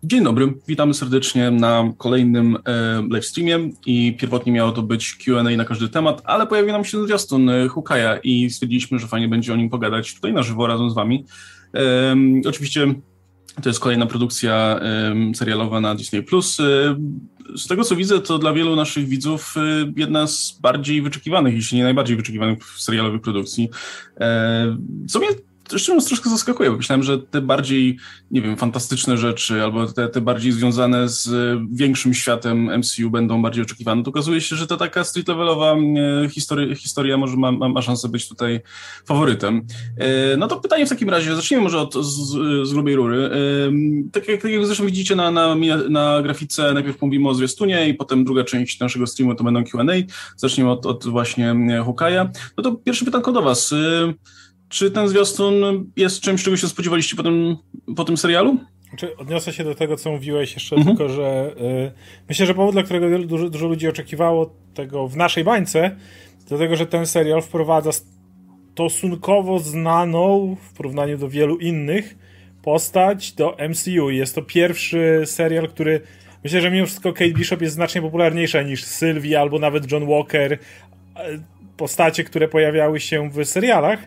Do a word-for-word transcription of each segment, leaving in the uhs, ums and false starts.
Dzień dobry, witamy serdecznie na kolejnym e, livestreamie i pierwotnie miało to być Q and A na każdy temat, ale pojawił nam się zwiastun e, Hawkeye'a i stwierdziliśmy, że fajnie będzie o nim pogadać tutaj na żywo razem z wami. E, oczywiście to jest kolejna produkcja e, serialowa na Disney plus. E, z tego co widzę, to dla wielu naszych widzów e, jedna z bardziej wyczekiwanych, jeśli nie najbardziej wyczekiwanych serialowych produkcji. E, co mnie Szczerze mówiąc, troszkę zaskakuje, bo myślałem, że te bardziej, nie wiem, fantastyczne rzeczy albo te, te bardziej związane z większym światem M C U będą bardziej oczekiwane. To okazuje się, że ta taka street levelowa historia, historia może ma, ma, ma szansę być tutaj faworytem. No to pytanie w takim razie, zacznijmy może od z, z grubej rury. Tak jak, tak jak zresztą widzicie na, na, na grafice, najpierw mówimy o zwiastunie i potem druga część naszego streamu to będą Q and A. Zaczniemy od, od właśnie Hawkeye'a. No to pierwsze pytanko do was. Czy ten zwiastun jest czymś, czego się spodziewaliście po tym, po tym serialu? Znaczy, odniosę się do tego, co mówiłeś jeszcze, Mhm. tylko że y, myślę, że powód, dla którego dużo, dużo ludzi oczekiwało tego w naszej bańce, do tego, że ten serial wprowadza stosunkowo znaną w porównaniu do wielu innych postać do M C U. Jest to pierwszy serial, który myślę, że mimo wszystko Kate Bishop jest znacznie popularniejsza niż Sylvie albo nawet John Walker, postacie, które pojawiały się w serialach.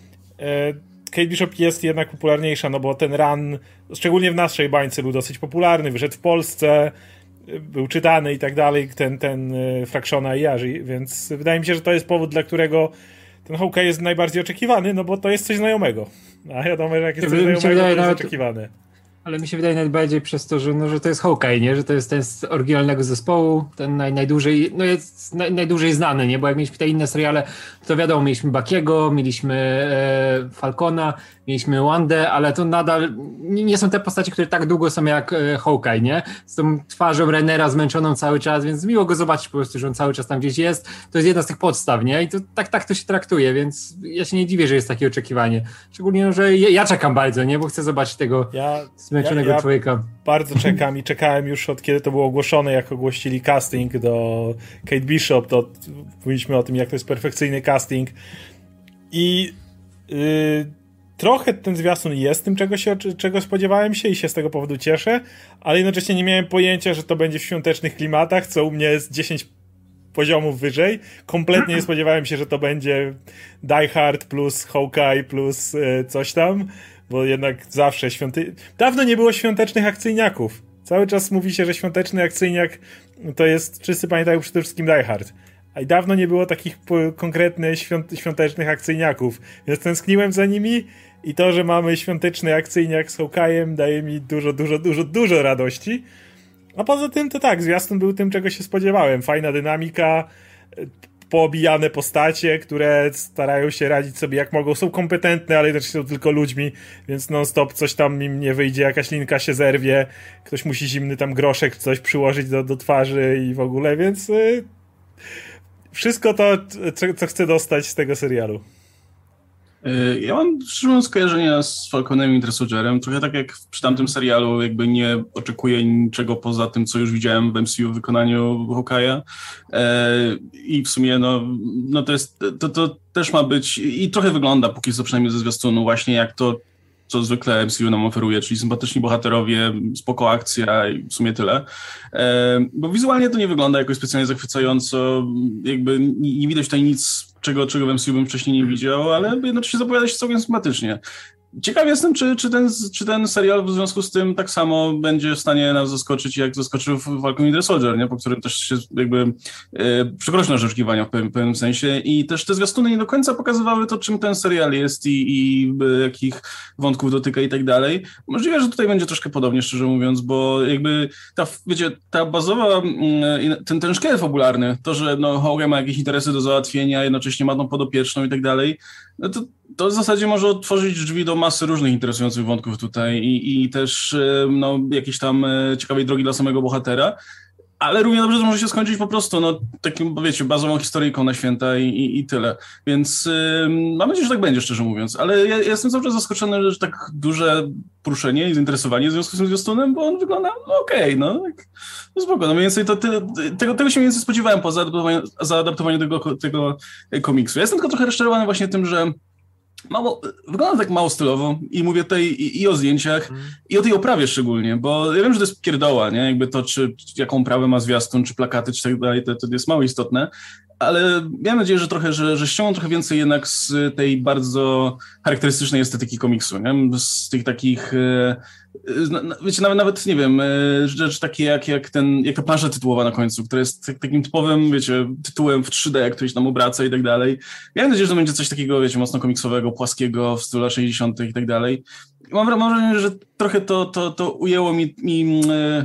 Kate Bishop jest jednak popularniejsza, no bo ten run, szczególnie w naszej bańce, był dosyć popularny, wyszedł w Polsce, był czytany i tak dalej, ten, ten Fractiona i Yaji, więc wydaje mi się, że to jest powód, dla którego ten Hawkeye jest najbardziej oczekiwany, no bo to jest coś znajomego. A wiadomo, że jak jest coś znajomego, to jest nawet oczekiwane. Ale mi się wydaje najbardziej przez to, że, no, że to jest Hawkeye, nie? Że to jest ten z oryginalnego zespołu, ten naj, najdłużej, no jest naj, najdłużej znany, nie? Bo jak mieliśmy te inne seriale, to wiadomo, mieliśmy Buckiego, mieliśmy e, Falcona, mieliśmy Wandę, ale to nadal nie, nie są te postacie, które tak długo są jak e, Hawkeye, nie? Z tą twarzą Renera zmęczoną cały czas, więc miło go zobaczyć po prostu, że on cały czas tam gdzieś jest. To jest jedna z tych podstaw, nie? I to tak, tak to się traktuje, więc ja się nie dziwię, że jest takie oczekiwanie. Szczególnie, że ja, ja czekam bardzo, nie? Bo chcę zobaczyć tego ja, zmęczonego ja, ja człowieka. Bardzo czekam i czekałem już od kiedy to było ogłoszone, jak ogłosili casting do Kate Bishop, to mówiliśmy o tym, jak to jest perfekcyjny casting. I yy, trochę ten zwiastun jest tym, czego, się, czego spodziewałem się i się z tego powodu cieszę, ale jednocześnie nie miałem pojęcia, że to będzie w świątecznych klimatach, co u mnie jest dziesięć poziomów wyżej. Kompletnie nie spodziewałem się, że to będzie Die Hard plus Hawkeye plus yy, coś tam, bo jednak zawsze świąty... Dawno nie było świątecznych akcyjniaków. Cały czas mówi się, że świąteczny akcyjniak to jest, wszyscy pamiętają przede wszystkim Die Hard. A i dawno nie było takich konkretnych świąt, świątecznych akcyjniaków. Więc tęskniłem za nimi i to, że mamy świąteczny akcyjniak z Hawkeye'em, daje mi dużo, dużo, dużo, dużo radości. A poza tym to tak, zwiastun był tym, czego się spodziewałem. Fajna dynamika, poobijane postacie, które starają się radzić sobie jak mogą. Są kompetentne, ale też są tylko ludźmi, więc non stop coś tam im nie wyjdzie, jakaś linka się zerwie, ktoś musi zimny tam groszek coś przyłożyć do, do twarzy i w ogóle, więc yy, wszystko to, co, co chcę dostać z tego serialu. Ja mam szczerze mówiąc skojarzenia z Falconem i Winter Soldierem. Trochę tak jak przy tamtym serialu jakby nie oczekuję niczego poza tym, co już widziałem w M C U w wykonaniu Hawkeye'a. I w sumie no, no to jest, to, to też ma być i trochę wygląda póki co przynajmniej ze zwiastunu właśnie jak to, co zwykle M C U nam oferuje, czyli sympatyczni bohaterowie, spoko akcja i w sumie tyle. E, bo wizualnie to nie wygląda jakoś specjalnie zachwycająco, jakby nie, nie widać tutaj nic, czego, czego w M C U bym wcześniej nie widział, ale jednocześnie zapowiada się całkiem sympatycznie. Ciekaw jestem, czy, czy, ten, czy ten serial w związku z tym tak samo będzie w stanie nas zaskoczyć, jak zaskoczył Falcon i Winter Soldier, nie? Po którym też się jakby e, przekroczył nasze oczekiwania w pewnym, pewnym sensie i też te zwiastuny nie do końca pokazywały to, czym ten serial jest i, i e, jakich wątków dotyka i tak dalej. Możliwe, że tutaj będzie troszkę podobnie, szczerze mówiąc, bo jakby ta, wiecie, ta bazowa, e, ten, ten szkielet fabularny, to, że no, Hawkeye ma jakieś interesy do załatwienia, jednocześnie ma tą podopieczną i tak dalej, no to to w zasadzie może otworzyć drzwi do masy różnych interesujących wątków tutaj i, i też no, jakiejś tam ciekawej drogi dla samego bohatera, ale równie dobrze to może się skończyć po prostu no, takim, wiecie, bazową historyjką na święta i, i, i tyle. Więc yy, mam nadzieję, że tak będzie, szczerze mówiąc, ale ja, ja jestem cały czas zaskoczony, że tak duże poruszenie i zainteresowanie w związku z tym zwiastunem, bo on wygląda no, okej, okay, no, tak, no spoko, no mniej więcej to, ty, tego, tego się mniej więcej spodziewałem po zaadaptowaniu, zaadaptowaniu tego, tego komiksu. Ja jestem tylko trochę rozczarowany właśnie tym, że mało, wygląda tak mało stylowo i mówię tutaj i, i o zdjęciach, mm. i o tej oprawie szczególnie, bo ja wiem, że to jest pierdoła, nie? Jakby to, czy, czy jaką oprawę ma zwiastun, czy plakaty, czy tak dalej, to, to jest mało istotne, ale miałem nadzieję, że trochę, że, że ściągną trochę więcej jednak z tej bardzo charakterystycznej estetyki komiksu, nie? Z tych takich, wiecie, nawet, nawet nie wiem, rzeczy takie jak, jak, ten, jak ta plansza tytułowa na końcu, która jest takim typowym, wiecie, tytułem w trzy D, który się tam obraca i tak dalej. Miałem nadzieję, że to będzie coś takiego, wiecie, mocno komiksowego, płaskiego, w stylu lat sześćdziesiątych i tak dalej. Mam, mam wrażenie, że trochę to, to, to ujęło mi, mi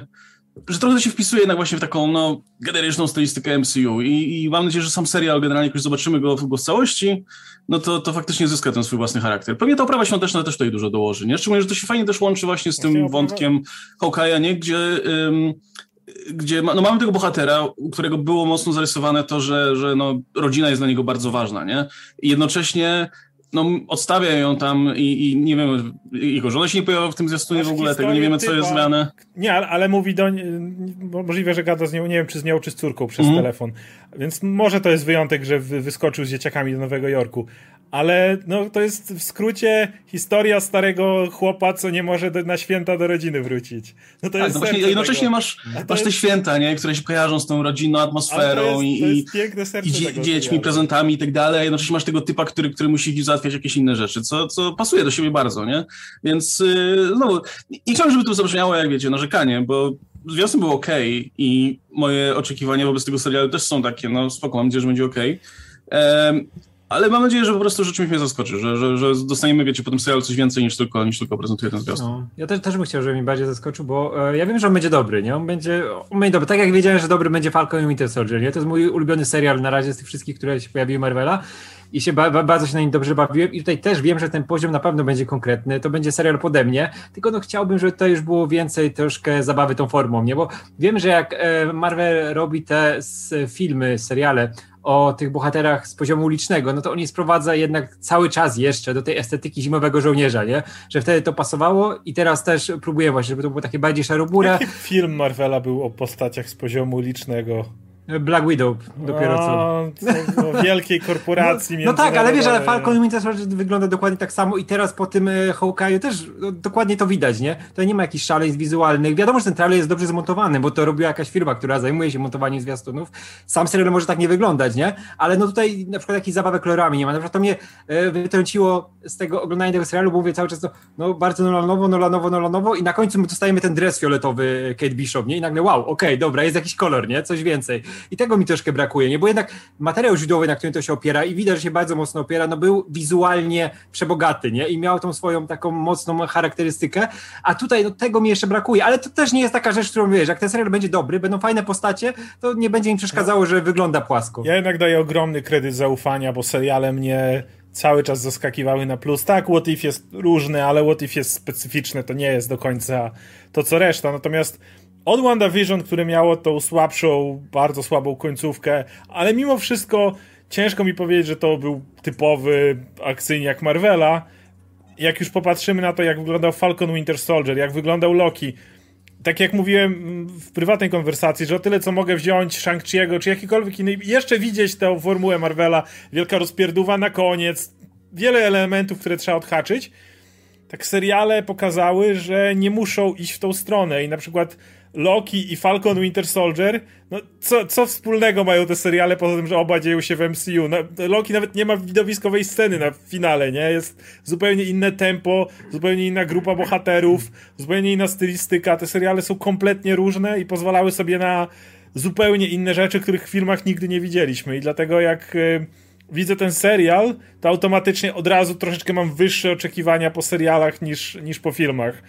że trochę to się wpisuje jednak właśnie w taką, no, generyczną stylistykę M C U i, i mam nadzieję, że sam serial generalnie, jak już zobaczymy go, go w całości, no to, to faktycznie zyska ten swój własny charakter. Pewnie ta oprawa świąteczna też tutaj dużo dołoży, nie? Szczególnie, że to się fajnie też łączy właśnie z tym wątkiem Hawkeye'a, nie? Gdzie, ym, gdzie ma, no mamy tego bohatera, u którego było mocno zarysowane to, że, że no, rodzina jest dla niego bardzo ważna, nie? I jednocześnie no, odstawia ją tam i, i nie wiem, jego żona się nie pojawia w tym zwiastunie w ogóle, tego nie wiemy, co typa, jest grane. Nie, ale, ale mówi do możliwe, że gada z nią, nie wiem, czy z nią, czy z córką przez mm. telefon. Więc może to jest wyjątek, że wyskoczył z dzieciakami do Nowego Jorku. Ale no, to jest w skrócie historia starego chłopa, co nie może do, na święta do rodziny wrócić. No to tak, jest no właśnie, jednocześnie tego. masz, masz te święta, nie, które się kojarzą z tą rodzinną atmosferą to jest, to jest i, i dzie, dziećmi, prezentami i tak dalej, a jednocześnie masz tego typa, który, który musi załatwiać jakieś inne rzeczy, co, co pasuje do siebie bardzo, nie? Więc yy, znowu, nie chciałem, żeby to zabrzmiało, jak wiecie, narzekanie, bo zwiastun był okej okay i moje oczekiwania wobec tego serialu też są takie, no spoko, mam nadzieję, że będzie okej. Okay. Ale mam nadzieję, że po prostu rzeczywiście mnie zaskoczy, że, że, że dostaniemy, wiecie, po tym serialu coś więcej niż tylko, niż tylko prezentuje ten zwiastun. No, ja też, też bym chciał, żeby mi bardziej zaskoczył, bo e, ja wiem, że on będzie dobry, nie? On będzie, on będzie dobry. Tak jak wiedziałem, że dobry będzie Falcon i Winter Soldier, nie? To jest mój ulubiony serial na razie z tych wszystkich, które się pojawiły Marvela i się ba, ba, bardzo się na nim dobrze bawiłem i tutaj też wiem, że ten poziom na pewno będzie konkretny, to będzie serial pode mnie, tylko no chciałbym, żeby tutaj już było więcej troszkę zabawy tą formą, nie? Bo wiem, że jak e, Marvel robi te s, filmy, seriale o tych bohaterach z poziomu ulicznego, no to on je sprowadza jednak cały czas jeszcze do tej estetyki zimowego żołnierza, nie? Że wtedy to pasowało i teraz też próbuję właśnie, żeby to było takie bardziej szarobure. Jaki film Marvela był o postaciach z poziomu ulicznego? Black Widow dopiero co. O wielkiej korporacji No, no tak, ale wiesz, ale Falcon i Winter Soldier wygląda dokładnie tak samo i teraz po tym Hawkeye'u też no, dokładnie to widać, nie? To nie ma jakichś szaleństw wizualnych. Wiadomo, że ten trailer jest dobrze zmontowany, bo to robiła jakaś firma, która zajmuje się montowaniem zwiastunów. Sam serial może tak nie wyglądać, nie? Ale no tutaj na przykład jakichś zabawek kolorami nie ma. Na przykład to mnie e, wytrąciło z tego oglądania tego serialu, bo mówię cały czas, no, no bardzo Nolanowo, Nolanowo, Nolanowo i na końcu my dostajemy ten dres fioletowy Kate Bishop, nie? I nagle wow, okej, okay, dobra, jest jakiś kolor, nie? Coś więcej. I tego mi troszkę brakuje, nie? Bo jednak materiał źródłowy, na którym to się opiera i widać, że się bardzo mocno opiera, no był wizualnie przebogaty, nie? I miał tą swoją taką mocną charakterystykę, a tutaj no, tego mi jeszcze brakuje, ale to też nie jest taka rzecz, którą wiesz, jak ten serial będzie dobry, będą fajne postacie, to nie będzie im przeszkadzało, że wygląda płasko. Ja jednak daję ogromny kredyt zaufania, bo seriale mnie cały czas zaskakiwały na plus. Tak, What If jest różny, ale What If jest specyficzny, to nie jest do końca to, co reszta. Natomiast od WandaVision, które miało tą słabszą, bardzo słabą końcówkę, ale mimo wszystko ciężko mi powiedzieć, że to był typowy akcyjny jak Marvela. Jak już popatrzymy na to, jak wyglądał Falcon Winter Soldier, jak wyglądał Loki, tak jak mówiłem w prywatnej konwersacji, że o tyle, co mogę wziąć Shang-Chi'ego, czy jakikolwiek inny, jeszcze widzieć tę formułę Marvela, wielka rozpierdówa na koniec, wiele elementów, które trzeba odhaczyć, tak seriale pokazały, że nie muszą iść w tą stronę i na przykład Loki i Falcon Winter Soldier, no co, co wspólnego mają te seriale poza tym, że oba dzieją się w M C U? No, Loki nawet nie ma widowiskowej sceny na finale, nie? Jest zupełnie inne tempo, zupełnie inna grupa bohaterów, zupełnie inna stylistyka. Te seriale są kompletnie różne i pozwalały sobie na zupełnie inne rzeczy, których w filmach nigdy nie widzieliśmy i dlatego jak y, widzę ten serial, to automatycznie od razu troszeczkę mam wyższe oczekiwania po serialach niż, niż po filmach.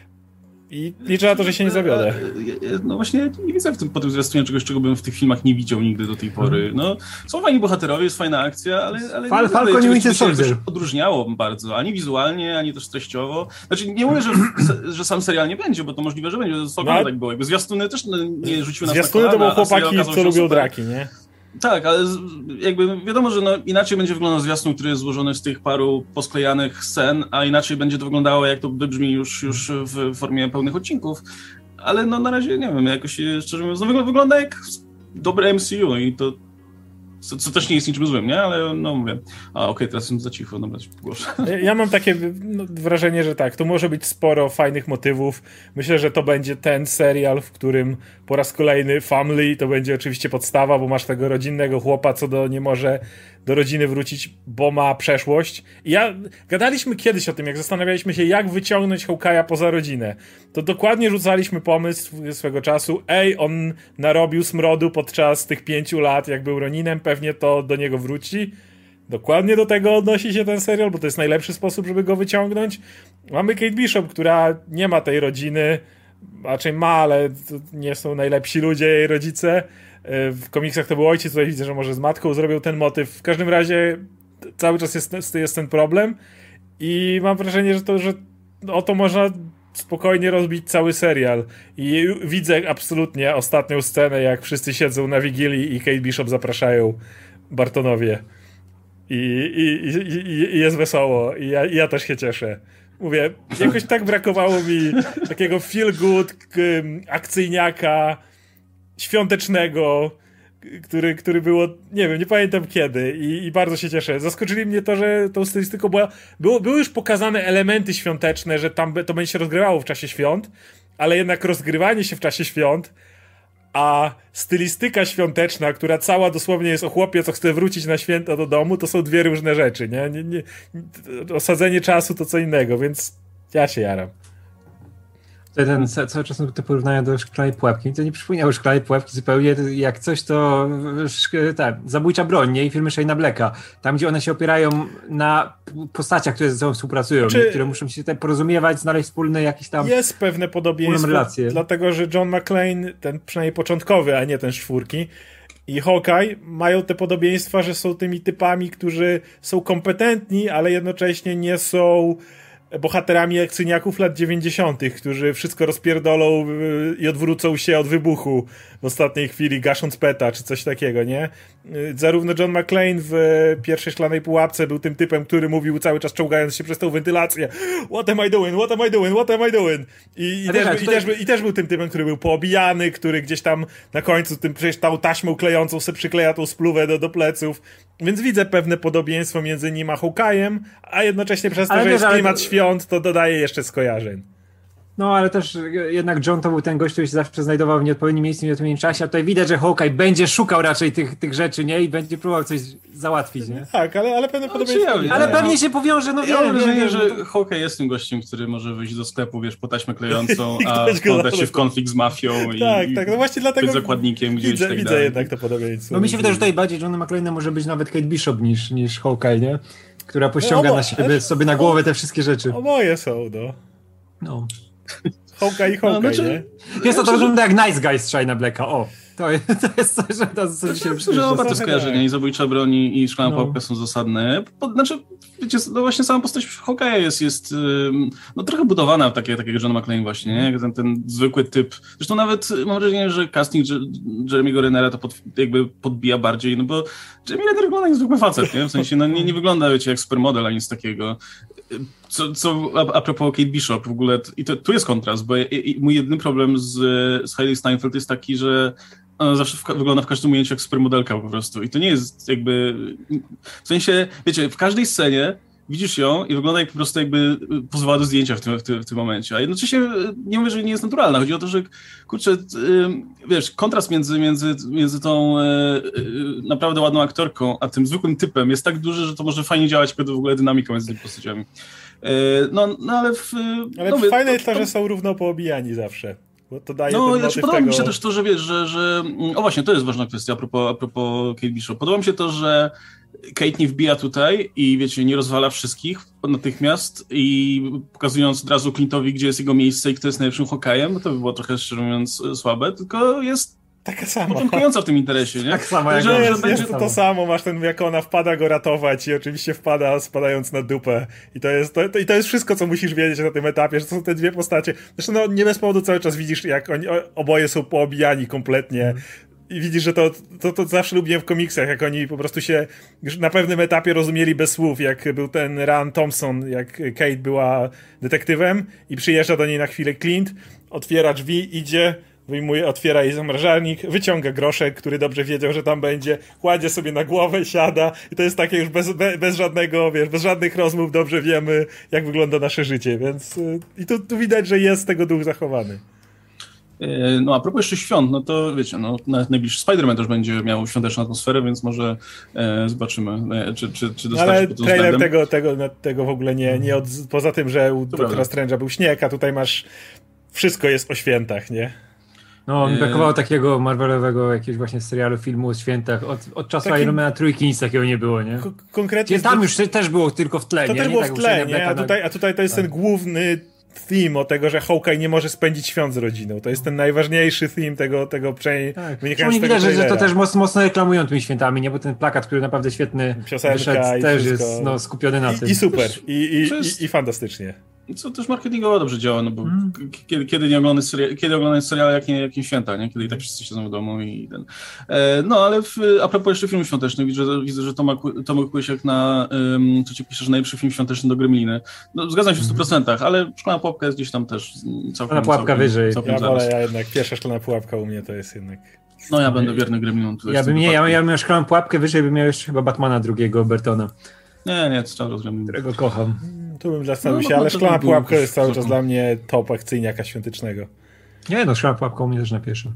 I liczę na to, że się nie zawiodę. No właśnie nie widzę w tym, po tym zwiastunie czegoś, czego bym w tych filmach nie widział nigdy do tej pory. No, są fajni bohaterowie, jest fajna akcja, ale, ale Fal, nie Falcon nie się coś odróżniało bardzo, ani wizualnie, ani też treściowo. Znaczy nie mówię, że, że sam serial nie będzie, bo to możliwe, że będzie. To no, tak było. Jakby zwiastuny też nie rzuciły nas na kolana. Zwiastuny to były chłopaki, co lubią super. Draki, nie? Tak, ale jakby wiadomo, że no inaczej będzie wyglądał zwiastun, który jest złożony z tych paru posklejanych scen, a inaczej będzie to wyglądało, jak to wybrzmi już, już w formie pełnych odcinków. Ale no na razie nie wiem, jakoś szczerze mówiąc, no wygląda jak dobre M C U i to co, co też nie jest niczym złym, nie? Ale no mówię, a okej, okay, teraz jestem za cicho, dobra, ci pogłoszę. Ja mam takie no, wrażenie, że tak, tu może być sporo fajnych motywów. Myślę, że to będzie ten serial, w którym po raz kolejny family to będzie oczywiście podstawa, bo masz tego rodzinnego chłopa, co do nie może do rodziny wrócić, bo ma przeszłość. I ja, gadaliśmy kiedyś o tym, jak zastanawialiśmy się, jak wyciągnąć Hawkeye'a poza rodzinę. To dokładnie rzucaliśmy pomysł swego czasu, ej, on narobił smrodu podczas tych pięciu lat, jak był Roninem, pewnie to do niego wróci. Dokładnie do tego odnosi się ten serial, bo to jest najlepszy sposób, żeby go wyciągnąć. Mamy Kate Bishop, która nie ma tej rodziny, raczej ma, ale to nie są najlepsi ludzie, jej rodzice. W komiksach to był ojciec, tutaj widzę, że może z matką zrobił ten motyw. W każdym razie cały czas jest, jest ten problem i mam wrażenie, że to, że o to można spokojnie rozbić cały serial. I widzę absolutnie ostatnią scenę, jak wszyscy siedzą na Wigilii i Kate Bishop zapraszają Bartonowie. I, i, i, i jest wesoło. I ja, i ja też się cieszę. Mówię, jakoś tak brakowało mi takiego feel good akcyjniaka świątecznego, który, który było, nie wiem, nie pamiętam kiedy i, i bardzo się cieszę. Zaskoczyli mnie to, że tą stylistyką była, było, były już pokazane elementy świąteczne, że tam to będzie się rozgrywało w czasie świąt, ale jednak rozgrywanie się w czasie świąt, a stylistyka świąteczna, która cała dosłownie jest o chłopie, co chce wrócić na święta do domu, to są dwie różne rzeczy, nie? nie, nie osadzenie czasu to co innego, więc ja się jaram. Ten, cały czas te porównania do Szklanej Pułapki. To nie przypominało Szklanej Pułapki zupełnie. Jak coś, to tak, Zabójcza broń, nie? I filmy Shane'a Blacka. Tam, gdzie one się opierają na postaciach, które ze sobą współpracują, Czy... które muszą się tak porozumiewać, znaleźć wspólne jakieś tam... Jest pewne podobieństwo, dlatego, że John McClane, ten przynajmniej początkowy, a nie ten z czwórki, i Hawkeye mają te podobieństwa, że są tymi typami, którzy są kompetentni, ale jednocześnie nie są bohaterami akcyjniaków lat dziewięćdziesiątych, którzy wszystko rozpierdolą i odwrócą się od wybuchu w ostatniej chwili, gasząc peta, czy coś takiego, nie? Zarówno John McClane w pierwszej Szklanej Pułapce był tym typem, który mówił cały czas czołgając się przez tą wentylację: what am I doing, what am I doing, what am I doing? I, i, też, tutaj... i, też, i też był tym typem, który był poobijany, który gdzieś tam na końcu tym przecież tą taśmą klejącą se przykleja tą spluwę do, do pleców. Więc widzę pewne podobieństwo między nim a Hawkeye'em, a jednocześnie przez to, ale że wiesz, jest klimat ale... świąt, to dodaje jeszcze skojarzeń. No, ale też jednak John to był ten gość, który się zawsze znajdował w nieodpowiednim miejscu, w nieodpowiednim czasie, a tutaj widać, że Hawkeye będzie szukał raczej tych, tych rzeczy, nie? I będzie próbował coś załatwić, nie? Tak, ale, ale pewne no, podobieństwo. Ja, ale pewnie się powiąże, no ja wiem. mam wrażenie, wiem, że to... Hawkeye jest tym gościem, który może wyjść do sklepu, wiesz, po taśmę klejącą, a wkładać się w konflikt z mafią i, tak, tak, no właśnie dlatego być zakładnikiem gdzieś widzę, tak widzę jednak to podobieństwo. No mi się wydaje, że tutaj bardziej Johna McClane'a może być nawet Kate Bishop niż, niż Hawkeye, nie? Która pościąga no, na siebie, sobie na głowę te wszystkie rzeczy. Oboje są, no. No. Hawkeye i Hawkeye, no, znaczy, nie? Jest to to wygląda jak Nice Guys z Shane'a Blacka, o. To jest, to jest coś, że to co dzisiaj... Myślę, że oba te skojarzenia, i Zabójcza broń i Szklana no. Pułapka są zasadne. Znaczy, wiecie, no właśnie sama postać Hawkeye'a jest, jest no, trochę budowana w takie, takie jak John McClane właśnie, nie? Ten, ten zwykły typ. Zresztą nawet mam wrażenie, że casting Jeremy'ego Rennera to pod, jakby podbija bardziej, no bo Jeremy Renner wygląda jak zwykły facet, nie? W sensie, no nie, nie wygląda, wiecie, jak supermodel, ani nic takiego. Co, co a, a propos Kate Bishop w ogóle, i to, tu jest kontrast, bo i, i mój jedyny problem z, z Hailee Steinfeld jest taki, że ona zawsze w, wygląda w każdym ujęciu jak supermodelka po prostu i to nie jest jakby, w sensie, wiecie, w każdej scenie widzisz ją i wygląda jak po prostu jakby pozwała do zdjęcia w tym, w tym, w tym momencie, a jednocześnie nie mówię, że nie jest naturalna, chodzi o to, że kurczę, wiesz, kontrast między, między, między tą naprawdę ładną aktorką, a tym zwykłym typem jest tak duży, że to może fajnie działać w ogóle dynamiką między tymi postaciami. No, no ale w... Ale no, fajne to, jest to, to, że są równo poobijani zawsze. Bo to daje no, ten znaczy, podoba tego... mi się też to, że wiesz, że, że... O właśnie, to jest ważna kwestia a propos, a propos Kate Bishop. Podoba mi się to, że Kate nie wbija tutaj i wiecie, nie rozwala wszystkich natychmiast i pokazując od razu Clint'owi, gdzie jest jego miejsce i kto jest najlepszym Hawkeye'em, no to by było trochę, szczerze mówiąc, słabe, tylko jest taka sama. początkująca w tym interesie, nie? Tak samo jak że, on, jest, że jest to, samo. to samo, masz ten, jak ona wpada go ratować i oczywiście wpada spadając na dupę i to jest, to, to, i to jest wszystko, co musisz wiedzieć na tym etapie, że to są te dwie postacie. Zresztą no, nie bez powodu cały czas widzisz, jak oni oboje są poobijani kompletnie. I widzisz, że to, to, to zawsze lubiłem w komiksach, jak oni po prostu się już na pewnym etapie rozumieli bez słów, jak był ten Ran Thompson, jak Kate była detektywem i przyjeżdża do niej na chwilę Clint, otwiera drzwi, idzie, wyjmuje, otwiera jej zamrażarnik, wyciąga groszek, który dobrze wiedział, że tam będzie, kładzie sobie na głowę, siada i to jest takie już bez, bez, bez żadnego, wiesz, bez żadnych rozmów dobrze wiemy, jak wygląda nasze życie, więc yy, i tu, tu widać, że jest tego duch zachowany. No a propos jeszcze świąt, no to wiecie, no najbliższy Spider-Man też będzie miał świąteczną atmosferę, więc może e, zobaczymy, e, czy, czy, czy dostarczy ale pod tym trailer względem. tego, tego, tego w ogóle nie, nie od, poza tym, że u Doktora Strange'a był śnieg, a tutaj masz, wszystko jest o świętach, nie? No, mi brakowało takiego Marvelowego jakiegoś właśnie serialu, filmu o świętach. Od, od czasu Taki... Iron Mana trójki nic takiego nie było, nie? Ko- konkretnie... Tam już też było tylko w tle, to nie? To też było nie? w tle, nie? A tutaj, a tutaj to jest tak. ten główny theme o tego, że Hawkeye nie może spędzić świąt z rodziną. To jest ten najważniejszy theme tego, tego przynajmniej tak. wynikający z tego widać, że to też mocno, mocno reklamują tymi świętami, nie? Bo ten plakat, który naprawdę świetny piosenka wyszedł, i też wszystko. jest no, skupiony na I, tym. I super. I, i, jest... i, i fantastycznie. Co też marketingowo dobrze działa, no bo hmm. kiedy, kiedy nie oglądać seriale, kiedy oglądać seriale, jak nie, jak nie święta, nie? Kiedy i tak wszyscy siedzą w domu i ten. E, no ale w, a propos jeszcze filmów świątecznych, widzę, że, widzę, że Tomek, Tomek Łysiek na, um, co ci pisze, że najlepszy film świąteczny do Gremliny. No zgadzam się w stu procentach, ale Szklana Pułapka jest gdzieś tam też całkiem... Szklana Pułapka całkiem, wyżej. Całkiem ja wolę, ja jednak, pierwsza Szklana Pułapka u mnie to jest jednak... No ja będę wierny Gremlinom. Ja bym nie, ja, ja bym miał Szklaną Pułapkę wyżej, bym miał jeszcze chyba Batmana drugiego, Bertona. Nie, nie, to trzeba Gremlin. Którego kocham. Tu bym zastanowił się, no, no, ale Szklana Pułapka jest cały czas dla mnie top akcyjniaka świątecznego. Nie, no Szklana Pułapka u mnie też na pierwszym.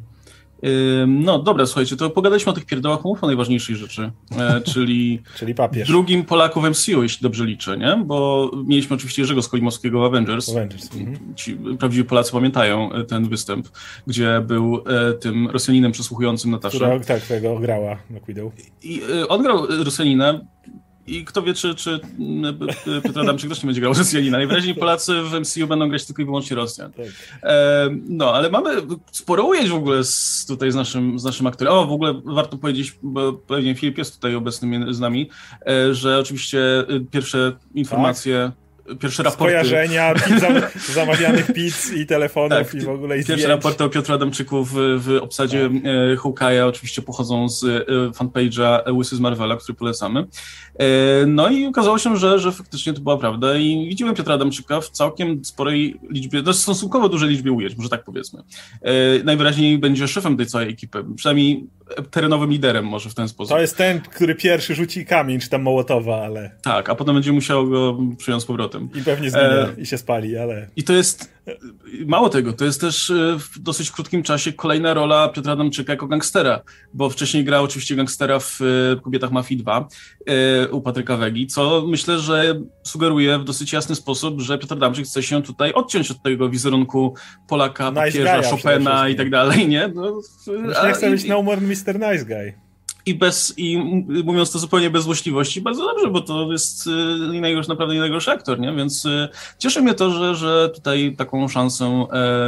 No dobra, słuchajcie, to pogadaliśmy o tych pierdołach, mówmy o najważniejszej rzeczy, e, czyli, czyli papież. Drugim Polaku w M C U, jeśli dobrze liczę, nie? Bo mieliśmy oczywiście Jerzego Skolimowskiego w Avengers. Avengers. Mhm. Ci prawdziwi Polacy pamiętają ten występ, gdzie był e, tym Rosjaninem przesłuchującym Nataszę. Która, tak, którego grała Black Widow. I e, on grał Rosjanina. I kto wie, czy, czy Piotr Adamczyk też nie będzie grał Rosjanina. Najwyraźniej Polacy w M C U będą grać tylko i wyłącznie Rosjan. Tak. E, no, ale mamy sporo ujęć w ogóle z, tutaj z naszym, z naszym aktorem. O, w ogóle warto powiedzieć, bo pewnie Filip jest tutaj obecny z nami, e, że oczywiście pierwsze informacje... Tak. Pierwsze raporty. Skojarzenia, pizza, zamawianych pizz i telefonów tak, i w ogóle i Pierwsze zdjęć. raporty o Piotrze Adamczyku w, w obsadzie tak. e, Hawkeye'a oczywiście pochodzą z e, fanpage'a Łysy z Marvela, który polecamy. E, no i okazało się, że, że faktycznie to była prawda i widziałem Piotra Adamczyka w całkiem sporej liczbie, no stosunkowo dużej liczbie ujęć, może tak powiedzmy. E, najwyraźniej będzie szefem tej całej ekipy, przynajmniej terenowym liderem może w ten sposób. To jest ten, który pierwszy rzuci kamień, czy tam Mołotowa, ale... Tak, a potem będzie musiał go przyjąć z powrotem. I pewnie zginie e... i się spali, ale... I to jest, mało tego, to jest też w dosyć krótkim czasie kolejna rola Piotra Adamczyka jako gangstera, bo wcześniej grał oczywiście gangstera w Kobietach Mafii dwa u Patryka Wegi, co myślę, że sugeruje w dosyć jasny sposób, że Piotr Adamczyk chce się tutaj odciąć od tego wizerunku Polaka, nice papieża, Chopina i tak dalej, nie? No, Już nie chcę być no more mister Nice Guy. I, bez, I mówiąc to zupełnie bez złośliwości, bardzo dobrze, bo to jest y, nie najgorszy, naprawdę nie najgorszy aktor, nie? Więc y, cieszy mnie to, że, że tutaj taką szansę,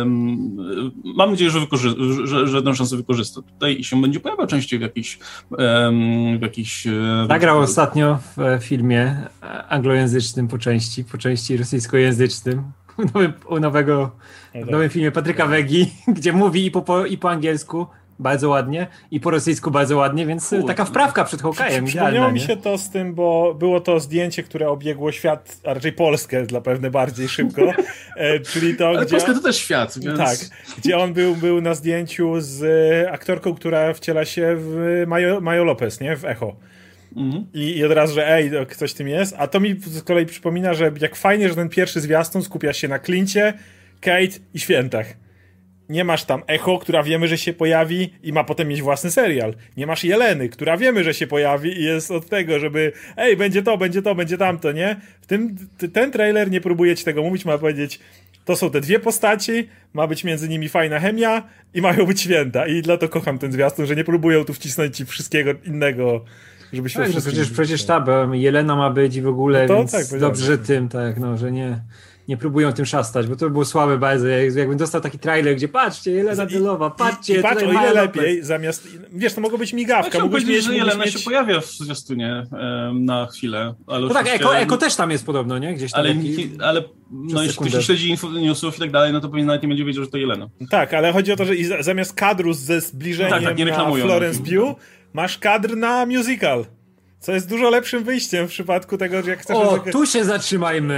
um, mam nadzieję, że, wykorzy- że, że tę szansę wykorzysta tutaj i się będzie pojawiał częściej w jakichś... Um, w jakichś Nagrał w... ostatnio w filmie anglojęzycznym po części, po części rosyjskojęzycznym, u nowego, w nowym filmie Patryka Wegi, gdzie mówi i po, i po angielsku bardzo ładnie i po rosyjsku bardzo ładnie, więc Kurde. taka wprawka przed Hawkeye'em. Przypomniało mi się to z tym, bo było to zdjęcie, które obiegło świat, a raczej Polskę dla pewne bardziej szybko, e, czyli to, Ale gdzie... Polska to też świat, więc... Tak, gdzie on był, był na zdjęciu z aktorką, która wciela się w Majo, Majo Lopez, nie? W Echo. Mhm. I, I od razu, że ej, ktoś tym jest. A to mi z kolei przypomina, że jak fajnie, że ten pierwszy zwiastun skupia się na Clincie, Kate i świętach. Nie masz tam Echo, która wiemy, że się pojawi i ma potem mieć własny serial. Nie masz Jeleny, która wiemy, że się pojawi i jest od tego, żeby ej, będzie to, będzie to, będzie tamto, nie? W tym, ten trailer nie próbuje ci tego mówić, ma powiedzieć, to są te dwie postaci, ma być między nimi fajna chemia i mają być święta. I dlatego kocham ten zwiastun, że nie próbują tu wcisnąć ci wszystkiego innego, żeby się tak, przecież, przecież ta, bo Jelena ma być i w ogóle, no to, więc tak, dobrze, że tym, tak, no, że nie... nie próbują tym szastać, bo to by było słabe bardzo. Jakbym dostał taki trailer, gdzie patrzcie, Jelena Delowa, patrzcie, I, i patrz o ile lepiej, zamiast, wiesz, to mogło być migawka. Ja mógłbyś mieć, że Jelena mieć... się pojawia w zwiastunie um, na chwilę. Ale no tak, Eko, Eko też tam jest podobno, nie? Gdzieś tam. Ale, taki... ale no, jeśli ktoś śledzi info, newsów i tak dalej, no to pewnie nawet nie będzie wiedział, że to Jelena. Tak, ale chodzi o to, że zamiast kadru ze zbliżeniem no tak, tak, nie na Florence Pugh, masz kadr na musical. Co jest dużo lepszym wyjściem w przypadku tego, że jak chcesz... O, tu się zatrzymajmy!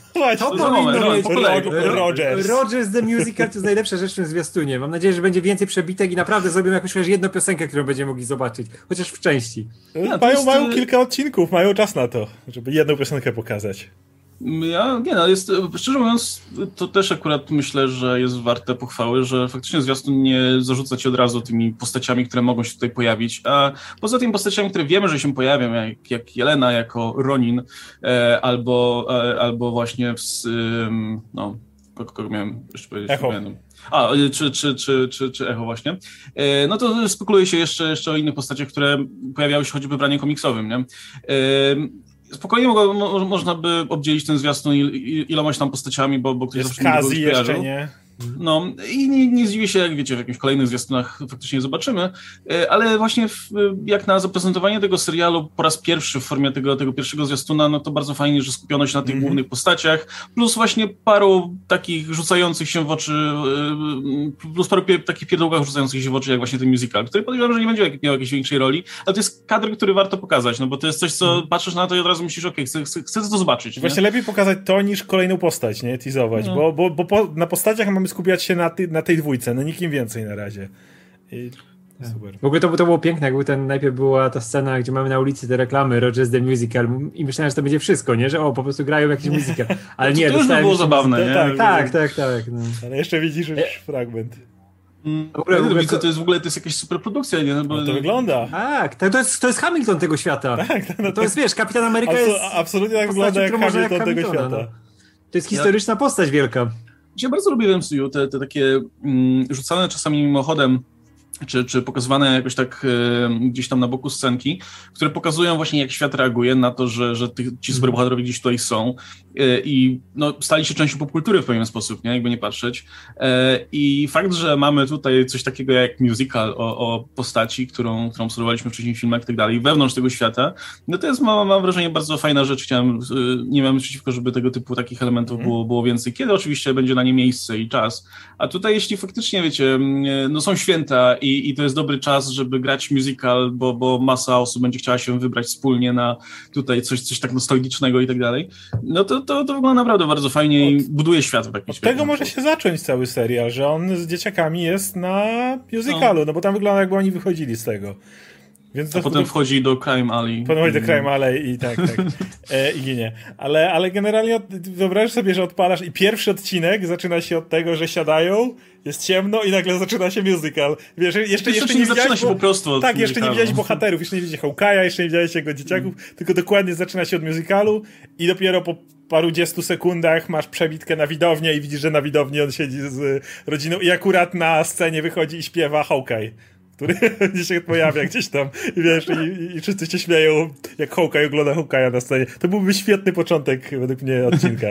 To powinno mieć Rogers. Rogers the Musical to jest najlepsza rzecz w tym zwiastunie. Mam nadzieję, że będzie więcej przebitek i naprawdę zrobią jakąś jedną piosenkę, którą będziemy mogli zobaczyć. Chociaż w części. Ja, mają, jest... mają kilka odcinków, mają czas na to, żeby jedną piosenkę pokazać. Ja, nie no, jest, szczerze mówiąc, to też akurat myślę, że jest warte pochwały, że faktycznie zwiastun nie zarzuca ci od razu tymi postaciami, które mogą się tutaj pojawić, a poza tymi postaciami, które wiemy, że się pojawią, jak, jak Jelena jako Ronin, e, albo, e, albo właśnie w, e, no, kogo, kogo miałem jeszcze powiedzieć? Echo. A, czy, czy, czy, czy, czy Echo właśnie. E, no to spekuluje się jeszcze, jeszcze o innych postaciach, które pojawiały się choćby w branie komiksowym, nie? E, Spokojnie mogło, mo, można by obdzielić ten zwiastun il, il, ilomaś tam postaciami, bo, bo ktoś jest zawsze Kazi jeszcze, nie? No i nie, nie zdziwię się, jak wiecie, w jakichś kolejnych zwiastunach faktycznie zobaczymy, ale właśnie w, jak na zaprezentowanie tego serialu po raz pierwszy w formie tego, tego pierwszego zwiastuna, no to bardzo fajnie, że skupiono się na tych mm-hmm. głównych postaciach, plus właśnie paru takich rzucających się w oczy, plus paru pie, takich pierdółkach rzucających się w oczy, jak właśnie ten musical, który podejrzewam, że nie będzie miał jakiejś większej roli, ale to jest kadr, który warto pokazać, no bo to jest coś, co mm. patrzysz na to i od razu myślisz, okej, okay, chcę, chcę, chcę to zobaczyć. Właśnie lepiej pokazać to, niż kolejną postać, nie? Teasować, no. bo, bo, bo po, na postaciach mamy skupiać się na, ty, na tej dwójce, no nikim więcej na razie. I super. W ogóle to, to było piękne, jak był ten, najpierw była ta scena, gdzie mamy na ulicy te reklamy Rogers the Musical i myślałem, że to będzie wszystko, nie? Że o, po prostu grają jakiś musical. Ale nie, to, to już by było zabawne, nie? Tak, tak, tak. tak no. Ale jeszcze widzisz już fragment. Mm, w ogóle, w ogóle, widzę, to jest w ogóle to jest jakaś superprodukcja, nie? Bo... No to wygląda. Tak, to jest, to jest Hamilton tego świata. Tak, no to jest, wiesz, Kapitan Ameryka Absol- jest... Absolutnie tak wygląda jak Hamilton, jak tego świata. No. To jest historyczna ja... postać wielka. Ja bardzo lubię w M C U te, te takie mm, rzucane czasami mimochodem, czy, czy pokazywane jakoś tak e, gdzieś tam na boku scenki, które pokazują właśnie, jak świat reaguje na to, że, że ty, ci superbohaterowie gdzieś tutaj są e, i no, stali się częścią popkultury w pewien sposób, nie? Jakby nie patrzeć. E, I fakt, że mamy tutaj coś takiego jak musical o, o postaci, którą, którą obserwowaliśmy wcześniej w filmach i tak dalej, wewnątrz tego świata, no to jest, mam, mam wrażenie, bardzo fajna rzecz. Chciałem, nie mam przeciwko, żeby tego typu takich elementów mm. było, było więcej, kiedy oczywiście będzie na nie miejsce i czas. A tutaj, jeśli faktycznie, wiecie, no są święta i I, i to jest dobry czas, żeby grać musical, bo, bo masa osób będzie chciała się wybrać wspólnie na tutaj coś, coś tak nostalgicznego i tak dalej, no to, to, to wygląda naprawdę bardzo fajnie i buduje świat w takim świecie. Od tego może się zacząć cały serial, że on z dzieciakami jest na musicalu, no, no bo tam wygląda, jakby oni wychodzili z tego. Więc a potem wchodzi do Crime Alley. Potem wchodzi do Crime Alley i tak, tak. E, I ginie. Ale, ale generalnie wyobraź sobie, że odpalasz i pierwszy odcinek zaczyna się od tego, że siadają, jest ciemno i nagle zaczyna się musical. Wiesz, jeszcze, jeszcze nie, nie zaczyna się bo, po prostu tak, jeszcze nie widziałeś bohaterów, jeszcze nie widziałeś Hawkeye'a, jeszcze nie widziałeś jego dzieciaków, mm. tylko dokładnie zaczyna się od musicalu i dopiero po parudziestu sekundach masz przebitkę na widownię i widzisz, że na widowni on siedzi z rodziną i akurat na scenie wychodzi i śpiewa Hawkeye, który gdzieś się pojawia gdzieś tam i wiesz, i, i wszyscy się śmieją, jak Hawkeye ogląda Hawkeye'a na scenie. To byłby świetny początek według mnie odcinka.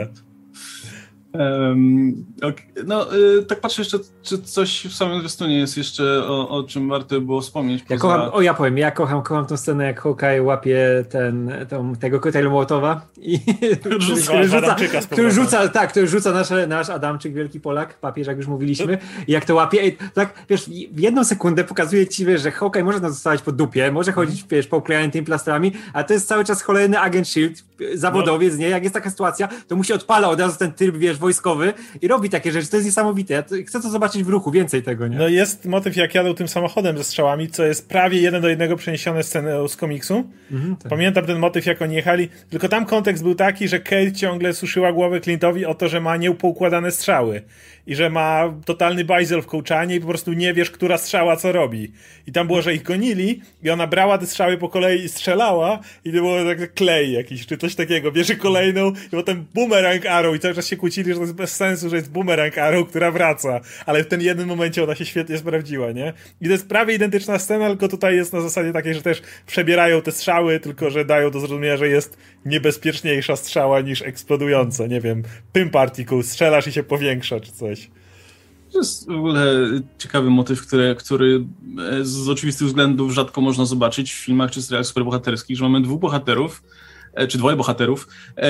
Um, okay. No, y, tak patrzę jeszcze, czy coś w samym zwiastunie jest jeszcze, o, o czym warto było wspomnieć. Ja poza... kocham, o ja powiem, ja kocham, kocham tą scenę, jak Hawkeye łapie ten, tą, tego koktajlu Mołotowa i który rzuca, który rzuca, tak, który rzuca nasz, nasz Adamczyk, wielki Polak, papież, jak już mówiliśmy, i jak to łapie, tak, wiesz, w jedną sekundę pokazuje ci, wiesz, że Hawkeye może nas zostawać po dupie, może chodzić, wiesz, pouklejany tymi plastrami, a to jest cały czas kolejny agent Shield, zawodowiec, nie, jak jest taka sytuacja, to mu się odpala od razu ten tryb, wiesz, wojskowy i robi takie rzeczy, to jest niesamowite. Ja to, chcę to zobaczyć w ruchu, więcej tego, nie? No jest motyw, jak jadą tym samochodem ze strzałami, co jest prawie jeden do jednego przeniesione sceny z komiksu. Mhm, tak. Pamiętam ten motyw, jak oni jechali, tylko tam kontekst był taki, że Kate ciągle suszyła głowę Clintowi o to, że ma niepoukładane strzały i że ma totalny bajzel w kołczanie i po prostu nie wiesz, która strzała co robi. I tam było, że ich gonili i ona brała te strzały po kolei i strzelała i to było tak klej jakiś, czy coś takiego. Bierze kolejną i potem boomerang arrow i cały czas się kłócili, że to jest bez sensu, że jest boomerang arrow, która wraca. Ale w ten jednym momencie ona się świetnie sprawdziła, nie? I to jest prawie identyczna scena, tylko tutaj jest na zasadzie takiej, że też przebierają te strzały, tylko że dają do zrozumienia, że jest niebezpieczniejsza strzała niż eksplodująca. Nie wiem, pym particle, strzelasz i się powiększa, czy coś. To jest w ogóle ciekawy motyw, który, który z oczywistych względów rzadko można zobaczyć w filmach czy serialach superbohaterskich, że mamy dwóch bohaterów, czy dwoje bohaterów,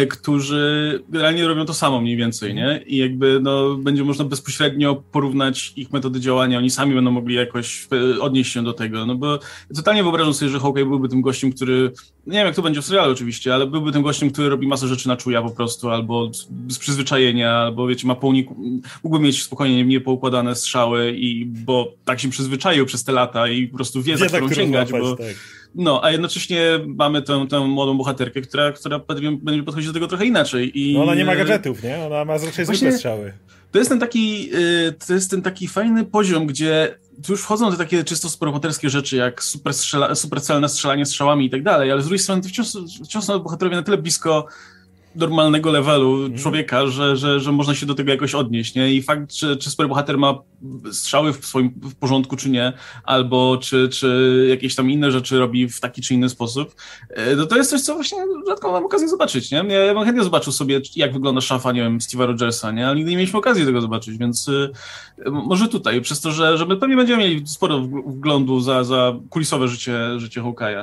którzy generalnie robią to samo mniej więcej, nie? I jakby no, będzie można bezpośrednio porównać ich metody działania, oni sami będą mogli jakoś odnieść się do tego, no bo totalnie wyobrażam sobie, że Hawkeye byłby tym gościem, który, nie wiem jak to będzie w serialu oczywiście, ale byłby tym gościem, który robi masę rzeczy na czuja po prostu, albo z przyzwyczajenia, albo wiecie, ma pełni, mógłby mieć spokojnie niepoukładane strzały, i bo tak się przyzwyczaił przez te lata i po prostu wie, za którą sięgać, bo... Tak. No, a jednocześnie mamy tę, tę młodą bohaterkę, która, która będzie podchodzić do tego trochę inaczej. I... No ona nie ma gadżetów, nie? Ona ma raczej zwykłe strzały. To jest ten taki, to jest ten taki fajny poziom, gdzie tu już wchodzą te takie czysto superbohaterskie rzeczy, jak super, strzela, super celne strzelanie strzałami i tak dalej, ale z drugiej strony wciąż, wciąż są bohaterowie na tyle blisko normalnego levelu mm. człowieka, że, że, że można się do tego jakoś odnieść, nie? I fakt, czy, czy superbohater ma strzały w swoim w porządku, czy nie, albo czy, czy jakieś tam inne rzeczy robi w taki czy inny sposób, no to jest coś, co właśnie rzadko mam okazję zobaczyć, nie? Ja bym chętnie zobaczył sobie, jak wygląda szafa, nie wiem, Steve'a Rogersa, nie? Ale nigdy nie mieliśmy okazji tego zobaczyć, więc y, może tutaj, przez to, że, że my pewnie będziemy mieli sporo wglądu za, za kulisowe życie, życie Hawkeye'a.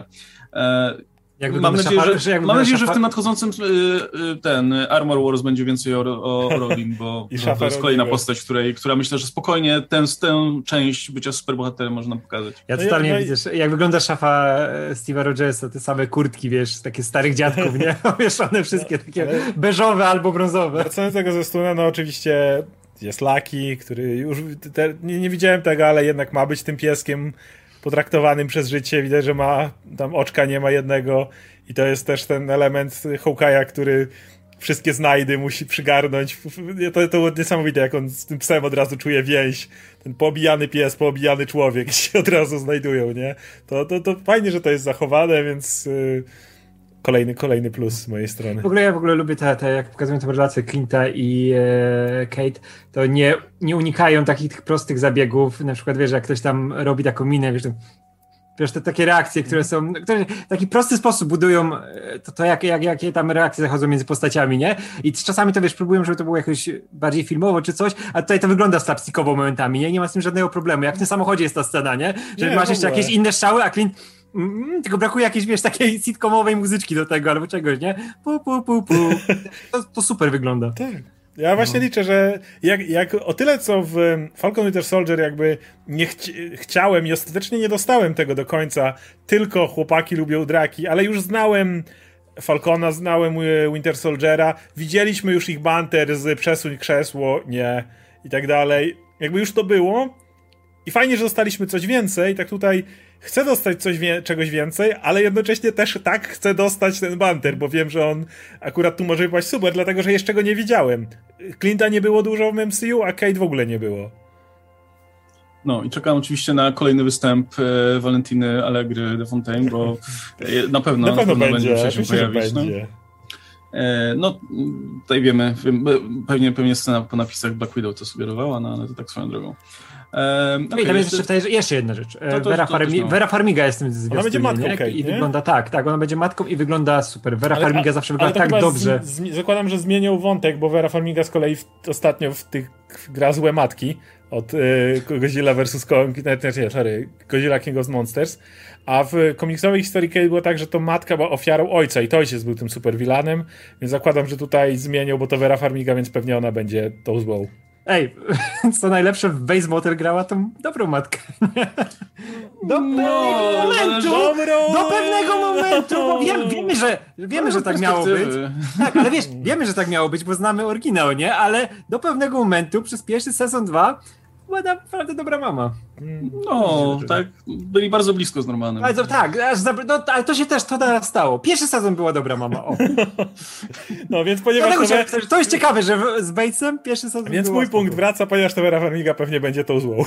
Y, Jak mam nadzieję, szafa, że, jak mam nadzieję, szafa... że w tym nadchodzącym y, ten Armor Wars będzie więcej o, o, o Robin, bo no, to jest kolejna postać, której, która myślę, że spokojnie ten, tę część bycia superbohaterem można pokazać. Ja totalnie no, widzę, jak wygląda szafa Steve'a Rogersa, te same kurtki, wiesz, takie starych dziadków, nie? Omieszane wszystkie takie ale... beżowe albo brązowe. Wracając do tego zwiastuna, no oczywiście jest Lucky, który już te, nie, nie widziałem tego, ale jednak ma być tym pieskiem potraktowanym przez życie. Widać, że ma tam oczka, nie ma jednego i to jest też ten element Hawkeye'a, który wszystkie znajdy musi przygarnąć. To, to było niesamowite, jak on z tym psem od razu czuje więź. Ten poobijany pies, poobijany człowiek się od razu znajdują, nie? To, to, to fajnie, że to jest zachowane, więc yy, kolejny, kolejny plus z mojej strony. W ogóle ja w ogóle lubię te, te jak pokazują tę relację Clint'a i e, Kate, to nie, nie unikają takich tych prostych zabiegów. Na przykład, wiesz, jak ktoś tam robi taką minę, wiesz, to, wiesz, te takie reakcje, które są, które w taki prosty sposób budują to, to jak, jak, jakie tam reakcje zachodzą między postaciami, nie? I czasami to, wiesz, próbują, żeby to było jakoś bardziej filmowo czy coś, a tutaj to wygląda slapstickowo momentami, nie? Nie ma z tym żadnego problemu. Jak w tym samochodzie jest ta scena, nie? Że nie, masz jeszcze jakieś inne strzały, a Clint Mm, tylko brakuje jakiejś, wiesz, takiej sitcomowej muzyczki do tego, albo czegoś, nie? Pu, pu, pu, pu. To, to super wygląda. Tak. Ja właśnie no. liczę, że jak, jak o tyle, co w Falcon Winter Soldier jakby nie chci- chciałem i ostatecznie nie dostałem tego do końca, tylko chłopaki lubią draki, ale już znałem Falcona, znałem Winter Soldiera, widzieliśmy już ich banter z przesuń krzesło, nie, i tak dalej. Jakby już to było i fajnie, że dostaliśmy coś więcej, tak tutaj chcę dostać coś wie- czegoś więcej, ale jednocześnie też tak chcę dostać ten banter, bo wiem, że on akurat tu może wypaść super, dlatego, że jeszcze go nie widziałem. Clint'a nie było dużo w M C U, a Kate w ogóle nie było. No i czekam oczywiście na kolejny występ e, Valentiny Allegry de Fontaine, bo e, na pewno, na pewno, na pewno będzie, będzie się pojawić. No. E, no tutaj wiemy, pewnie, pewnie scena po napisach Black Widow to sugerowała, no ale to tak swoją drogą. Um, okay, I tam jest jeszcze, jeszcze, jeszcze jedna rzecz. To, to, Vera, to, Farmi- no. Vera Farmiga jest tym zwiastunie. Ona będzie matką, nie? Okay, I nie? wygląda tak, tak, ona będzie matką i wygląda super. Vera ale, Farmiga zawsze wygląda tak dobrze. Z, z, zakładam, że zmienią wątek, bo Vera Farmiga z kolei w, ostatnio w tych gra Złe Matki od y, Godzilla versus Kong, nie, nie, sorry, Godzilla King of Monsters, a w komiksowej historii Kate było tak, że to matka była ofiarą ojca i to ojciec był tym super vilanem, więc zakładam, że tutaj zmienią, bo to Vera Farmiga, więc pewnie ona będzie tą złą. Ej, co najlepsze, w Base Motel grała tą dobrą matkę. Do no, pewnego momentu, dobrą. do pewnego momentu, bo wiemy, wiemy, że, wiemy, że tak miało być. Tak, ale wiesz, wiemy, że tak miało być, bo znamy oryginał, nie? Ale do pewnego momentu, przez pierwszy sezon dwa, była naprawdę dobra mama. No, tak, byli bardzo blisko z Normanem. Ale to, tak, aż za, no, ale to się też to teraz stało. Pierwszy sezon była dobra mama. O. No więc ponieważ... To, to, we... to jest ciekawe, że z Batesem pierwszy sezon Więc mój punkt spoko. wraca, ponieważ to Vera Farmiga pewnie będzie tą złą.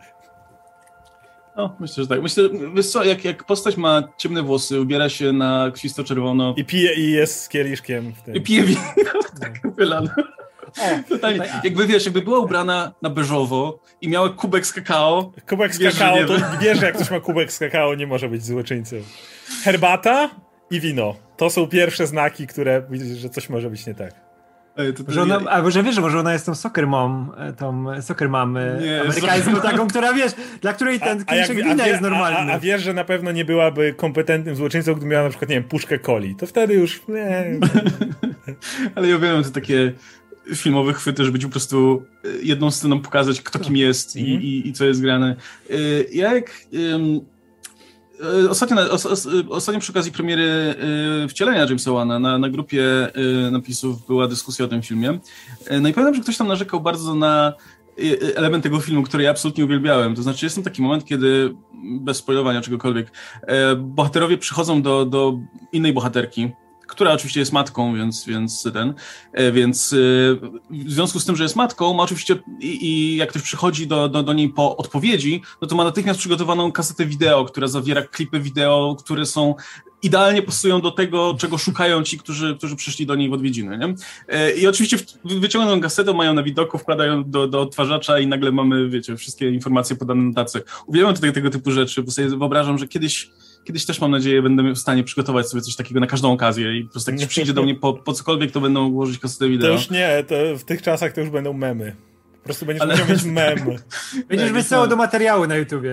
No, myślę, że tak. Myślę, wiesz co, jak, jak postać ma ciemne włosy, ubiera się na kwisto-czerwono... I pije i jest z kieliszkiem. W tym. I pije wino, tak wylane. Totalnie. Jakby wiesz, jakby była ubrana na beżowo i miała kubek z kakao. Kubek z kakao, to wiesz, jak ktoś ma kubek z kakao, nie może być złoczyńcą. Herbata i wino. To są pierwsze znaki, które widzisz, że coś może być nie tak. To, to, że ona, ja... albo że wiesz, może ona jest tą soccer mom, tą soccer mom nie, amerykańską so... taką, która wiesz, dla której ten kliszek wina jest normalny. A, a, a wiesz, że na pewno nie byłaby kompetentnym złoczyńcą, gdyby miała na przykład, nie wiem, puszkę coli. To wtedy już... Nie. Ale ja wiem, to takie filmowe chwyty, żeby ci po prostu jedną sceną pokazać, kto kim jest i, mm. i, i co jest grane. Ja jak... Um, Ostatnio, os, os, ostatnio przy okazji premiery y, Wcielenia Jamesa Wana na, na grupie y, napisów była dyskusja o tym filmie. Y, no i pamiętam, że ktoś tam narzekał bardzo na y, element tego filmu, który ja absolutnie uwielbiałem. To znaczy jest tam taki moment, kiedy, bez spoilowania czegokolwiek, y, bohaterowie przychodzą do, do innej bohaterki, która oczywiście jest matką, więc, więc ten, więc w związku z tym, że jest matką, ma oczywiście i, i jak ktoś przychodzi do, do, do niej po odpowiedzi, no to ma natychmiast przygotowaną kasetę wideo, która zawiera klipy wideo, które są idealnie pasują do tego, czego szukają ci, którzy, którzy przyszli do niej w odwiedziny, nie? I oczywiście wyciągają kasetę, mają na widoku, wkładają do, do odtwarzacza i nagle mamy, wiecie, wszystkie informacje podane na tacy. Uwielbiam tutaj tego typu rzeczy, bo sobie wyobrażam, że kiedyś Kiedyś też, mam nadzieję, będę w stanie przygotować sobie coś takiego na każdą okazję i po prostu jak ktoś przyjdzie do mnie po, po cokolwiek, to będą ułożyć kasetę wideo. To już nie, to w tych czasach to już będą memy. Po prostu będziesz Ale... musiał mieć mem. Będziesz wysyłał do materiału na YouTubie.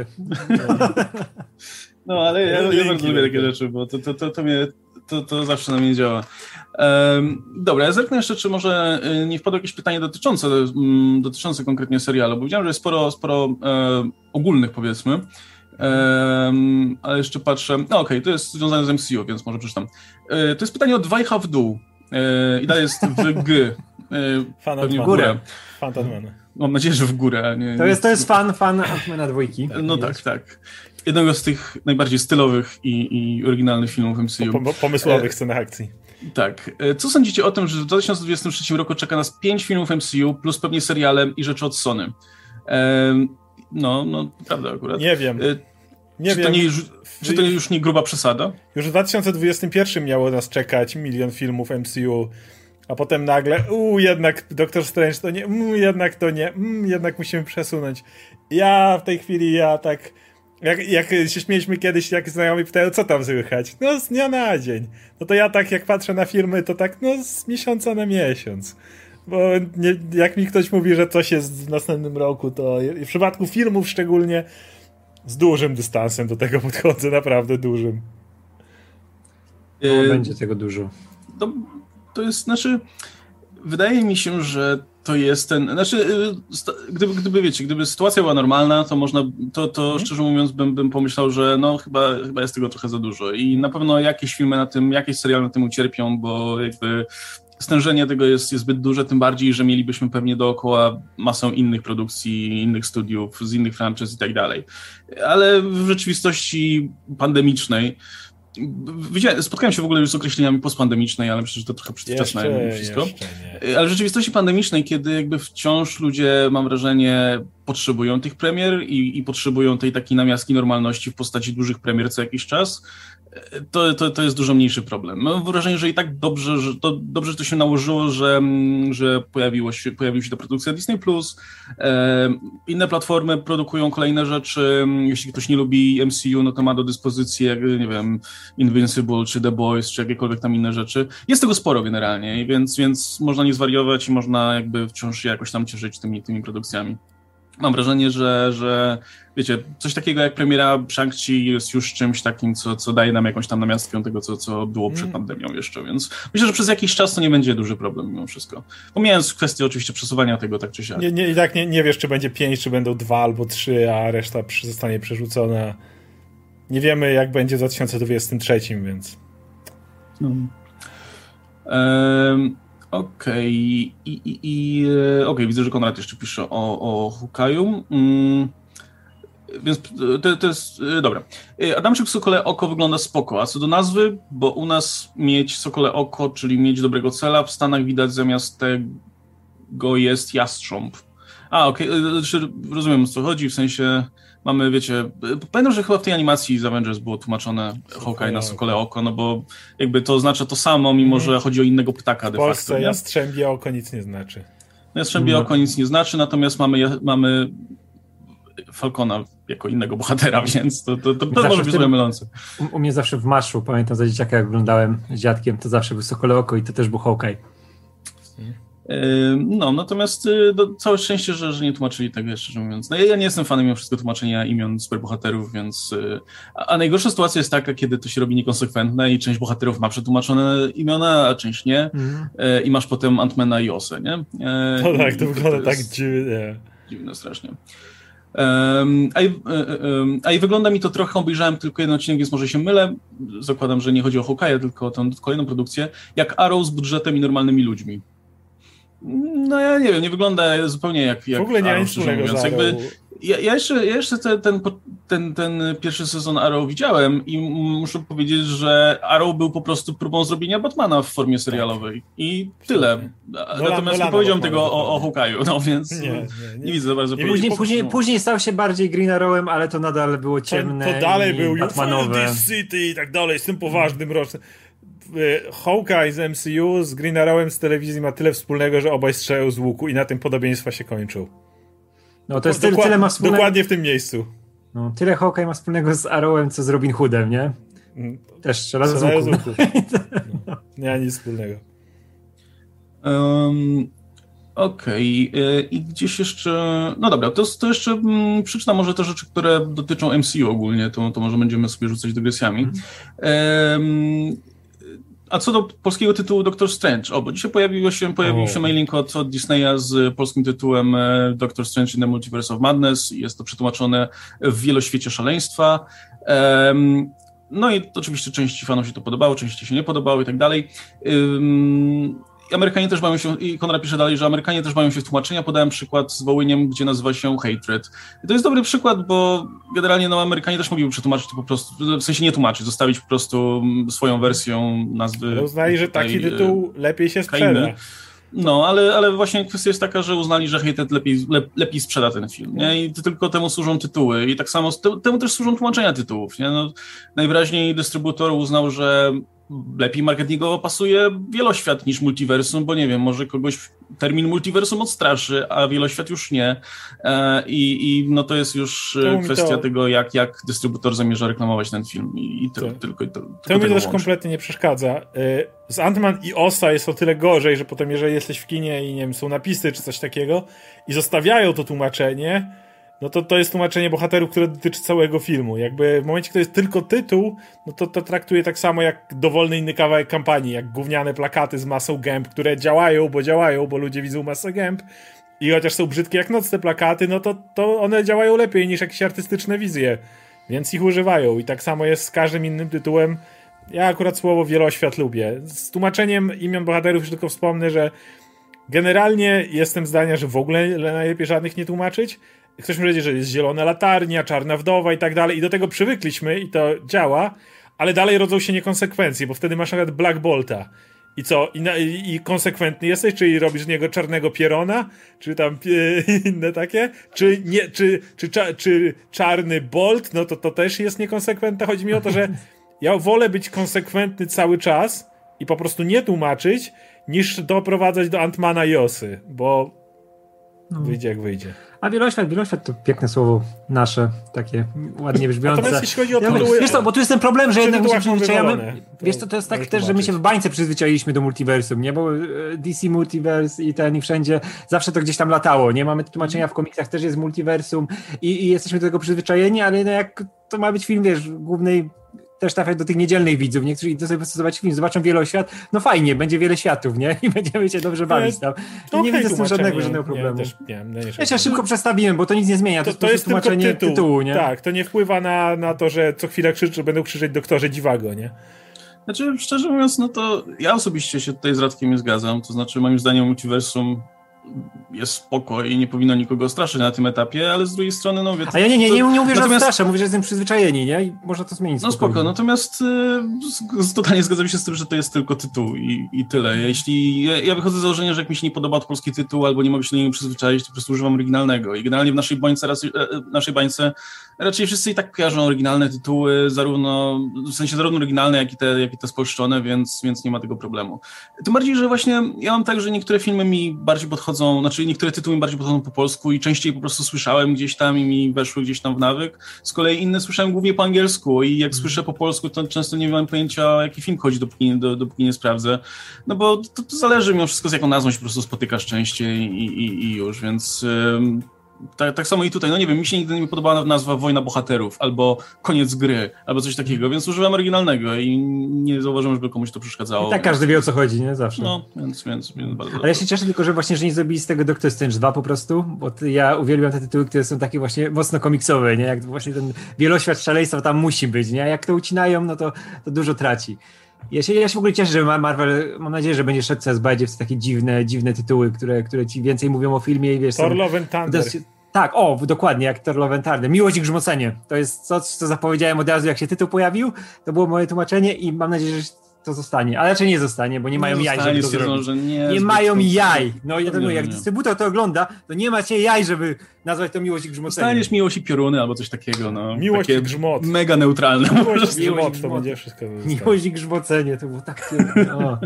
No, ale ja, ja bardzo lubię takie rzeczy, bo to, to, to, to, mnie, to, to zawsze na mnie działa. Um, dobra, ja zerknę jeszcze, czy może nie wpadło jakieś pytanie dotyczące, um, dotyczące konkretnie serialu, bo widziałem, że jest sporo, sporo um, ogólnych, powiedzmy. Um, ale jeszcze patrzę. No okej, okay, to jest związane z M C U, więc może przeczytam. E, to jest pytanie o Dwa i Half Do. E, I dalej jest w G. E, fan w górę. Fan Mam nadzieję, że w górę. A nie, to jest, to jest fan, fan Ant-Mana dwójki. No tak, tak. Jednego z tych najbardziej stylowych i, i oryginalnych filmów M C U. Po, pomysłowych scenach akcji. Tak. Co sądzicie o tym, że w dwa tysiące dwudziestym trzecim roku czeka nas pięć filmów M C U, plus pewnie seriale i rzeczy od Sony? E, No, no, prawda akurat. Nie wiem. Nie czy, wiem. To nie, czy to już nie gruba przesada? Już w dwa tysiące dwudziestym pierwszym miało nas czekać milion filmów M C U, a potem nagle, uuu, jednak Doctor Strange to nie, mm, jednak to nie, mm, jednak musimy przesunąć. Ja w tej chwili, ja tak, jak, jak się śmieliśmy kiedyś, jak znajomi pytają, co tam słychać? No z dnia na dzień. No to ja tak, jak patrzę na filmy, to tak, no z miesiąca na miesiąc. Bo nie, jak mi ktoś mówi, że coś jest w następnym roku, to w przypadku filmów szczególnie z dużym dystansem do tego podchodzę, naprawdę dużym. No, yy, będzie tego dużo. To, to jest, znaczy, wydaje mi się, że to jest ten, znaczy, gdyby, gdyby wiecie, gdyby sytuacja była normalna, to można, to, to hmm. szczerze mówiąc bym, bym pomyślał, że no chyba, chyba jest tego trochę za dużo i na pewno jakieś filmy na tym, jakieś seriale na tym ucierpią, bo jakby stężenie tego jest, jest zbyt duże, tym bardziej, że mielibyśmy pewnie dookoła masę innych produkcji, innych studiów, z innych franczyz i tak dalej. Ale w rzeczywistości pandemicznej, widziałem, spotkałem się w ogóle już z określeniami postpandemicznej, ale myślę, że to trochę przedwczesne jeszcze, wszystko. Jeszcze nie. Ale w rzeczywistości pandemicznej, kiedy jakby wciąż ludzie, mam wrażenie, potrzebują tych premier i, i potrzebują tej takiej namiastki normalności w postaci dużych premier co jakiś czas, To, to, to jest dużo mniejszy problem. Mam wrażenie, że i tak dobrze, że to, dobrze że to się nałożyło, że, że pojawiło się, pojawiła się ta produkcja Disney plus. E, inne platformy produkują kolejne rzeczy. Jeśli ktoś nie lubi M C U, no to ma do dyspozycji, jak, nie wiem, Invincible, czy The Boys, czy jakiekolwiek tam inne rzeczy. Jest tego sporo generalnie, więc, więc można nie zwariować i można jakby wciąż się jakoś tam cieszyć tymi, tymi produkcjami. Mam wrażenie, że, że wiecie, coś takiego jak premiera Shang-Chi jest już czymś takim, co, co daje nam jakąś tam namiastkę tego, co, co było przed pandemią jeszcze, więc myślę, że przez jakiś czas to nie będzie duży problem mimo wszystko. Pomijając kwestię oczywiście przesuwania tego tak czy siak. Nie, nie, I tak nie, nie wiesz, czy będzie pięć, czy będą dwa albo trzy, a reszta zostanie przerzucona. Nie wiemy, jak będzie w dwa tysiące dwudziestym trzecim, więc... No. Um... Okej, okay. I, i, i okej, okay. Widzę, że Konrad jeszcze pisze o, o Hawkeye'u. Mm. Więc to, to jest, dobra. Adamczyk Sokole Oko wygląda spoko, a co do nazwy, bo u nas mieć Sokole Oko, czyli mieć dobrego cela, w Stanach widać zamiast tego jest jastrząb. A, okej, okay. Rozumiem, o co chodzi, w sensie mamy, wiecie, pamiętam, że chyba w tej animacji z Avengers było tłumaczone Hawkeye na Sokole Oko, no bo jakby to oznacza to samo, mimo że chodzi o innego ptaka de facto. W Polsce jastrzębie oko nic nie znaczy. Jastrzębie no. oko nic nie znaczy, natomiast mamy, mamy Falcona jako innego bohatera, więc to, to, to, to może być trochę mylące. U, u mnie zawsze w Maszu, pamiętam za dzieciaka, jak oglądałem z dziadkiem, to zawsze był Sokole Oko i to też był Hawkeye. No, natomiast no, całe szczęście, że, że nie tłumaczyli tego, szczerze mówiąc. No, ja, ja nie jestem fanem mimo wszystko tłumaczenia imion superbohaterów, więc... A, a najgorsza sytuacja jest taka, kiedy to się robi niekonsekwentne i część bohaterów ma przetłumaczone imiona, a część nie. Mm. I masz potem Ant-Mana i Osę, nie? No tak, to I wygląda to tak dziwnie. Dziwne strasznie. Um, a, i, um, a i wygląda mi to trochę, obejrzałem tylko jeden odcinek, więc może się mylę, zakładam, że nie chodzi o Hawkeye'a, tylko o tę kolejną produkcję, jak Arrow z budżetem i normalnymi ludźmi. No ja nie wiem, nie wygląda zupełnie jak, jak w ogóle nie Arrow, nic wspólnego z Arrow. Ja, ja jeszcze, ja jeszcze ten, ten, ten, ten pierwszy sezon Arrow widziałem i muszę powiedzieć, że Arrow był po prostu próbą zrobienia Batmana w formie serialowej i tyle. Nolan, Natomiast nie powiedziałem tego o, o Hawkeye'u, no więc nie, nie, nie. nie widzę za bardzo. Nie, później, później, później stał się bardziej Green Arrowem, ale to nadal było ciemne. To, to dalej był Batmanowe. City i tak dalej, z tym poważnym rocznym. Hawkeye z M C U z Green Arrowem z telewizji ma tyle wspólnego, że obaj strzelają z łuku i na tym podobieństwa się kończą. No to jest tyle, tyle ma wspólnego... Dokładnie w tym miejscu. No, tyle Hawkeye ma wspólnego z Arrowem, co z Robin Hoodem, nie? Też strzela z łuku. Z łuku. No, nie ma nic wspólnego. Um, Okej. Okay. I gdzieś jeszcze... No dobra, to, to jeszcze mm, przeczytam może te rzeczy, które dotyczą M C U ogólnie, to, to może będziemy sobie rzucać dygresjami. Mm. Um, A co do polskiego tytułu Doctor Strange, o, bo dzisiaj pojawił się, pojawił się mailing od, od Disneya z polskim tytułem Doctor Strange in the Multiverse of Madness. Jest to przetłumaczone w Wieloświecie Szaleństwa. Um, no i oczywiście części fanów się to podobało, części się nie podobało i tak dalej. Um, Amerykanie też bawią się, i Konrad pisze dalej, że Amerykanie też bawią się w tłumaczenia. Podałem przykład z Wołyniem, gdzie nazywa się Hatred. I to jest dobry przykład, bo generalnie no, Amerykanie też mogliby przetłumaczyć to po prostu, w sensie nie tłumaczyć, zostawić po prostu swoją wersją nazwy. Ale uznali, że taki tytuł e, lepiej się sprzeda. Kainy. No, ale, ale właśnie kwestia jest taka, że uznali, że Hatred lepiej, le, lepiej sprzeda ten film, nie? I tylko temu służą tytuły. I tak samo te, temu też służą tłumaczenia tytułów, nie? No, najwyraźniej dystrybutor uznał, że lepiej marketingowo pasuje wieloświat niż multiversum, bo nie wiem, może kogoś termin multiversum odstraszy, a wieloświat już nie. I, i no to jest już to kwestia to... tego, jak, jak dystrybutor zamierza reklamować ten film. I, i to, to. tylko i to. To tylko mi też łączy. Kompletnie nie przeszkadza. Z Ant-Man i Osa jest o tyle gorzej, że potem jeżeli jesteś w kinie i nie wiem, są napisy czy coś takiego i zostawiają to tłumaczenie, no to to jest tłumaczenie bohaterów, które dotyczy całego filmu. Jakby w momencie, kiedy to jest tylko tytuł, no to to traktuje tak samo jak dowolny inny kawałek kampanii, jak gówniane plakaty z masą gęb, które działają, bo działają, bo ludzie widzą masę gęb i chociaż są brzydkie jak noc te plakaty, no to, to one działają lepiej niż jakieś artystyczne wizje, więc ich używają. I tak samo jest z każdym innym tytułem. Ja akurat słowo wieloświat lubię. Z tłumaczeniem imion bohaterów już tylko wspomnę, że generalnie jestem zdania, że w ogóle najlepiej żadnych nie tłumaczyć. Ktoś mi powiedzieć, że jest zielona latarnia, czarna wdowa i tak dalej i do tego przywykliśmy i to działa, ale dalej rodzą się niekonsekwencje, bo wtedy masz nawet Black Bolta. I co? I, na, i, i konsekwentny jesteś? Czyli robisz z niego czarnego Pierona? Czy tam e, inne takie? Czy, nie, czy, czy, czy, czy czarny Bolt? No to to też jest niekonsekwentne. Chodzi mi o to, że ja wolę być konsekwentny cały czas i po prostu nie tłumaczyć, niż doprowadzać do Ant-Mana i Osy, bo no. wyjdzie jak wyjdzie. A wieloświat, wieloświat to piękne słowo nasze, takie ładnie brzmiące. Natomiast jeśli chodzi o ja tytuły... Wiesz co, bo tu jest ten problem, że jednak my się przyzwyczajamy... Wiesz co, to jest tak też, że my się w bańce przyzwyczailiśmy do multiversum, nie? Bo D C Multiverse i ten i wszędzie zawsze to gdzieś tam latało, nie? Mamy tłumaczenia w komiksach, też jest multiversum i, i jesteśmy do tego przyzwyczajeni, ale no jak to ma być film, wiesz, głównej też trafiać do tych niedzielnych widzów. Niektórzy idą sobie zobaczyć film, zobaczą wieloświat, no fajnie, będzie wiele światów, nie? I będziemy się dobrze bawić tam. I nie widzę z tym żadnego, żadnego problemu. Nie, nie, nie, ja szybko przestawiłem, bo to nic nie zmienia. To, to, to jest tłumaczenie tytuł, tytułu, nie? Tak, to nie wpływa na, na to, że co chwilę krzyczą, będą krzyczeć doktorze Dziwago, nie? Znaczy, szczerze mówiąc, no to ja osobiście się tutaj z Radkiem nie zgadzam. To znaczy, moim zdaniem multiversum jest spoko i nie powinno nikogo straszyć na tym etapie, ale z drugiej strony, no wiecie... A ja nie, nie, nie, nie mówię, że straszę, mówię, że jestem przyzwyczajeni, nie? I można to zmienić. No spoko, natomiast y, totalnie zgadzam się z tym, że to jest tylko tytuł i, i tyle. Jeśli ja, ja wychodzę z założenia, że jak mi się nie podoba polski tytuł albo nie mogę się do niego przyzwyczaić, to po prostu używam oryginalnego. I generalnie w naszej bańce, raz, naszej bańce raczej wszyscy i tak kojarzą oryginalne tytuły, zarówno, w sensie zarówno oryginalne, jak i te, jak i te spolszczone, więc, więc nie ma tego problemu. Tym bardziej, że właśnie ja mam tak, że niektóre filmy mi bardziej podchodzą, znaczy niektóre tytuły mi bardziej podchodzą po polsku i częściej po prostu słyszałem gdzieś tam i mi weszły gdzieś tam w nawyk. Z kolei inne słyszałem głównie po angielsku i jak słyszę po polsku, to często nie mam pojęcia, o jaki film chodzi, dopóki, do, dopóki nie sprawdzę. No bo to, to zależy mimo wszystko, z jaką nazwą się po prostu spotykasz częściej i, i, i już, więc... Ym... Tak, tak samo i tutaj, no nie wiem, mi się nigdy nie podobała nazwa Wojna Bohaterów, albo Koniec Gry, albo coś takiego, więc używam oryginalnego i nie zauważyłem, żeby komuś to przeszkadzało. I tak każdy wie, o co chodzi, nie? Zawsze. No, więc, więc, więc bardzo Ale ja się cieszę tylko, że właśnie, że nie zrobili z tego Doctor Strange dwa po prostu, bo ja uwielbiam te tytuły, które są takie właśnie mocno komiksowe, nie? Jak właśnie ten wieloświat szaleństwa tam musi być, nie? Jak to ucinają, no to, to dużo traci. Ja się, ja się w ogóle cieszę, że Marvel, mam nadzieję, że będzie szedł coraz bardziej w te takie dziwne, dziwne tytuły, które, które ci więcej mówią o filmie i wiesz... Thor Love and Thunder. Dosyć, tak, o, dokładnie, jak Thor Love and Thunder. Miłość i grzmocenie. To jest coś, co zapowiedziałem od razu, jak się tytuł pojawił. To było moje tłumaczenie i mam nadzieję, że to zostanie. Ale raczej nie zostanie, bo nie, nie mają jaj, żeby to zrobić. Że nie nie mają to... jaj. No ja to mówię, jak dystrybutor to ogląda, to nie macie jaj, żeby nazwać to Miłość i grzmocenie. Dostaniesz Miłość i pioruny albo coś takiego, no. Miłość i grzmot. Mega neutralne. Miłość i grzmot, to będzie wszystko. Miłość i grzmocenie, to było tak piękne.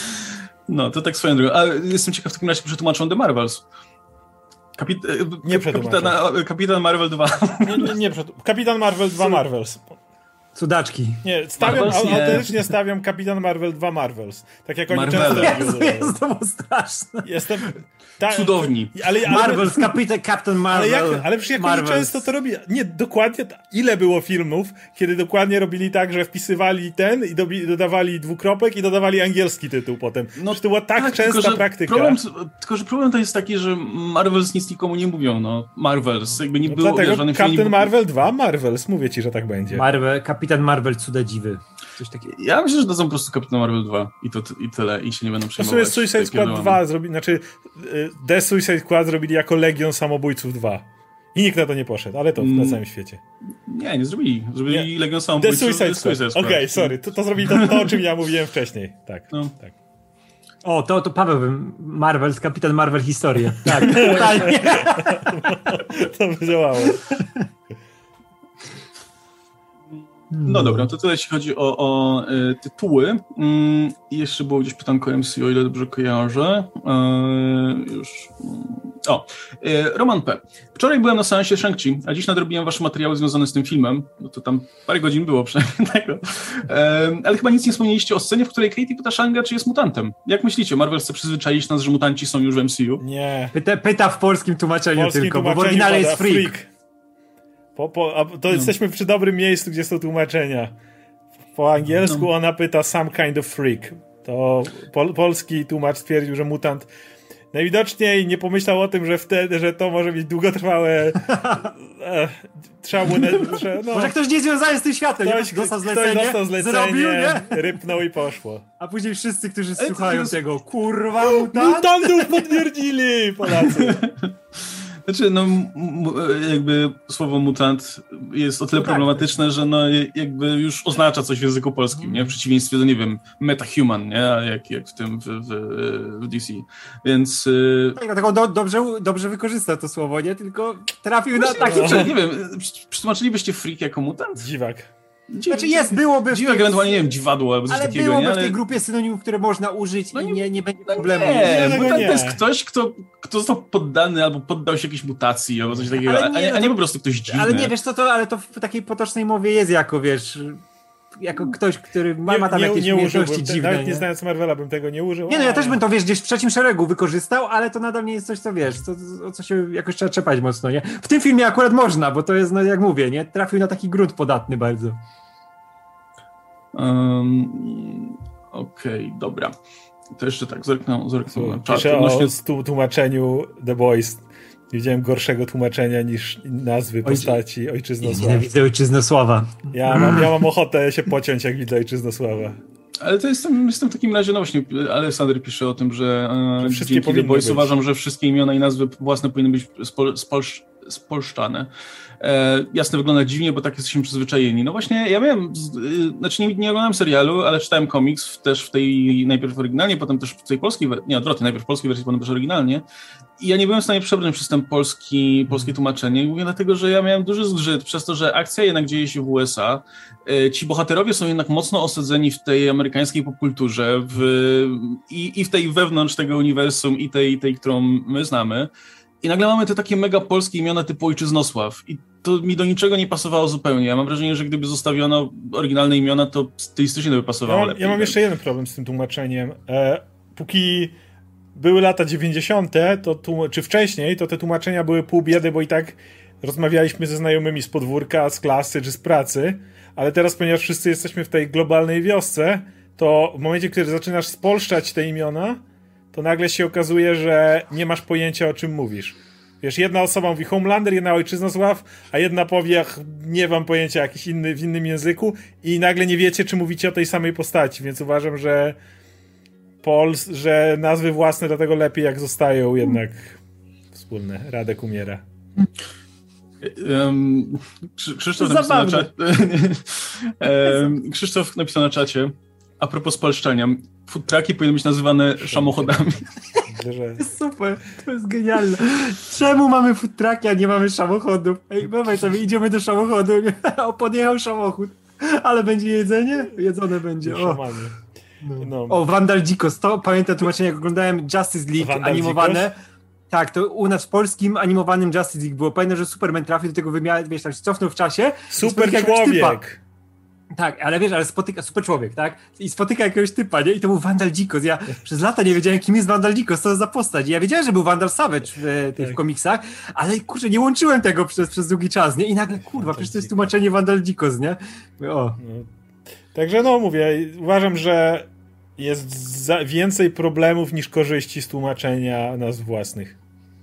No, to tak swoją drogą. A jestem ciekaw, w takim razie przetłumaczą The Marvels. Kapit... Nie Kapitan, Kapitan Marvel dwa. Nie, nie, nie Kapitan Marvel dwa Marvels. Cudaczki. Nie, stawiam, Marvels, nie. autentycznie stawiam Kapitan Marvel dwa Marvels. Tak jak oni Marvele. często... Jest, jest to straszne. Jestem... Ta, Cudowni. Ale, ale, Marvels, Kapitan, Captain Marvel. Ale, jak, ale przecież jak oni często to robi... Nie, dokładnie... Ile było filmów, kiedy dokładnie robili tak, że wpisywali ten i dobi, dodawali dwukropek i dodawali angielski tytuł potem. No to była tak, tak częsta tylko, praktyka. Problem, tylko, że problem to jest taki, że Marvels nic nikomu nie mówią, no. Marvels. Jakby nie no było... Dlatego żadnych Captain filmów... Marvel dwa Marvels. Mówię ci, że tak będzie. Marvel, Kapitan Marvel, cuda dziwy. Coś takiego. Ja myślę, że to są po prostu Kapitan Marvel dwa i, to, i tyle, i się nie będą przejmować. To sobie Suicide Squad dwa zrobili, znaczy The Suicide Squad zrobili jako Legion Samobójców dwa. I nikt na to nie poszedł, ale to mm. na całym świecie. Nie, nie zrobili. Zrobili nie. Legion Samobójców. The Suicide Squad. Okej, okay, sorry, to, to zrobili to, to, o czym ja mówiłem wcześniej. Tak, no. tak. O, to, to Paweł bym Marvel, Kapitan Marvel historię. Tak, totalnie. To by działało. No dobra, to tyle jeśli chodzi o, o y, tytuły. Mm, I jeszcze było gdzieś pytanko M C, o ile dobrze kojarzę. Y, już. O, y, Roman P. Wczoraj byłem na seansie Shang-Chi, a dziś nadrobiłem wasze materiały związane z tym filmem. No to tam parę godzin było przynajmniej tego. Y, ale chyba nic nie wspomnieliście o scenie, w której Katie pyta Shanga, czy jest mutantem. Jak myślicie, Marvel chce przyzwyczaić nas, że mutanci są już w M C U? Nie. Pyta, pyta w polskim tłumaczeniu polskim tylko, tłumaczeniu bo w oryginale jest freak. freak. Po, po, a to no. Jesteśmy przy dobrym miejscu, gdzie są tłumaczenia. Po angielsku no. Ona pyta some kind of freak. To pol, polski tłumacz stwierdził, że mutant najwidoczniej nie pomyślał o tym, że wtedy, że to może mieć długotrwałe e, trzeba mu... Że, no, może ktoś nie związany z tym światem. Ktoś, dostał zlecenie, ktoś dostał zlecenie, zrobił, nie? rypnął i poszło. A później wszyscy, którzy słuchają jest... tego, kurwa mutant? Mutantów potwierdzili Polacy. Znaczy, no m- jakby słowo mutant jest o tyle no tak, problematyczne, tak. że no jakby już oznacza coś w języku polskim, nie? W przeciwieństwie do, nie wiem, metahuman, nie? Jak, jak w tym w, w, w D C. Więc... Yy... Tak, dlatego do, dobrze, dobrze wykorzystał to słowo, nie? Tylko trafił na taki... No. Nie wiem, przetłumaczylibyście freak jako mutant? Dziwak. Dziw, znaczy jest, byłoby... Dziwak, tej... ewentualnie, nie wiem, dziwadło albo coś ale takiego, byłoby nie? Ale... w tej grupie synonimów, które można użyć no i nie, nie będzie no problemu. Nie, nie, mutant to jest ktoś, kto, kto został poddany albo poddał się jakiejś mutacji albo coś takiego, nie, a, nie, a nie po prostu ktoś dziwny. Ale nie, wiesz co, to, ale to w takiej potocznej mowie jest jako, wiesz... Jako ktoś, który ma, ma tam nie, jakieś nie umiejętności te, dziwne. Nawet nie, nie znając Marvela bym tego nie użył. Nie, no ja też bym to, wiesz, gdzieś w trzecim szeregu wykorzystał, ale to nadal nie jest coś, co wiesz, co, o co się jakoś trzeba czepać mocno, nie? W tym filmie akurat można, bo to jest, no jak mówię, nie? Trafił na taki grunt podatny bardzo. Um, Okej, okay, dobra. To jeszcze tak, zerknę, zerknę na czat. Piszę odnośnie... o tłumaczeniu The Boys. Nie widziałem gorszego tłumaczenia niż nazwy postaci Ojczyznosława. Ja widzę Ojczyznosława. Ja mam, ja mam ochotę się pociąć, jak widzę Ojczyznosława. Ale to jestem, jestem w takim razie, no właśnie, Aleksander pisze o tym, że, że dzięki The Boys być. Uważam, że wszystkie imiona i nazwy własne powinny być spol, spolsz, spolszczane. E, jasne, wygląda dziwnie, bo tak jesteśmy przyzwyczajeni. No właśnie, ja miałem, y, znaczy nie, nie oglądałem serialu, ale czytałem komiks w, też w tej, najpierw oryginalnie, potem też w tej polskiej, nie odwrotnie, najpierw w polskiej wersji, potem też oryginalnie. I ja nie byłem w stanie przebrnąć przez ten polski, polskie tłumaczenie, głównie dlatego, że ja miałem duży zgrzyt przez to, że akcja jednak dzieje się w U S A. E, ci bohaterowie są jednak mocno osadzeni w tej amerykańskiej popkulturze w, i, i w tej wewnątrz tego uniwersum i tej, tej, którą my znamy. I nagle mamy te takie mega polskie imiona typu Ojczyznosław i to mi do niczego nie pasowało zupełnie. Ja mam wrażenie, że gdyby zostawiono oryginalne imiona, to stylistycznie to by pasowało ja mam, lepiej. Ja mam jeszcze jeden problem z tym tłumaczeniem. E, póki były lata dziewięćdziesiąte, to tłum- czy wcześniej, to te tłumaczenia były pół biedy, bo i tak rozmawialiśmy ze znajomymi z podwórka, z klasy czy z pracy, ale teraz, ponieważ wszyscy jesteśmy w tej globalnej wiosce, to w momencie, kiedy zaczynasz spolszczać te imiona, to nagle się okazuje, że nie masz pojęcia, o czym mówisz. Wiesz, jedna osoba mówi Homelander, jedna Ojczyznosław, a jedna powie, ach, nie mam pojęcia, jakiś inny, w innym języku i nagle nie wiecie, czy mówicie o tej samej postaci, więc uważam, że Pols, że nazwy własne dlatego lepiej, jak zostają jednak wspólne. Radek umiera. Um, Krzysztof, napisał na czacie, um, Krzysztof napisał na czacie, a propos spolszczenia, food trucki powinny być nazywane samochodami. To jest super, to jest genialne. Czemu mamy food trucki, a nie mamy samochodów? Ej, mamy sobie, idziemy do samochodu, o, podjechał samochód, ale będzie jedzenie? Jedzone będzie. O, no. No. o Vandal Dzikos, to pamiętam tłumaczenie, jak oglądałem Justice League Vandal animowane. Dzikos? Tak, to u nas w polskim animowanym Justice League było. Pamiętam, że Superman trafił do tego wymiaru, wiesz, tam się cofnął w czasie. Super człowiek! Tak, ale wiesz, ale spotyka, super człowiek, tak? I spotyka jakiegoś typa, nie? I to był Vandal Dzikos. Ja przez lata nie wiedziałem, kim jest Vandal Dzikos, co to za postać. I ja wiedziałem, że był Vandal Savage w tych tak. komiksach, ale kurczę, nie łączyłem tego przez, przez długi czas, nie? I nagle, kurwa, przecież to jest tłumaczenie Vandal Dzikos, nie? O. No. Także no, mówię, uważam, że jest za więcej problemów niż korzyści z tłumaczenia nazw własnych.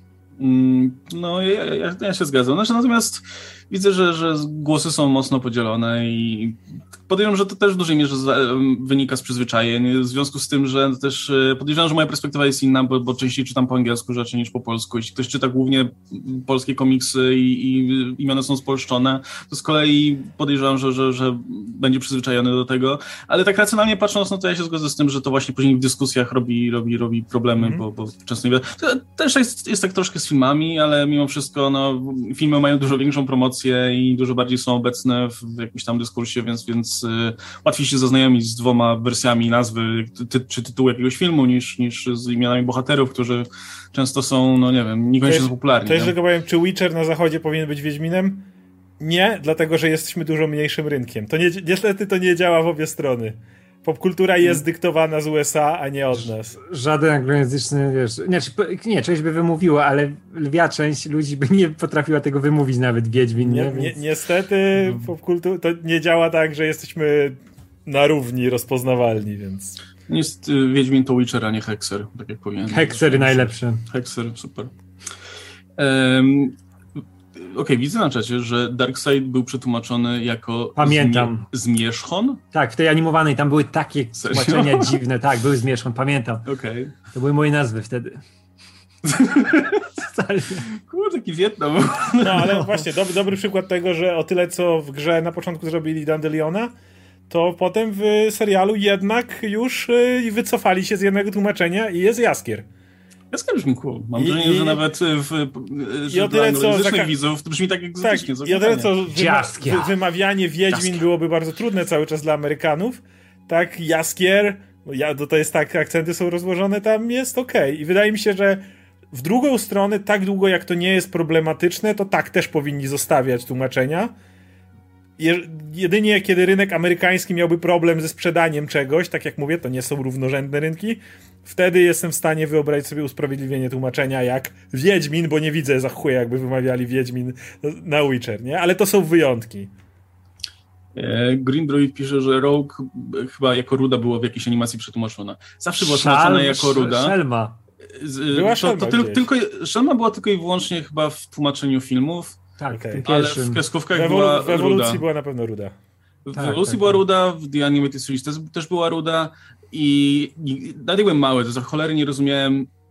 No, ja, ja, ja się zgadzam. Znaczy, natomiast widzę, że, że głosy są mocno podzielone i podejrzewam, że to też w dużej mierze wynika z przyzwyczajeń, w związku z tym, że też podejrzewam, że moja perspektywa jest inna, bo, bo częściej czytam po angielsku rzeczy niż po polsku. Jeśli ktoś czyta głównie polskie komiksy i, i imiona są spolszczone, to z kolei podejrzewam, że, że, że będzie przyzwyczajony do tego, ale tak racjonalnie patrząc, no to ja się zgodzę z tym, że to właśnie później w dyskusjach robi, robi, robi problemy, mm. bo, bo często nie wiadomo. Też jest, jest tak troszkę z filmami, ale mimo wszystko no, filmy mają dużo większą promocję i dużo bardziej są obecne w jakimś tam dyskursie, więc, więc y, łatwiej się zaznajomić z dwoma wersjami nazwy ty, czy tytułu jakiegoś filmu niż, niż z imionami bohaterów, którzy często są, no nie wiem, niekoniecznie są popularni. To jest tylko powiem, czy Witcher na zachodzie powinien być Wiedźminem? Nie, dlatego że jesteśmy dużo mniejszym rynkiem. To nie, niestety to nie działa w obie strony. Popkultura jest dyktowana z U S A, a nie od nas. Żaden anglojęzyczny, wiesz, nie, nie, część by wymówiła, ale lwia część ludzi by nie potrafiła tego wymówić, nawet Wiedźmin. Nie, nie, Więc... Niestety popkultura to nie działa tak, że jesteśmy na równi rozpoznawalni, więc... Jest Wiedźmin to Witcher, a nie Hexer, tak jak powinien. Hexer najlepszy. Hexer, super. Um, Okej, okay, widzę na czacie, że Darkseid był przetłumaczony jako Pamiętam. Zmie- Zmierzchon? Tak, w tej animowanej tam były takie Serio? tłumaczenia dziwne. Tak, były Zmierzchon, pamiętam. Okay. To były moje nazwy wtedy. Kurde, taki Wietnam. No, ale właśnie, dobry, dobry przykład tego, że o tyle, co w grze na początku zrobili Dandeliona, to potem w serialu jednak już wycofali się z jednego tłumaczenia i jest Jaskier. Jaskier brzmi cool. Mam I, wrażenie, i, że nawet w, że i o tyle, dla zaka... widzów to brzmi tak egzotycznie. Tak, i o tyle, co wyma- wy- wymawianie Wiedźmin Jaskier. byłoby bardzo trudne cały czas dla Amerykanów, tak Jaskier, ja, to jest tak, akcenty są rozłożone, tam jest okej. Okay. I wydaje mi się, że w drugą stronę, tak długo jak to nie jest problematyczne, to tak też powinni zostawiać tłumaczenia. Jedynie kiedy rynek amerykański miałby problem ze sprzedaniem czegoś, tak jak mówię, to nie są równorzędne rynki, wtedy jestem w stanie wyobrazić sobie usprawiedliwienie tłumaczenia jak Wiedźmin, bo nie widzę za chuja, jakby wymawiali Wiedźmin na Witcher, nie? Ale to są wyjątki. Green Druid pisze, że Rogue chyba jako ruda było w jakiejś animacji przetłumaczona. Zawsze była tłumaczona jako ruda. Szelma. Była to, to, to tylko, Szelma była tylko i wyłącznie chyba w tłumaczeniu filmów. Tak, okay. Ale w kreskówkach w była W ewolucji ruda. była na pewno ruda. W tak, ewolucji tak, była tak. ruda, w The Animated Series też, też była ruda i, i nawet jak byłem mały, to za cholery nie rozumiałem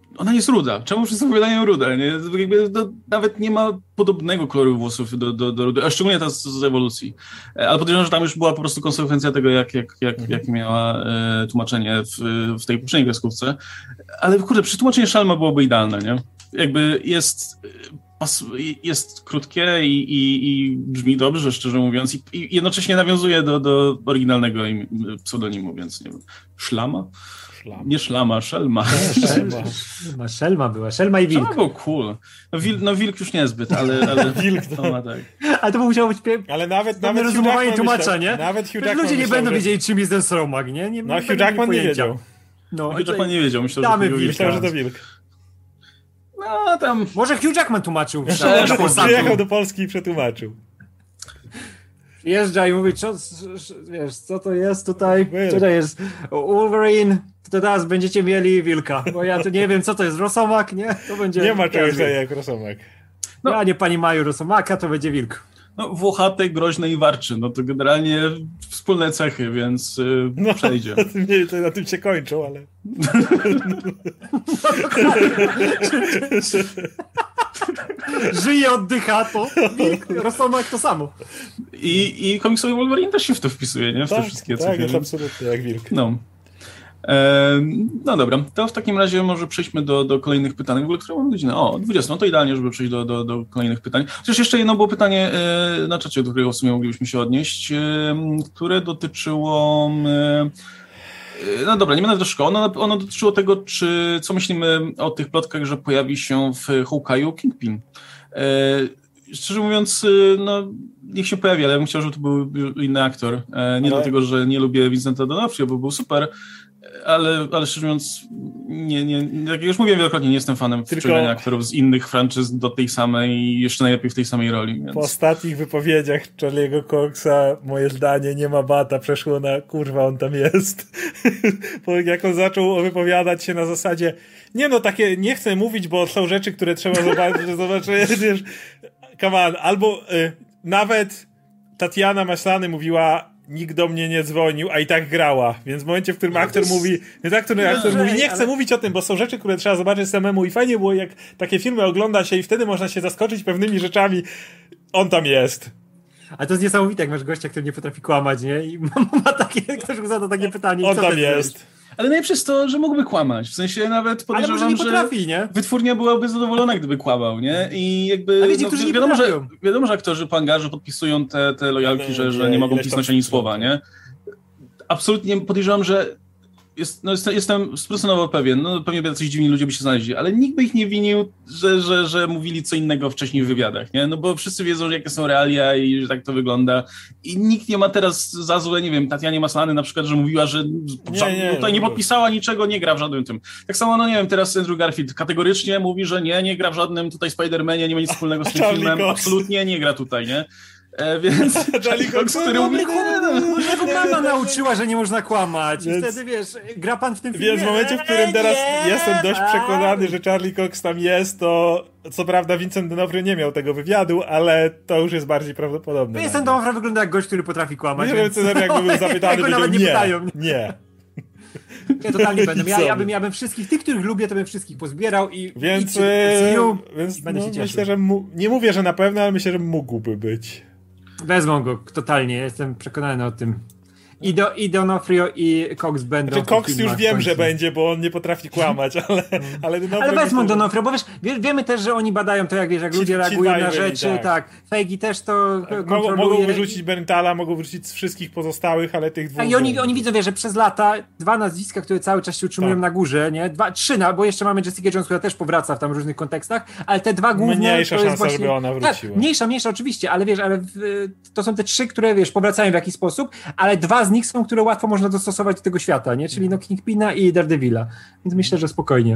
ona jest ruda. Czemu wszyscy opowiadają ruda? Nie? Jakby do, nawet nie ma podobnego koloru włosów do, do, do rudy, a szczególnie ta z, z ewolucji. Ale podejrzewam, że tam już była po prostu konsekwencja tego, jak, jak, jak, mhm. jak miała e, tłumaczenie w, w tej poprzedniej kreskówce. Ale kurde, przy tłumaczeniu Shalma byłoby idealne, nie? Jakby jest... jest krótkie i, i, i brzmi dobrze, szczerze mówiąc, i, i jednocześnie nawiązuje do, do oryginalnego pseudonimu, więc nie wiem, Szlama? Szlama. Nie Szlama, Szelma. Szelma. Szelma była, Szelma i Wilk. Szelma był cool. No, wil, no Wilk już niezbyt, ale... ale Wilk, to ma tak. Ale to musiało być piękne. Ale nawet, nawet rozumowanie tłumacza, nie? Nawet Hugh Ludzie Jackman nie myślał, będą że... wiedzieli, czym jest ten sromak, nie? nie no Hugh Jackman nie wiedział. No, Hugh Jackman nie wiedział, myślał, Damy że, myślał, że to Wilk. No tam... Może Hugh Jackman tłumaczył. Przyjechał do Polski i przetłumaczył. Jeżdża i mówi, co, wiesz, co to jest tutaj? Co to jest? Wolverine, to teraz będziecie mieli wilka, bo ja tu nie wiem, co to jest, rosomak, nie? To będzie... Nie ma czegoś jak rosomak. No. Ja nie pani Maju rosomaka, to będzie wilk. No, włochaty, groźny i warczy, no to generalnie wspólne cechy, więc yy, no, przejdzie. Nie, to na tym się kończą, ale... Żyje, oddycha, to wilk, rosomak to samo. I, i komiksowy Wolverine też się w to wpisuje, nie? W tak, te wszystkie tak, cechy. Tak, jest absolutnie jak wilk. No. E, no dobra, to w takim razie może przejdźmy do, do kolejnych pytań. W ogóle, które mam godzinę? O, dwudziesta, no to idealnie, żeby przejść do, do, do kolejnych pytań. Chociaż jeszcze jedno było pytanie e, na czacie, do którego w sumie moglibyśmy się odnieść, e, które dotyczyło... E, no dobra, nie będę do szkoły. Ono, ono dotyczyło tego, czy co myślimy o tych plotkach, że pojawi się w Hawkeye'u Kingpin. E, szczerze mówiąc, no niech się pojawi, ale ja bym chciał, żeby to był inny aktor. E, nie ale... dlatego, że nie lubię Vincenta D'Onofrio, bo był super, ale, ale szczerze mówiąc, nie, nie, jak już mówiłem wielokrotnie, nie jestem fanem Tylko... wciągania aktorów z innych franczyz do tej samej, jeszcze najlepiej w tej samej roli. Więc... Po ostatnich wypowiedziach Charlie'ego Coxa moje zdanie nie ma bata przeszło na kurwa, on tam jest. Bo jak on zaczął wypowiadać się na zasadzie nie no, takie nie chcę mówić, bo są rzeczy, które trzeba zobaczyć, że zobaczę, wiesz, come on, albo y, nawet Tatiana Maslany mówiła nikt do mnie nie dzwonił, a i tak grała. Więc w momencie, w którym no aktor jest... mówi, więc aktor, aktor mówi, nie chcę ale... mówić o tym, bo są rzeczy, które trzeba zobaczyć samemu i fajnie było, jak takie filmy ogląda się i wtedy można się zaskoczyć pewnymi rzeczami. On tam jest. A to jest niesamowite, jak masz gościa, który nie potrafi kłamać, nie? I ma takie, ktoś zada takie pytanie. On tam jest. jest? Ale najlepsze jest to, że mógłby kłamać. W sensie nawet podejrzewam, ale może nie potrafi, że nie? wytwórnia byłaby zadowolona, gdyby kłamał, nie? I jakby... A wiecie, no, którzy nie wiadomo, potrafią. że, wiadomo, że aktorzy po angażu podpisują te, te lojalki, ale, że, że nie mogą pisnąć ani słowa, nie? Absolutnie podejrzewam, że jest, no jest, jestem stuprocentowo pewien, no pewnie jacyś dziwni ludzie by się znaleźli, ale nikt by ich nie winił, że, że, że mówili co innego wcześniej w wywiadach, nie? No bo wszyscy wiedzą, jakie są realia i że tak to wygląda i nikt nie ma teraz za złe, nie wiem, Tatianie Maslany na przykład, że mówiła, że nie, nie, tutaj nie podpisała niczego, nie gra w żadnym tym. Tak samo, no nie wiem, teraz Andrew Garfield kategorycznie mówi, że nie, nie gra w żadnym tutaj Spider-Manie, nie ma nic wspólnego z tym filmem, Cox. Absolutnie nie gra tutaj, nie? E, więc Charlie Cox, który mówi, może go mama nauczyła, że nie można kłamać. Więc, I wtedy, wiesz, gra pan w tym filmie. Więc w momencie, w którym teraz jestem dość przekonany, że Charlie Cox tam jest, to co prawda Vincent D'Onofrio nie miał tego wywiadu, ale to już jest bardziej prawdopodobne. Vincent D'Onofrio wygląda jak gość, który potrafi kłamać. Nie wiem, co jakby był zapytany, to nawet nie, pytają. nie. Ja totalnie będę. Ja, ja, bym, ja bym wszystkich, tych, których lubię, to bym wszystkich pozbierał i... Więc, i, e, you, więc no, myślę, że mu, nie mówię, że na pewno, ale myślę, że mógłby być. Wezmą go, totalnie, jestem przekonany o tym. I, do, i D'Onofrio i Cox będą. Znaczy, Cox już wiem, że będzie, bo on nie potrafi kłamać, ale... Ale, ale wezmą D'Onofrio, bo wiesz, wie, wiemy też, że oni badają to, jak wiesz, jak ci, ludzie reagują na rzeczy, byli, tak. tak. Feigi też to tak, kontroluje. Mogą wyrzucić Berntala, mogą wyrzucić z wszystkich pozostałych, ale tych dwóch... A i oni, oni widzą, wiesz, że przez lata dwa nazwiska, które cały czas się utrzymują tak. na górze, nie? Dwa, trzy, na, bo jeszcze mamy Jessica Jones, która też powraca w tam różnych kontekstach, ale te dwa główne... Mniejsza to szansa, jest właśnie... żeby ona wróciła. Tak, mniejsza, mniejsza oczywiście, ale wiesz, ale w, to są te trzy, które, wiesz, powracają w jakiś sposób, ale dwa z nich są, które łatwo można dostosować do tego świata, nie? Czyli no Kingpina i Daredevila. Więc myślę, że spokojnie.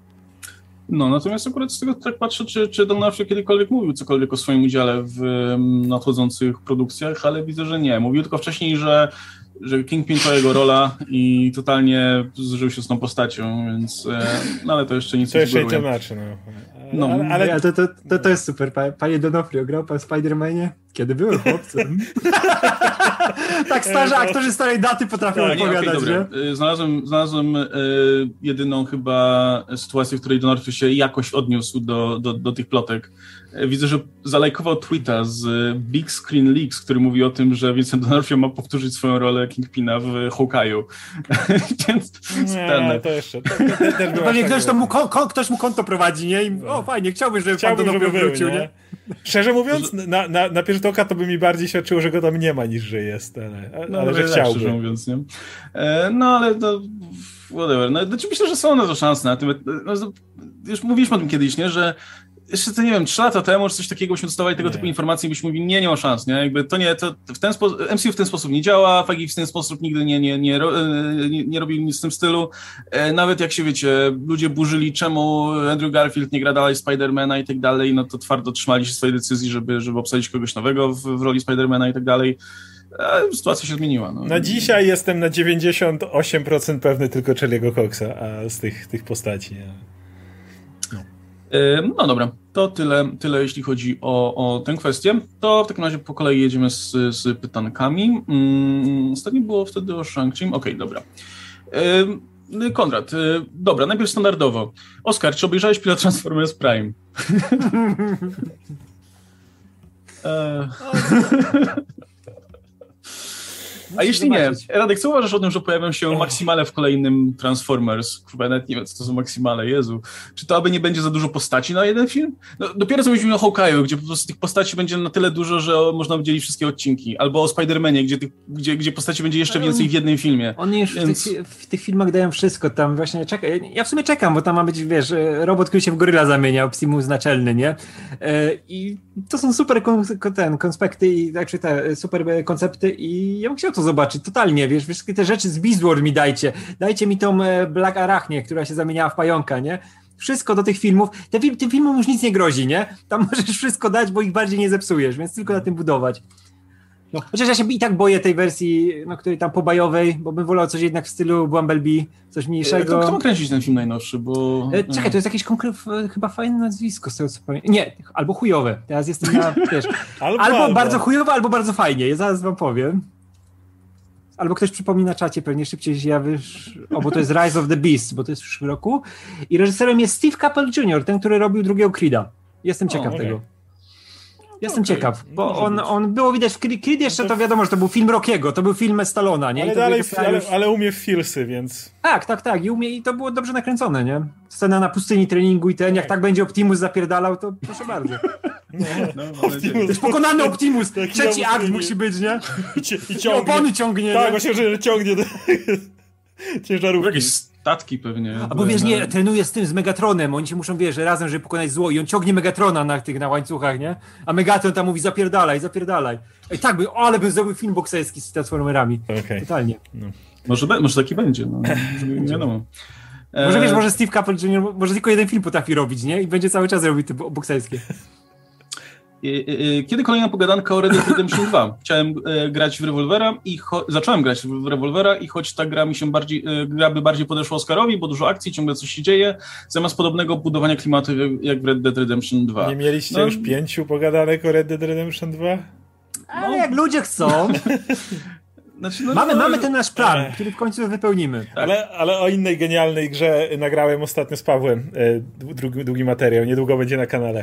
No, natomiast akurat z tego tak patrzę, czy, czy D'Onofrio kiedykolwiek mówił cokolwiek o swoim udziale w um, nadchodzących produkcjach, ale widzę, że nie. Mówił tylko wcześniej, że że Kingpin to jego rola i totalnie zżył się z tą postacią, więc no ale to jeszcze nic to nie jeszcze nie sugeruje. tłumaczy, no. No, ale, ale... Ja, to, to, to, to jest super. Panie Donofrio, grał pan w Spider-Manie? Kiedy byłem chłopcem. Tak starzy aktorzy starej daty potrafią tak, opowiadać, nie? Okay, nie? Znalazłem, znalazłem y, jedyną chyba sytuację, w której Donofrio się jakoś odniósł do, do, do tych plotek. Widzę, że zalajkował tweeta z Big Screen Leaks, który mówi o tym, że Vincent D'Onofrio ma powtórzyć swoją rolę Kingpina w Hawkeye'u. Więc nie, to jeszcze. To, to, to też pewnie ktoś, to mu, ko, ktoś mu konto prowadzi, nie? I, o fajnie, chciałbym, żeby chciałbym, pan D'Onofrio żeby wrócił, był, nie? nie? Szczerze mówiąc, na, na, na pierwszy oka to by mi bardziej świadczyło, że go tam nie ma, niż że jest, ale, ale no, że chciałbym. Szczerze mówiąc, nie? E, no ale to whatever. No, znaczy myślę, że są na to szanse na tym. No, już mówiliśmy o tym kiedyś, nie? Że jeszcze to nie wiem, trzy lata temu, czy coś takiego byśmy dostawali tego nie. typu informacji i byśmy mówili, nie, nie ma szans, nie? Jakby to nie, to w ten sposób, M C U w ten sposób nie działa, Feige w ten sposób nigdy nie, nie, nie, nie, nie robił nic w tym stylu. Nawet jak się, wiecie, ludzie burzyli, czemu Andrew Garfield nie gra dalej Spidermana i tak dalej, no to twardo trzymali się swojej decyzji, żeby, żeby obsadzić kogoś nowego w, w roli Spidermana i tak dalej. A sytuacja się zmieniła. No. Na dzisiaj jestem na dziewięćdziesiąt osiem procent pewny tylko Charlie'ego Coxa, a z tych, tych postaci. Nie? No dobra, to tyle, tyle jeśli chodzi o, o tę kwestię. To w takim razie po kolei jedziemy z, z pytankami. Hmm, ostatnio było wtedy o Shang-Chi. Okej, okay, dobra. Yy, Konrad, yy, dobra, najpierw standardowo. Oskar, czy obejrzałeś pilot Transformers Prime? e... A jeśli zobaczyć. Nie, Radek, co uważasz o tym, że pojawią się oh. maksimale w kolejnym Transformers? Chyba nawet nie wiem, co to są maksimale, Jezu. Czy to aby nie będzie za dużo postaci na jeden film? No, dopiero co mówiliśmy o Hawkeye'u, gdzie po prostu tych postaci będzie na tyle dużo, że można wydzielić wszystkie odcinki. Albo o Spider-Manie, gdzie, tych, gdzie, gdzie postaci będzie jeszcze więcej w jednym filmie. Oni już Więc... w, tych, w tych filmach dają wszystko. Tam właśnie czeka... Ja w sumie czekam, bo tam ma być, wiesz, robot, który się w goryla zamienia, Optimus naczelny, nie? I to są super kon, ten, konspekty i znaczy te super koncepty i ja bym chciał to zobaczyć, totalnie, wiesz, wszystkie te rzeczy z Beast Wars mi dajcie, dajcie mi tą Black Arachnię, która się zamieniała w pająka, nie? Wszystko do tych filmów, Te film, tym filmom już nic nie grozi, nie? Tam możesz wszystko dać, bo ich bardziej nie zepsujesz, więc tylko na tym budować. No, chociaż ja się i tak boję tej wersji, no, której tam pobajowej, bo bym wolał coś jednak w stylu Bumblebee, coś mniejszego. Kto ma kręcić ten film najnowszy, bo... E, czekaj, to jest jakieś konkretne, chyba fajne nazwisko, z tego co pamiętam. Nie, albo chujowe, teraz jestem na, wiesz, albo, albo, albo bardzo chujowe, albo bardzo fajnie, ja zaraz wam powiem. Albo ktoś przypomni na czacie, pewnie szybciej się jawisz, o, bo to jest Rise of the Beast, bo to jest w przyszłym roku. I reżyserem jest Steve Cappell junior, ten, który robił drugiego Creeda. Jestem ciekaw o, okay. tego. Jestem okay. ciekaw, bo on, on było widać w Creed, Creed jeszcze to wiadomo, że to był film Rockiego, to był film Stallona, nie? Ale, dalej, ale, ale umie filsy, więc... Tak, tak, tak, i umie i to było dobrze nakręcone, nie? Scena na pustyni treningu i ten, jak tak będzie Optimus zapierdalał, to proszę bardzo. No, no, Optimus, to jest pokonany Optimus, trzeci akt nie. musi być, nie? I, ci, i ciągnie. I opony ciągnie, tak, nie? właśnie, że ciągnie ciężarówki. Jakieś statki pewnie. Albo wiesz, nie, trenuje z tym, z Megatronem, oni się muszą, wiesz, razem, żeby pokonać zło i on ciągnie Megatrona na tych, na łańcuchach, nie? A Megatron tam mówi zapierdalaj, zapierdalaj. I tak by, o, ale bym zrobił film bokserski z Transformerami. Okay. Totalnie. No. Może, może taki będzie, no. Nie wiadomo. Może wiesz, może Steve Cappell junior może tylko jeden film potrafi robić, nie? I będzie cały czas robił te bokserskie. Kiedy kolejna pogadanka o Red Dead Redemption dwa? Chciałem e, grać w rewolwera i cho- zacząłem grać w rewolwera i choć ta gra mi się bardziej, e, gra by bardziej podeszła Oscarowi, bo dużo akcji, ciągle coś się dzieje, zamiast podobnego budowania klimatu jak w Red Dead Redemption dwa. Nie mieliście no, już pięciu pogadanek o Red Dead Redemption dwa? Ale no. jak ludzie chcą... Znaczy, no, mamy, no, mamy ten nasz plan, e... który w końcu wypełnimy. Tak. Ale, ale o innej genialnej grze nagrałem ostatnio z Pawłem e, długi, długi materiał, niedługo będzie na kanale.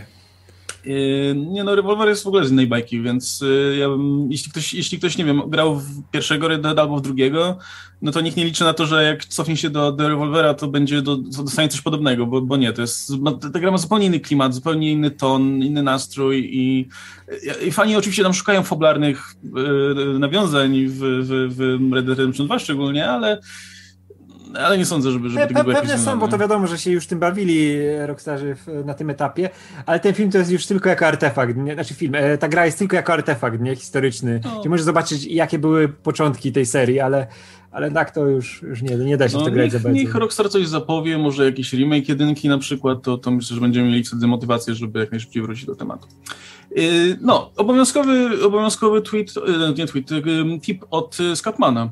Nie no, rewolwer jest w ogóle z innej bajki, więc ja bym, jeśli ktoś, jeśli ktoś, nie wiem, grał w pierwszego Red Dead albo w drugiego, no to nikt nie liczy na to, że jak cofnie się do, do rewolwera, to będzie do, to dostanie coś podobnego, bo, bo nie, to jest, ta gra ma zupełnie inny klimat, zupełnie inny ton, inny nastrój i, i fani oczywiście tam szukają fabularnych y, nawiązań w, w, w Red Dead Redemption dwa szczególnie, ale ale nie sądzę, żeby, żeby Pe, pe, pe, Pewne są, bo to wiadomo, że się już tym bawili Rockstarzy w, na tym etapie, ale ten film to jest już tylko jako artefakt, nie? Znaczy film, ta gra jest tylko jako artefakt, nie? Historyczny, no. Gdzie możesz zobaczyć, jakie były początki tej serii, ale ale tak to już, już nie, nie da się no, w to grać za bardzo. Niech Rockstar coś zapowie, może jakiś remake jedynki na przykład, to, to myślę, że będziemy mieli wtedy motywację, żeby jak najszybciej wrócić do tematu. Yy, no, obowiązkowy, obowiązkowy tweet, nie tweet, tip od Scatmana.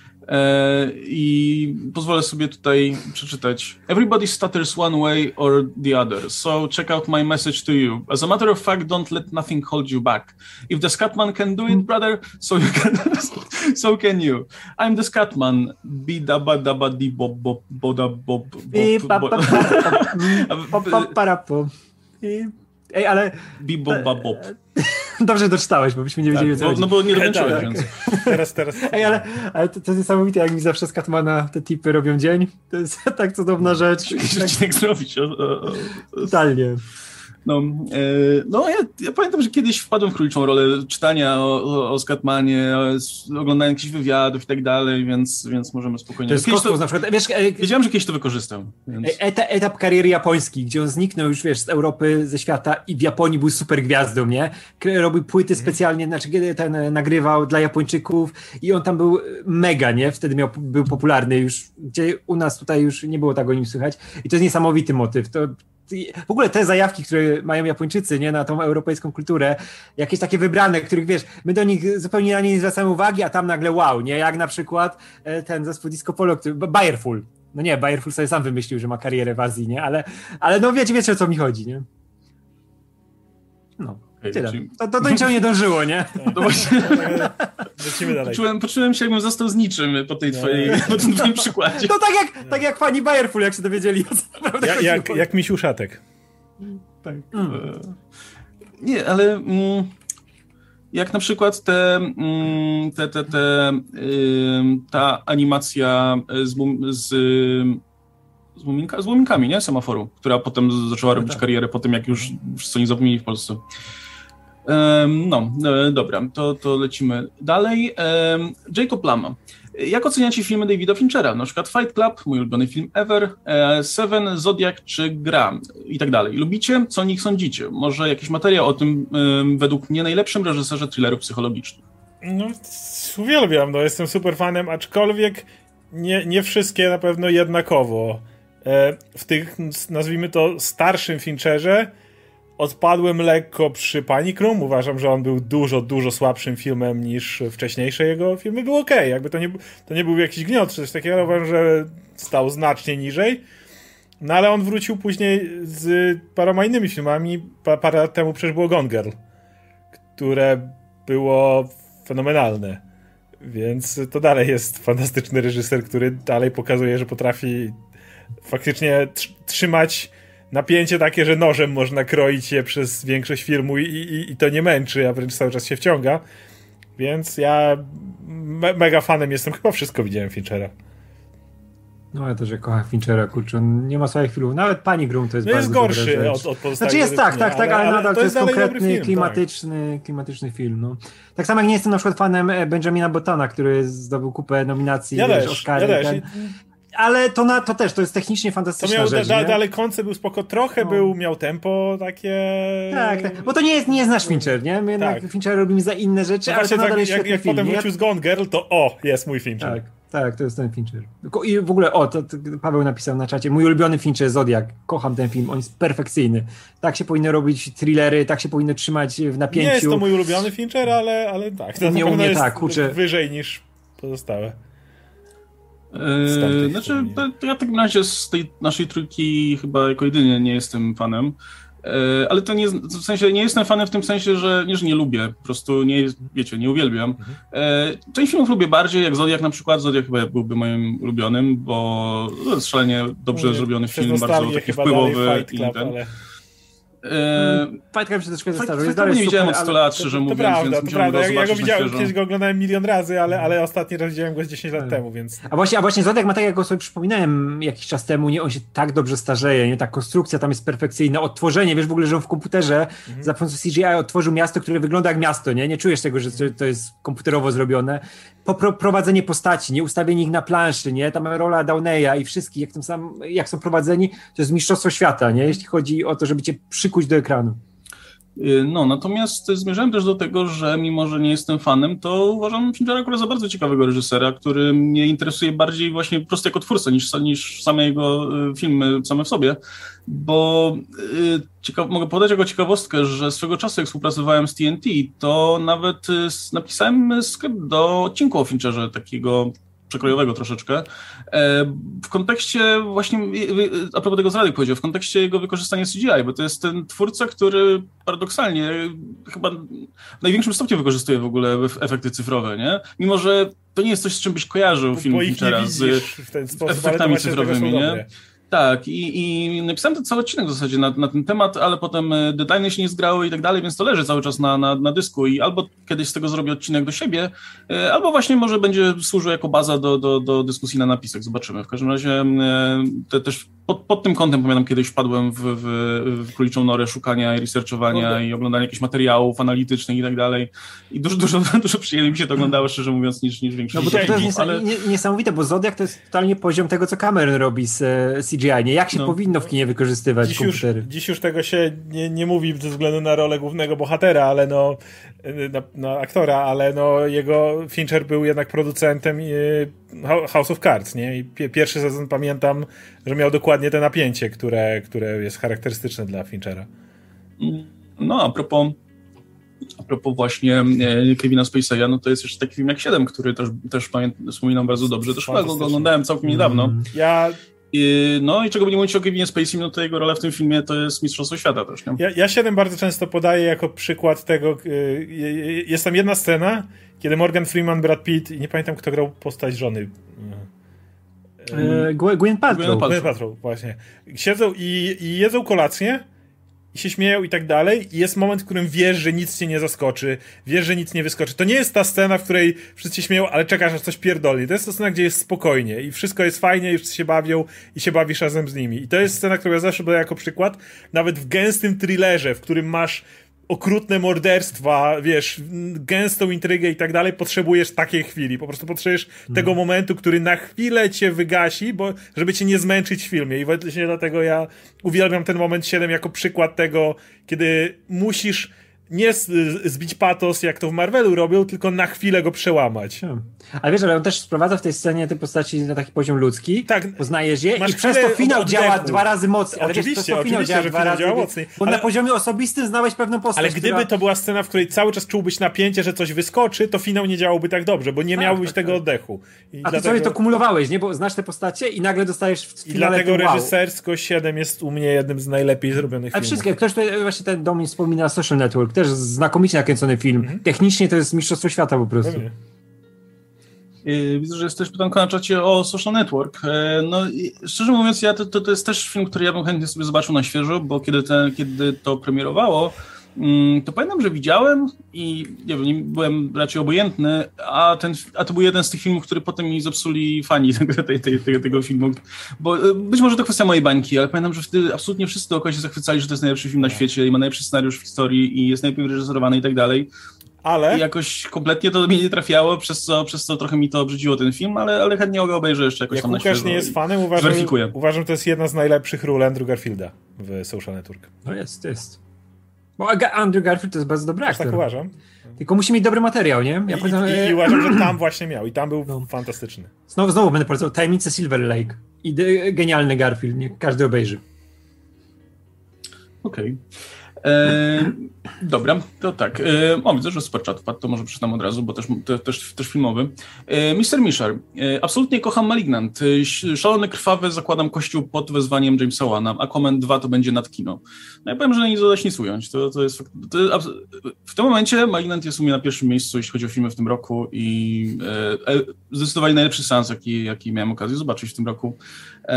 I pozwolę sobie tutaj przeczytać. Everybody stutters one way or the other, so check out my message to you. As a matter of fact, don't let nothing hold you back. If the Scatman can do it, brother, so you can, so can you. I'm the Scatman. Bidaba daba di bob bob boda bob bob. Ej, ale... Biboba bob. Dobrze doczytałeś, bo byśmy nie wiedzieli, tak, o co chodzi. No bo nie dokończyłem, tak, więc... Teraz, teraz. Ej, ale, ale to, to jest niesamowite, jak mi zawsze z Catmana te tipy robią dzień. To jest tak cudowna rzecz. Jakiś tak... odcinek zrobić. O, o, o. Totalnie. No, e, no ja, ja pamiętam, że kiedyś wpadłem w króliczą rolę czytania o, o, o Scatmanie, oglądania jakichś wywiadów i tak dalej, więc, więc możemy spokojnie... To jest kosmos, to, na przykład, wiesz, e, wiedziałem, że kiedyś to wykorzystam. Więc... Eta, etap kariery japońskiej, gdzie on zniknął już, wiesz, z Europy, ze świata i w Japonii był super gwiazdą, nie? Robił płyty specjalnie, znaczy kiedy ten nagrywał dla Japończyków i on tam był mega, nie? Wtedy miał, był popularny już, gdzie u nas tutaj już nie było tak o nim słychać i to jest niesamowity motyw. To w ogóle te zajawki, które mają Japończycy, nie, na tą europejską kulturę, jakieś takie wybrane, których wiesz, my do nich zupełnie na nie nie zwracamy uwagi, a tam nagle wow, nie, jak na przykład ten zespół Disco Polo, który, Bayerful, no nie, Bayerful sobie sam wymyślił, że ma karierę w Azji, nie, ale, ale no wiecie, wiecie o co mi chodzi, nie? No. Tyle. To, to do niczego nie dążyło, nie? No właśnie. Lecimy dalej. Poczułem, poczułem się, jakbym został z niczym po tej twojej, po tym twoim przykładzie. To tak jak, tak jak fani Bayerful, jak się dowiedzieli. O co naprawdę ja, jak, jak misiu szatek. Tak. Mm. Nie, ale mm, jak na przykład te, mm, te, te, te y, ta animacja z, z Z, muminka, z muminkami, nie? Semaforu, która potem zaczęła robić karierę po tym, jak już wszyscy nie zapomnieli w Polsce. Um, no, e, dobra, to, to lecimy dalej. Um, Jacob Lama. Jak oceniacie filmy Davida Finchera? Na przykład Fight Club, mój ulubiony film ever, e, Seven, Zodiac czy Gra i tak dalej. Lubicie? Co o nich sądzicie? Może jakiś materiał o tym, um, według mnie, najlepszym reżyserze thrillerów psychologicznych? No, uwielbiam, no, jestem super fanem, aczkolwiek nie, nie wszystkie na pewno jednakowo. W tych, nazwijmy to, starszym Fincherze odpadłem lekko przy Panic Room. Uważam, że on był dużo, dużo słabszym filmem niż wcześniejsze jego filmy. Był okej, okay. Jakby to nie, to nie był jakiś gniot czy coś takiego, ale uważam, że stał znacznie niżej. No ale on wrócił później z paroma innymi filmami. Pa, parę lat temu przecież było Gone Girl, które było fenomenalne. Więc to dalej jest fantastyczny reżyser, który dalej pokazuje, że potrafi faktycznie trzymać napięcie takie, że nożem można kroić je przez większość filmu i, i, i to nie męczy, a wręcz cały czas się wciąga. Więc ja me- mega fanem jestem. Chyba wszystko widziałem Finchera. No ja też jak kocham Finchera, kurczę, on nie ma swoich filmów. Nawet Panic Room to jest no bardzo jest gorszy dobra od, od pozostałych. Znaczy jest tak, tak, tak, ale, ale, ale nadal to jest, to jest konkretny, film, klimatyczny, tak. klimatyczny film. No. Tak samo jak nie jestem na przykład fanem Benjamina Buttona, który zdobył kupę nominacji, ja wiesz, też, Oscary. Ja ten. Ale to, na, to też, to jest technicznie fantastyczna to miał, rzecz. Da, dalej koncept był spoko, trochę no. był, miał tempo takie... Tak, tak, bo to nie jest, nie jest nasz Fincher, nie? My jednak tak. Fincher robimy za inne rzeczy, no ale to nadal tak, jest jak, jak film, potem nie? wrócił z Gone Girl, to o, jest mój Fincher. Tak, tak, to jest ten Fincher. I w ogóle, o, to, to Paweł napisał na czacie, mój ulubiony Fincher, Zodiac, kocham ten film, on jest perfekcyjny. Tak się powinno robić thrillery, tak się powinno trzymać w napięciu. Nie jest to mój ulubiony Fincher, ale, ale tak, to nie na pewno mnie, jest tak, kurczę. wyżej niż pozostałe. Yy, znaczy, to, to ja w takim razie z tej naszej trójki chyba jako jedynie nie jestem fanem, yy, ale to nie, w sensie nie jestem fanem w tym sensie, że nie, że nie lubię, po prostu nie, wiecie, nie uwielbiam. Mhm. Yy, część filmów lubię bardziej, jak Zodiac na przykład, Zodiac chyba byłby moim ulubionym, bo to jest szalenie dobrze Mówię, zrobiony film, bardzo taki wpływowy. Club, ale... Fight Club się troszkę zestarzał. Fight Club nie widziałem od stu lat, szczerze mówiąc. To prawda, więc to prawda. Ja, ja go widziałem, świeżo. kiedyś go oglądałem milion razy, ale, ale ostatni raz widziałem go z dziesięć lat temu, więc... A właśnie, a właśnie Zodiak ma tak, jak go sobie przypominałem jakiś czas temu, nie, on się tak dobrze starzeje, nie, ta konstrukcja tam jest perfekcyjna, odtworzenie, wiesz w ogóle, że on w komputerze mhm. za pomocą C G I otworzył miasto, które wygląda jak miasto, nie, nie czujesz tego, że to jest komputerowo zrobione. Poprowadzenie postaci, nie, ustawienie ich na planszy, nie, tam rola Downeya i wszystkich, jak, tam sam, jak są prowadzeni, to jest mistrzostwo świata, nie, jeśli chodzi o to, żeby cię przykuć do ekranu. No, natomiast zmierzałem też do tego, że mimo, że nie jestem fanem, to uważam Finchera akurat za bardzo ciekawego reżysera, który mnie interesuje bardziej właśnie po prostu jako twórca niż, niż same jego filmy same w sobie, bo ciekaw, mogę podać jako ciekawostkę, że swego czasu jak współpracowałem z T N T, to nawet napisałem skrypt do odcinku o Fincherze, takiego przekrojowego troszeczkę, w kontekście właśnie, a propos tego, co Radek powiedział, w kontekście jego wykorzystania C G I, bo to jest ten twórca, który paradoksalnie chyba w największym stopniu wykorzystuje w ogóle efekty cyfrowe, nie? Mimo, że to nie jest coś, z czym byś kojarzył film Finchera z w ten sposób, efektami cyfrowymi, nie? Dobre. Tak, i, i napisałem ten cały odcinek w zasadzie na, na ten temat, ale potem deadline się nie zgrały i tak dalej, więc to leży cały czas na, na, na dysku i albo kiedyś z tego zrobię odcinek do siebie, albo właśnie może będzie służył jako baza do, do, do dyskusji na napisach, zobaczymy. W każdym razie te, też pod, pod tym kątem pamiętam kiedyś wpadłem w, w, w króliczą norę szukania i researchowania okay. i oglądania jakichś materiałów analitycznych i tak dalej i dużo, dużo, dużo przyjemniej mi się to oglądało, szczerze mówiąc, niż, niż większość. No bo to, to jest ale... niesamowite, bo Zodiak to jest totalnie poziom tego, co Cameron robi z C G I, nie? Jak się no. powinno w kinie wykorzystywać dziś komputery. Już, dziś już tego się nie, nie mówi ze względu na rolę głównego bohatera, ale no, na, na aktora, ale no jego Fincher był jednak producentem House of Cards, nie? I pierwszy sezon pamiętam, że miał dokładnie to napięcie, które, które jest charakterystyczne dla Finchera. No, a propos A propos właśnie Kevina Spacey'a, no to jest jeszcze taki film jak siedem, który też, też pamiętam, wspominam bardzo dobrze. Też chyba go oglądałem całkiem niedawno. Mm. Ja... I, no i czego by nie mówić o Kevinie Spacey, no to jego rola w tym filmie to jest Mistrzostwo Świata też, nie? Ja, ja siedem bardzo często podaję jako przykład tego, yy, jest tam jedna scena, kiedy Morgan Freeman, Brad Pitt i nie pamiętam kto grał postać żony. Yy, Gwyneth Paltrow. Gwyneth Paltrow, właśnie. Siedzą i, i jedzą kolację i się śmieją i tak dalej i jest moment, w którym wiesz, że nic cię nie zaskoczy, wiesz, że nic nie wyskoczy. To nie jest ta scena, w której wszyscy się śmieją, ale czekasz, aż coś pierdolnie. To jest ta scena, gdzie jest spokojnie i wszystko jest fajnie i wszyscy się bawią i się bawisz razem z nimi. I to jest scena, którą ja zawsze podaję jako przykład, nawet w gęstym thrillerze, w którym masz okrutne morderstwa, wiesz, gęstą intrygę i tak dalej, potrzebujesz takiej chwili. Po prostu potrzebujesz hmm. tego momentu, który na chwilę cię wygasi, bo żeby cię nie zmęczyć w filmie. I właśnie dlatego ja uwielbiam ten moment siedem jako przykład tego, kiedy musisz nie zbić patos, jak to w Marvelu robią, tylko na chwilę go przełamać. Hmm. Ale wiesz, ale on też sprowadza w tej scenie te postaci na taki poziom ludzki, tak, poznajesz je i przez to finał działa dwa razy mocniej. Ale oczywiście, wiesz, przez to finał oczywiście, działa dwa razy działa mocniej. Bo ale... na poziomie osobistym znałeś pewną postać. Ale gdyby która... to była scena, w której cały czas czułbyś napięcie, że coś wyskoczy, to finał nie działałby tak dobrze, bo nie tak, miałbyś tak, tego tak. oddechu. I A dlatego... ty sobie to kumulowałeś, nie? Bo znasz te postacie i nagle dostajesz w finale. I dlatego wow. reżysersko siedem jest u mnie jednym z najlepiej zrobionych Ale filmów. wszystkie, ktoś tutaj właśnie ten Domin wspomina Social Network, też znakomicie nakręcony film. Mhm. Technicznie to jest mistrzostwo świata po prostu. Pewnie. Widzę, że jest też pytanko na czacie o Social Network. No i szczerze mówiąc, ja to, to, to jest też film, który ja bym chętnie sobie zobaczył na świeżo, bo kiedy, te, kiedy to premierowało, to pamiętam, że widziałem i nie wiem, byłem raczej obojętny, a, ten, a to był jeden z tych filmów, który potem mi zepsuli fani tego, tej, tej, tego, tego filmu. Bo być może to kwestia mojej bańki, ale pamiętam, że wtedy absolutnie wszyscy dookoła się zachwycali, że to jest najlepszy film na świecie i ma najlepszy scenariusz w historii i jest najlepiej reżyserowany i tak dalej. Ale... I jakoś kompletnie to do mnie nie trafiało, przez co, przez co trochę mi to obrzydziło ten film, ale, ale chętnie go obejrzę jeszcze jakoś Jak tam na Łukasz świeżo. Nie jest fanem, uważam, uważam, że to jest jedna z najlepszych ról Andrew Garfielda w Social Network. No jest, jest. Bo Andrew Garfield to jest bardzo dobry aktor. Tak uważam. Tylko musi mieć dobry materiał, nie? Ja I, pamiętam, i, I uważam, że tam właśnie miał i tam był no. fantastyczny. Znowu, znowu będę polecał Tajemnice Silver Lake. I de, genialny Garfield, nie każdy obejrzy. Okej. Okay. Dobra, to tak. Yy, o, widzę, że super chat wpadł, to może przeczytam od razu, bo też, te, też, też filmowy. Yy, mister Mishar, yy, absolutnie kocham Malignant. Yy, szalony, krwawy, zakładam kościół pod wezwaniem Jamesa Wana. Aquaman dwa to będzie nad kino. No ja powiem, że nie dodać nic ująć. To, to jest, to, w tym momencie Malignant jest u mnie na pierwszym miejscu, jeśli chodzi o filmy w tym roku i yy, zdecydowanie najlepszy seans, jaki, jaki miałem okazję zobaczyć w tym roku. Yy,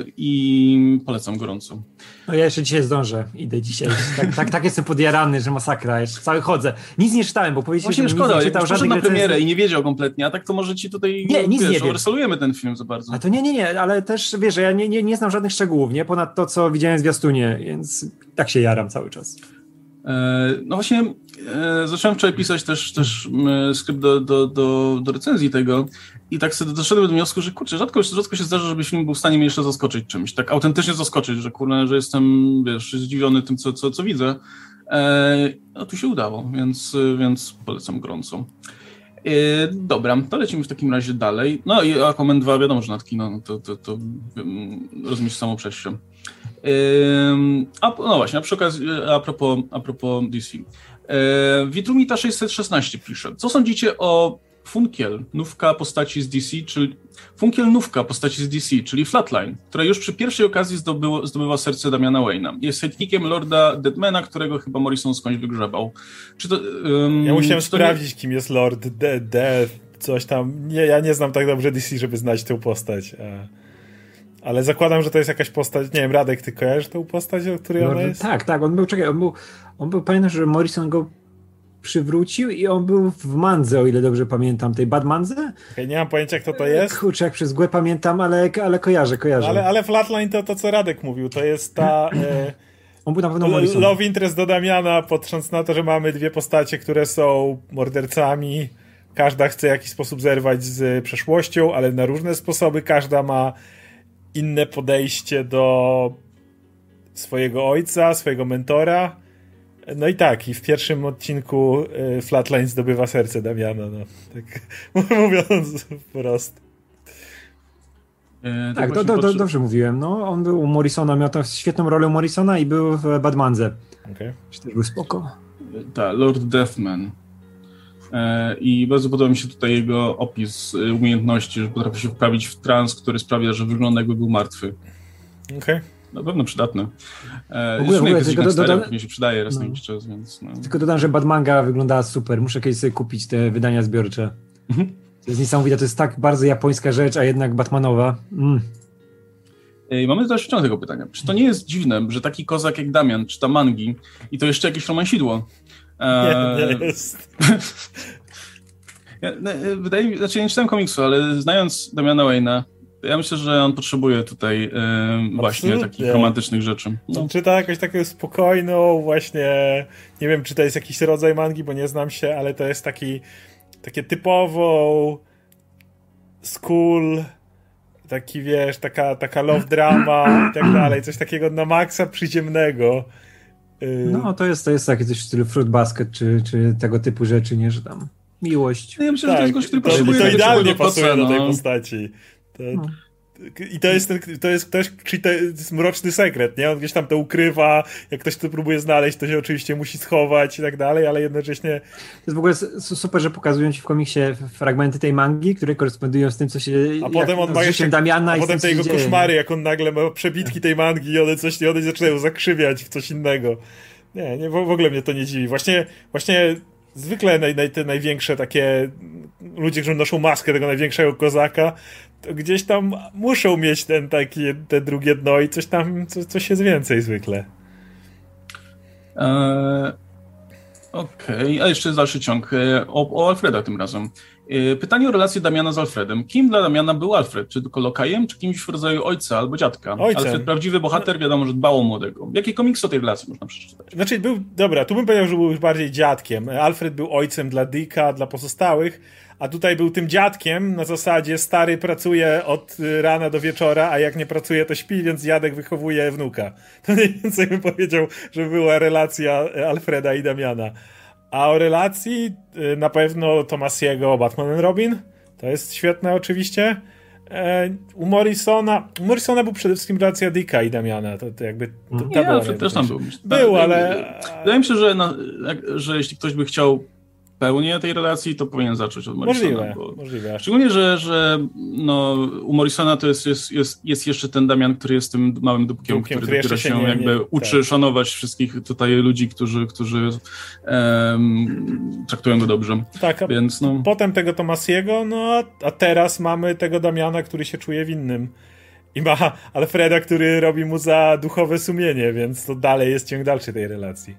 I polecam gorąco. No ja jeszcze dzisiaj zdążę, idę dzisiaj. Tak, tak, tak jestem podjarany, że masakra, jeszcze cały chodzę. Nic nie czytałem, bo powiedzieliście, że szkoda, nic nie czytał żadnych na recenzji. premierę i nie wiedział kompletnie, a tak to może ci tutaj, nie, nic wiesz, nie wiem. oversolujemy ten film za bardzo. A to nie, nie, nie, ale też wiesz, że ja nie, nie, nie znam żadnych szczegółów, nie? Ponad to, co widziałem w zwiastunie, więc tak się jaram cały czas. E, no właśnie, e, zacząłem wczoraj pisać też, też e, skrypt do, do, do, do recenzji tego i tak sobie doszedłem do wniosku, że kurczę, rzadko, rzadko się zdarza, żeby film był w stanie mnie jeszcze zaskoczyć czymś, tak autentycznie zaskoczyć, że kurczę, że jestem, wiesz, zdziwiony tym, co, co, co widzę. E, no tu się udało, więc, więc polecam gorąco. E, dobra, to lecimy w takim razie dalej. No i Aquaman dwa, wiadomo, że nad kino, no to, to, to rozumie się samo przez się. A, no właśnie, a przy okazji, a propos, a propos D C. Witrumita sześćset szesnaście pisze. Co sądzicie o Funkiel, nówka postaci z D C, czyli Funkiel nówka postaci z D C, czyli Flatline, która już przy pierwszej okazji zdobyło, zdobywa serce Damiana Wayne'a. Jest sidekickiem Lorda Deadmana, którego chyba Morrison skądś wygrzebał. Czy to, um, ja musiałem czy to sprawdzić, nie... kim jest Lord Death, de, coś tam. Nie, ja nie znam tak dobrze D C, żeby znać tę postać. Ale zakładam, że to jest jakaś postać, nie wiem, Radek, ty kojarzysz tę postać, o której Lord, ona jest? Tak, tak, on był, czekaj, on był, on był, pamiętam, że Morrison go przywrócił i on był w mandze, o ile dobrze pamiętam, tej Batmandze? Okay, nie mam pojęcia, kto to jest. Kurczę, jak przez mgłę pamiętam, ale, ale kojarzę, kojarzę. Ale, ale Flatline to to, co Radek mówił, to jest ta... E, on był na pewno Morrison. Love interest do Damiana, patrząc na to, że mamy dwie postacie, które są mordercami. Każda chce w jakiś sposób zerwać z przeszłością, ale na różne sposoby. Każda ma inne podejście do swojego ojca, swojego mentora. No i tak, i w pierwszym odcinku y, Flatline zdobywa serce Damiana, no. Tak mówiąc wprost. E, tak, do, do, do, dobrze mówiłem. No, on był u Morrisona, miał tam świetną rolę Morrisona i był w Batmandze. Okay. Też był spoko. Tak, Lord Deathman. E, I bardzo podoba mi się tutaj jego opis umiejętności, że potrafi się wprawić w trans, który sprawia, że wygląda, jakby był martwy. Okej. Okay. Na pewno przydatne. E, w ogóle, w ogóle tylko do, do, pewnie się przydaje raz no. na jakiś czas, więc... No. Tylko dodam, że Batmanga wyglądała super. Muszę kiedyś sobie kupić te wydania zbiorcze. Mhm. To jest niesamowite, to jest tak bardzo japońska rzecz, a jednak Batmanowa. Mm. I mamy też wciąż tego pytania. Czy to nie jest dziwne, że taki kozak jak Damian czyta mangi i to jeszcze jakieś romansidło? E... Nie, nie jest. ja, wydaje mi, znaczy ja nie czytałem komiksu, ale znając Damiana Wayne'a, ja myślę, że on potrzebuje tutaj e, właśnie takich romantycznych rzeczy. No. On czyta jakąś taką spokojną właśnie, nie wiem, czy to jest jakiś rodzaj mangi, bo nie znam się, ale to jest taki takie typową school, taki wiesz, taka, taka love drama i tak dalej, coś takiego na maksa przyziemnego. No to jest, to jest takie coś w stylu Fruit Basket, czy, czy tego typu rzeczy, nie, że tam miłość. No ja myślę, tak, że to jest gość, który to, potrzebuje to idealnie pasuje koca, do tej no. postaci. To, no. I to jest, to jest ktoś, czyli to jest mroczny sekret, nie? On gdzieś tam to ukrywa, jak ktoś to próbuje znaleźć, to się oczywiście musi schować i tak dalej, ale jednocześnie... To jest w ogóle super, że pokazują ci w komiksie fragmenty tej mangi, które korespondują z tym, co się... A potem on ma jeszcze... Damiana a i potem tym, te jego dzieje. koszmary, jak on nagle ma przebitki tej mangi i one coś, i one zaczynają zakrzywiać w coś innego. Nie, nie, w ogóle mnie to nie dziwi. Właśnie, właśnie zwykle naj, naj, te największe takie ludzie, którzy noszą maskę tego największego kozaka, to gdzieś tam muszą mieć ten taki, te drugie dno i coś tam, co, coś jest więcej zwykle. Eee, Okej, okay. A jeszcze jest dalszy ciąg o, o Alfreda tym razem. Pytanie o relację Damiana z Alfredem. Kim dla Damiana był Alfred? Czy tylko lokajem, czy kimś w rodzaju ojca albo dziadka? Ojcem. Alfred, prawdziwy bohater, wiadomo, że dbał o młodego. Jakie komiksy o tej relacji można przeczytać? Znaczy, był, dobra, tu bym powiedział, że był już bardziej dziadkiem. Alfred był ojcem dla Dicka, dla pozostałych, a tutaj był tym dziadkiem na zasadzie stary pracuje od rana do wieczora, a jak nie pracuje, to śpi, więc dziadek wychowuje wnuka. To mniej więcej bym powiedział, że była relacja Alfreda i Damiana. A o relacji na pewno Tomasiego Batman and Robin. To jest świetne oczywiście. u Morrisona u Morrisona był przede wszystkim relacja Dicka i Damiana, to, to jakby to, to nie, ja, też tam był. Był, ale... Wydaje mi się, że, na, że jeśli ktoś by chciał pełnię tej relacji, to powinien zacząć od Morrisona. Możliwe, bo... możliwe. Szczególnie, że, że no, u Morrisona to jest, jest, jest, jest jeszcze ten Damian, który jest tym małym dupkiem, dupkiem który dopiero się nie, jakby nie, uczy tak. szanować wszystkich tutaj ludzi, którzy, którzy um, traktują go dobrze. Tak, a Więc, no... potem tego Tomasiego, no a teraz mamy tego Damiana, który się czuje winnym. I ma Alfreda, który robi mu za duchowe sumienie, więc to dalej jest ciąg dalszy tej relacji.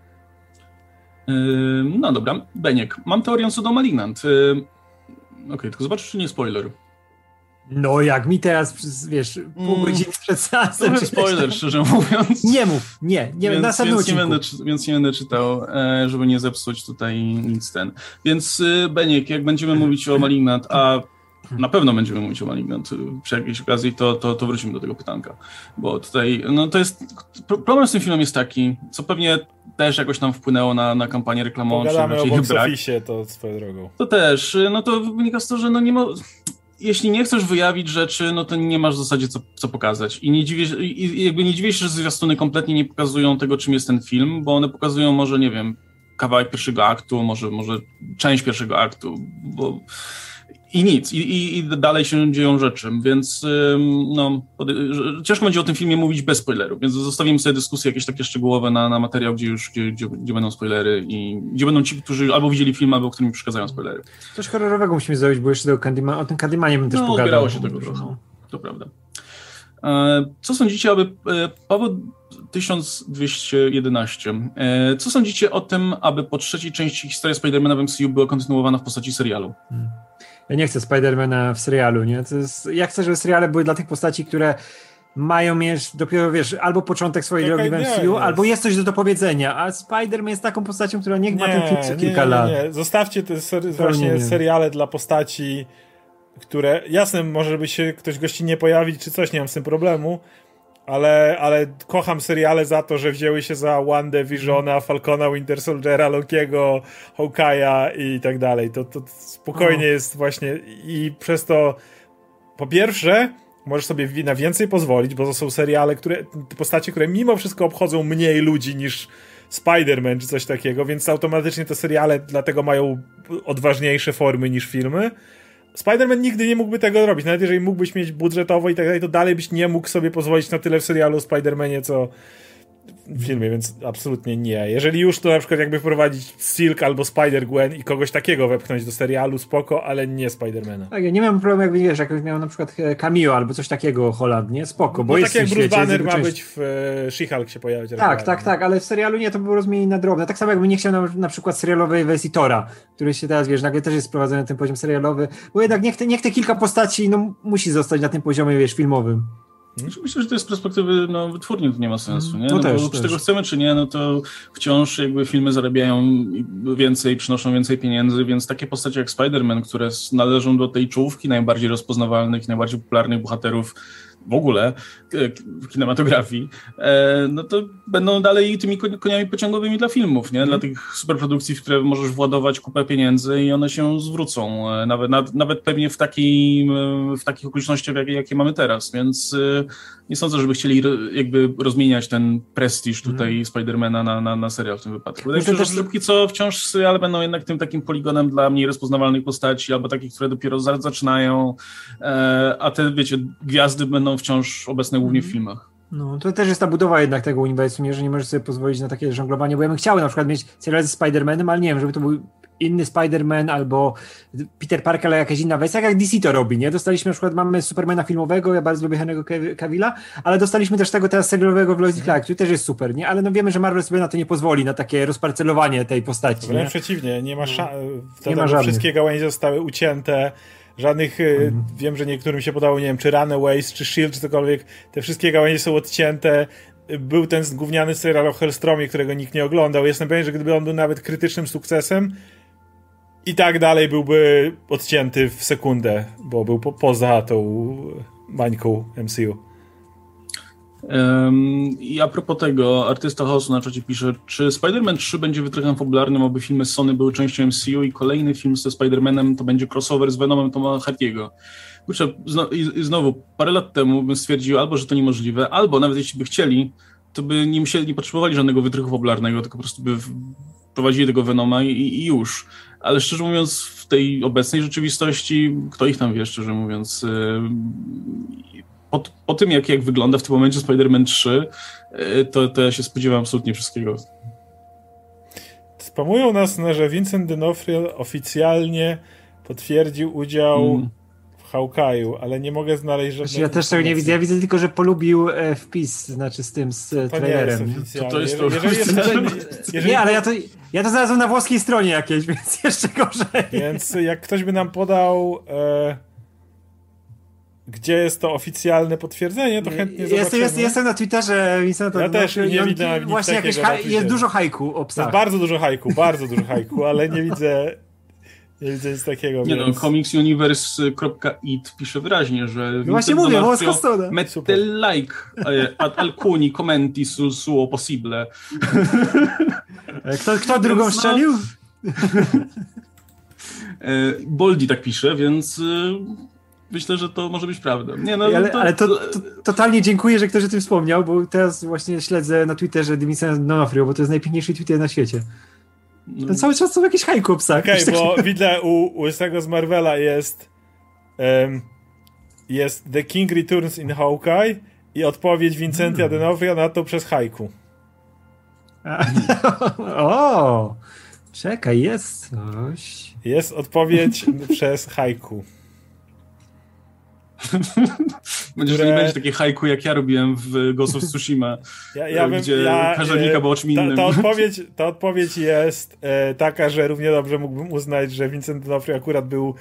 No dobra, Beniek, mam teorię co do Malignant. Okej, okay, tylko zobacz, czy nie spoiler. No jak mi teraz, wiesz, pół godziny przed seansem... To jest spoiler, szczerze mówiąc. Nie mów, nie, nie więc, na samym więc, nie będę, odcinku. więc nie będę czytał, żeby nie zepsuć tutaj nic ten. Więc Beniek, jak będziemy mówić o Malignant, a na pewno będziemy mówić o Malignant przy jakiejś okazji, to, to, to wrócimy do tego pytanka. Bo tutaj, no to jest, problem z tym filmem jest taki, co pewnie też jakoś tam wpłynęło na, na kampanię reklamową. Pogadamy o box office, to swoją drogą. To też, no to wynika z tego, że no nie ma... Jeśli nie chcesz wyjawić rzeczy, no to nie masz w zasadzie co, co pokazać. I nie dziwię, i jakby nie dziwię się, że zwiastuny kompletnie nie pokazują tego, czym jest ten film, bo one pokazują może, nie wiem, kawałek pierwszego aktu, może, może część pierwszego aktu, bo... I nic, I, i, i dalej się dzieją rzeczy, więc no, ciężko będzie o tym filmie mówić bez spoilerów, więc zostawimy sobie dyskusje jakieś takie szczegółowe na, na materiał, gdzie już gdzie, gdzie, gdzie będą spoilery i gdzie będą ci, którzy albo widzieli film, albo którym przeszkadzają spoilery. Coś horrorowego musimy zrobić, bo jeszcze do Candyman, o tym Candymanie bym też no, pogadał. No, się tego trochę, to prawda. Co sądzicie, aby Paweł tysiąc dwieście jedenaście, co sądzicie o tym, aby po trzeciej części historia Spidermana w M C U była kontynuowana w postaci serialu? Hmm. Ja nie chcę Spidermana w serialu, nie? To jest, ja chcę, żeby seriale były dla tych postaci, które mają jeszcze dopiero, wiesz, albo początek swojej drogi w M C U, jest. albo jest coś do powiedzenia, a Spider-Man jest taką postacią, która niech ma ten film co kilka nie, lat. Nie, nie. Zostawcie te ser- właśnie nie. seriale dla postaci, które, jasne, może by się ktoś gościnnie pojawić, czy coś, nie mam z tym problemu, ale, ale kocham seriale za to, że wzięły się za WandaVisiona, Falcona, Winter Soldiera, Lokiego, Hawkeye'a i tak dalej. To, to spokojnie o. jest właśnie i przez to po pierwsze możesz sobie na więcej pozwolić, bo to są seriale, które, postacie, które mimo wszystko obchodzą mniej ludzi niż Spider-Man czy coś takiego, więc automatycznie te seriale dlatego mają odważniejsze formy niż filmy. Spider-Man nigdy nie mógłby tego robić. Nawet jeżeli mógłbyś mieć budżetowo i tak dalej, to dalej byś nie mógł sobie pozwolić na tyle w serialu o Spider-Manie, co w filmie, więc absolutnie nie. Jeżeli już, to na przykład jakby wprowadzić Silk albo Spider-Gwen i kogoś takiego wepchnąć do serialu, spoko, ale nie Spider-Mana. Tak, ja nie mam problemu, jakby wiesz, jakbyś miał na przykład cameo albo coś takiego Holland, nie? Spoko, bo no jest tak jak Bruce świecie, Banner ma część... być w e, She-Hulk się pojawić. Tak, tak, tak, tak, ale w serialu nie, to było rozmienione na drobne. Tak samo jakby nie chciał na, na przykład serialowej wersji Tora, który się teraz, wiesz, nagle też jest sprowadzony na ten poziom serialowy, bo jednak niech te, niech te kilka postaci, no, musi zostać na tym poziomie, wiesz, filmowym. Myślę, że to jest z perspektywy no, wytwórni to nie ma sensu, nie? No no też, bo czy też. tego chcemy, czy nie, no to wciąż jakby filmy zarabiają więcej, przynoszą więcej pieniędzy, więc takie postacie jak Spider-Man, które należą do tej czołówki najbardziej rozpoznawalnych, najbardziej popularnych bohaterów w ogóle w kinematografii, no to będą dalej tymi koniami pociągowymi dla filmów, nie? Dla tych superprodukcji, w które możesz władować kupę pieniędzy i one się zwrócą, nawet, nawet pewnie w, takiej, w takich okolicznościach, jakie, jakie mamy teraz, więc nie sądzę, żeby chcieli jakby rozmieniać ten prestiż tutaj mm. Spidermana na, na, na serial w tym wypadku. Wydaje mi się, że póki co wciąż seriale będą jednak tym takim poligonem dla mniej rozpoznawalnych postaci, albo takich, które dopiero zaczynają, a te, wiecie, gwiazdy będą wciąż obecne głównie w filmach. No, to też jest ta budowa jednak tego uniwersum, że nie możesz sobie pozwolić na takie żonglowanie, bo ja bym chciał na przykład mieć serial ze Spider-Manem, ale nie wiem, żeby to był inny Spider-Man albo Peter Parker, ale jakaś inna wersja, jak D C to robi, nie? Dostaliśmy na przykład, mamy Supermana filmowego, ja bardzo lubię Henry'ego Cavilla, ale dostaliśmy też tego teraz serialowego w Lois Clark, który też jest super, nie? Ale no wiemy, że Marvel sobie na to nie pozwoli, na takie rozparcelowanie tej postaci. Wręcz przeciwnie, nie ma szans. Nie ma żadnych. Wszystkie gałęzie zostały ucięte. Żadnych, mhm. wiem, że niektórym się podało, nie wiem, czy Runaways, czy Shield, czy cokolwiek, te wszystkie gałęzie są odcięte. Był ten gówniany serial o Hellstromie, którego nikt nie oglądał. Jestem pewien, że gdyby on był nawet krytycznym sukcesem, i tak dalej byłby odcięty w sekundę, bo był po, poza tą bańką M C U. Um, I a propos tego, artysta chaosu na czacie pisze, czy Spider-Man trzy będzie wytrychem fabularnym, aby filmy Sony były częścią M C U i kolejny film ze Spider-Manem to będzie crossover z Venomem Toma Hardiego. Kurczę, zno, i, i znowu, parę lat temu bym stwierdził albo, że to niemożliwe, albo nawet jeśli by chcieli, to by nie musieli, nie potrzebowali żadnego wytrychu fabularnego, tylko po prostu by wprowadzili tego Venoma i, i już. Ale szczerze mówiąc, w tej obecnej rzeczywistości, kto ich tam wie, szczerze mówiąc, yy, po, po tym, jak, jak wygląda w tym momencie Spider-Man trzy, yy, to, to ja się spodziewam absolutnie wszystkiego. Spamują nas, no, że Vincent D'Onofrio oficjalnie potwierdził udział mm. w Hawkeye'u, ale nie mogę znaleźć żadnego... Ja też tego nie widzę, ja widzę tylko, że polubił e, wpis, znaczy z tym, z to trailerem. Nie jest to, to jest to... Jeżeli jest, jeżeli... Nie, ale ja to, ja to znalazłem na włoskiej stronie jakiejś, więc jeszcze gorzej. Więc jak ktoś by nam podał... E... gdzie jest to oficjalne potwierdzenie, to chętnie jestem, zobaczymy. Jest, jestem na Twitterze Vincenta. Ja też nie widzę nic właśnie jakieś ha- jest dużo hajku o psach. Jest bardzo dużo hajku, bardzo dużo hajku, ale nie widzę nie widzę nic takiego. Nie więc... no, comicsuniverse kropka it pisze wyraźnie, że no właśnie mówię, włoska strona. Mette like ad alcuni commenti sul suo possibile. Kto, kto drugą strzelił? Boldi tak pisze, więc myślę, że to może być prawda. Nie, no, ale to, ale to, to totalnie dziękuję, że ktoś o tym wspomniał, bo teraz właśnie śledzę na Twitterze Vincenta D'Onofrio, bo to jest najpiękniejszy Twitter na świecie. No. Ten cały czas są jakieś hajku o psach. Okej, okay, bo widzę u łysego z Marvela jest um, jest The King Returns in Hawkeye i odpowiedź Vincenta hmm. D'Onofrio na to przez hajku. O, czekaj, jest coś. Jest odpowiedź przez hajku. Będzie, które... że nie będzie takie haiku, jak ja robiłem w Ghost of Tsushima, ja, ja bym, gdzie ja, każdelnika było czym innym. Ta, ta, odpowiedź, ta odpowiedź jest e, taka, że równie dobrze mógłbym uznać, że Vincent D'Onofrio akurat był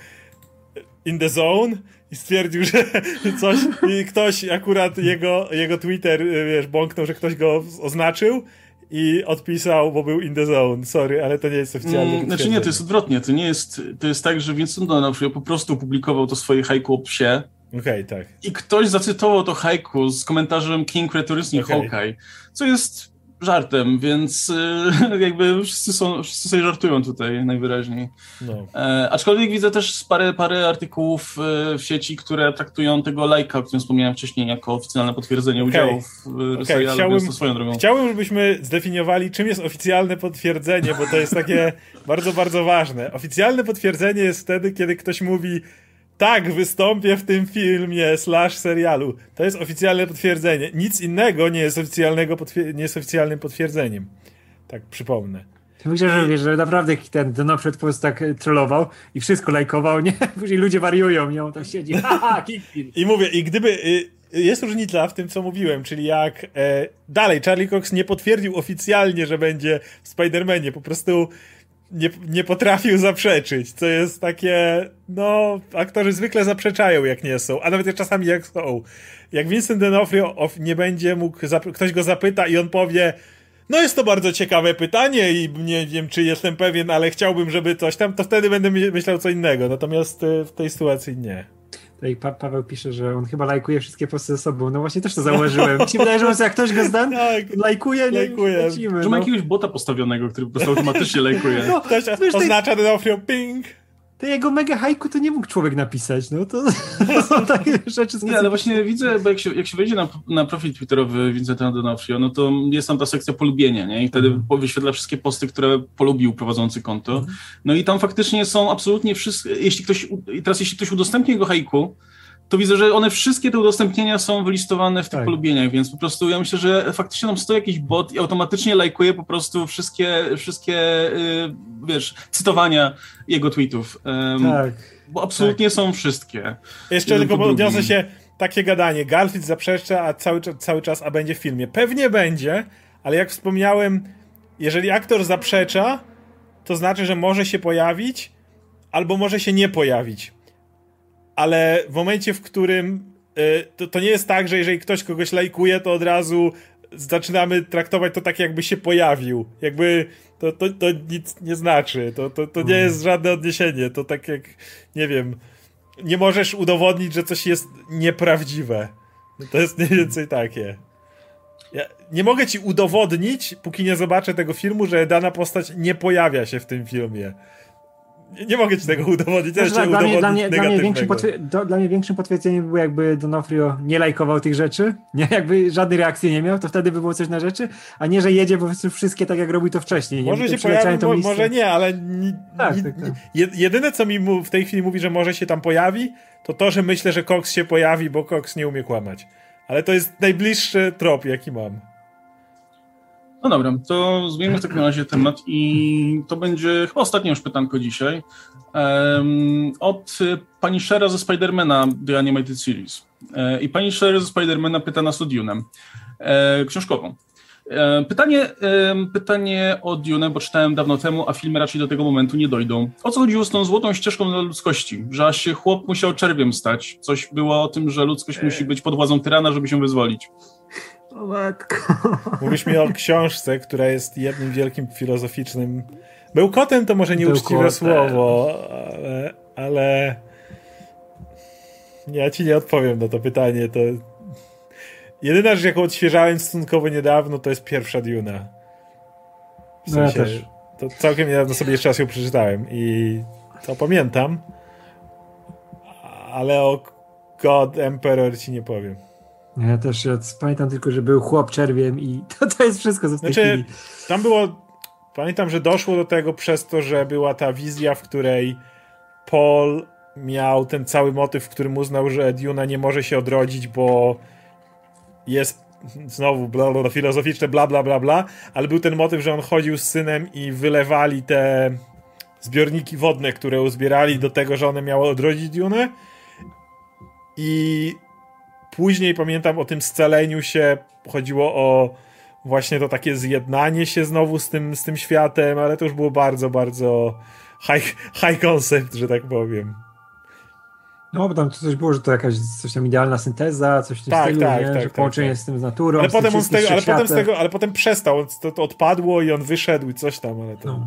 in the zone i stwierdził, że coś i ktoś akurat jego, jego Twitter, wiesz, bąknął, że ktoś go oznaczył i odpisał, bo był in the zone. Sorry, ale to nie jest oficjalnie. Mm, znaczy nie, to jest odwrotnie. To nie jest, to jest tak, że Vincent D'Onofrio po prostu opublikował to swoje haiku o psie. Okej, okay, tak. I ktoś zacytował to haiku z komentarzem King Returns in okay. Hawkeye, co jest żartem, więc y, jakby wszyscy, są, wszyscy sobie żartują tutaj najwyraźniej. No. E, aczkolwiek widzę też parę, parę artykułów y, w sieci, które traktują tego lajka, o którym wspomniałem wcześniej, jako oficjalne potwierdzenie okay. udziału w okay. serialu, chciałbym, więc to swoją drogą. Chciałbym, żebyśmy zdefiniowali, czym jest oficjalne potwierdzenie, bo to jest takie bardzo, bardzo ważne. Oficjalne potwierdzenie jest wtedy, kiedy ktoś mówi: tak, wystąpię w tym filmie slash serialu. To jest oficjalne potwierdzenie. Nic innego nie jest, oficjalnego potwier- nie jest oficjalnym potwierdzeniem. Tak, przypomnę. Myślę, że, wiesz, że naprawdę ten D'Onofrio po prostu tak trollował i wszystko lajkował, nie? Później ludzie wariują i on tam siedzi. I mówię, i gdyby... Y- jest różnica w tym, co mówiłem, czyli jak e, dalej Charlie Cox nie potwierdził oficjalnie, że będzie w Spider-Manie. Po prostu... Nie, nie potrafił zaprzeczyć, co jest takie, no, aktorzy zwykle zaprzeczają, jak nie są, a nawet czasami jak są. Jak Vincent D'Onofrio nie będzie mógł, ktoś go zapyta i on powie: no jest to bardzo ciekawe pytanie i nie wiem, czy jestem pewien, ale chciałbym, żeby coś tam, to wtedy będę myślał co innego, natomiast w tej sytuacji nie. Tutaj pa- Paweł pisze, że on chyba lajkuje wszystkie posty ze sobą. No właśnie też to zauważyłem. Mi się wydaje, że jak ktoś go zda, tak, lajkuje, nie lajkuje. Lecimy, że ma no. jakiegoś bota postawionego, który po prostu automatycznie lajkuje. No, ktoś wiesz, oznacza ten D'Onofrio ping. To jego mega haiku to nie mógł człowiek napisać, no to, to są takie rzeczy specyficzne. Nie, ale właśnie widzę, bo jak się, jak się wejdzie na, na profil twitterowy Vincenta D'Onofrio, no to jest tam ta sekcja polubienia, nie? I wtedy mm. wyświetla wszystkie posty, które polubił prowadzący konto. Mm. No i tam faktycznie są absolutnie wszystkie, jeśli ktoś, teraz jeśli ktoś udostępni jego haiku, to widzę, że one wszystkie te udostępnienia są wylistowane w tych tak. polubieniach, więc po prostu ja myślę, że faktycznie tam stoi jakiś bot i automatycznie lajkuje po prostu wszystkie, wszystkie yy, wiesz, cytowania jego tweetów. Um, tak. Bo absolutnie tak. są wszystkie. Jeszcze tylko podniosę się takie gadanie. Garfield zaprzecza, a cały, cały czas, a będzie w filmie. Pewnie będzie, ale jak wspomniałem, jeżeli aktor zaprzecza, to znaczy, że może się pojawić, albo może się nie pojawić. Ale w momencie, w którym y, to, to nie jest tak, że jeżeli ktoś kogoś lajkuje, to od razu zaczynamy traktować to tak, jakby się pojawił. Jakby to, to, to nic nie znaczy. To, to, to nie jest żadne odniesienie. To tak jak, nie wiem, nie możesz udowodnić, że coś jest nieprawdziwe. To jest mniej więcej takie. Ja nie mogę ci udowodnić, póki nie zobaczę tego filmu, że dana postać nie pojawia się w tym filmie. Nie, nie mogę ci tego udowodnić. Znaczy, tak, dla, mnie, dla, mnie, dla, mnie większym potwier- do, dla mnie większym potwierdzeniem było, jakby D'Onofrio nie lajkował tych rzeczy, nie, jakby żadnej reakcji nie miał, to wtedy by było coś na rzeczy, a nie, że jedzie po prostu wszystkie tak, jak robił to wcześniej. Nie? Może się pojawi, mo- może nie, ale ni- tak, ni- tak, tak. jedyne, co mi w tej chwili mówi, że może się tam pojawi, to to, że myślę, że Cox się pojawi, bo Cox nie umie kłamać. Ale to jest najbliższy trop, jaki mam. No dobra, to zmieńmy w takim razie temat i to będzie chyba ostatnie już pytanko dzisiaj. Um, od pani Shera ze Spidermana The Animated Series. E, I pani Shera ze Spidermana pyta nas o Dune'em e, książkową. E, pytanie, e, pytanie o Dune, bo czytałem dawno temu, a filmy raczej do tego momentu nie dojdą. O co chodziło z tą złotą ścieżką dla ludzkości? Że aż się chłop musiał czerwiem stać. Coś było o tym, że ludzkość e... musi być pod władzą tyrana, żeby się wyzwolić. O matko. Mówisz mi o książce, która jest jednym wielkim filozoficznym... Bełkotem to może nieuczciwe słowo, ale, ale... Ja ci nie odpowiem na to pytanie. To jedyna rzecz, jaką odświeżałem stosunkowo niedawno, to jest pierwsza Duna. W sensie, no ja też. To całkiem niedawno sobie jeszcze raz ją przeczytałem i to pamiętam, ale o God Emperor ci nie powiem. Ja też ja pamiętam tylko, że był chłop czerwiem i to, to jest wszystko, co w tej znaczy, chwili. Tam było... Pamiętam, że doszło do tego przez to, że była ta wizja, w której Paul miał ten cały motyw, w którym uznał, że Duna nie może się odrodzić, bo jest znowu bla, bla, filozoficzne bla bla bla bla, ale był ten motyw, że on chodził z synem i wylewali te zbiorniki wodne, które uzbierali do tego, że one miały odrodzić Dunę i później pamiętam o tym scaleniu się, chodziło o właśnie to takie zjednanie się znowu z tym, z tym światem, ale to już było bardzo, bardzo high, high concept, że tak powiem. No, bo tam coś było, że to jakaś coś tam idealna synteza, coś w tym tak, stylu, tak, nie? tak, że tak, połączenie tak. z tym z naturą, ale z potem, on z tego, ale, potem z światem. tego, ale potem przestał, to, to odpadło i on wyszedł i coś tam, ale to... No.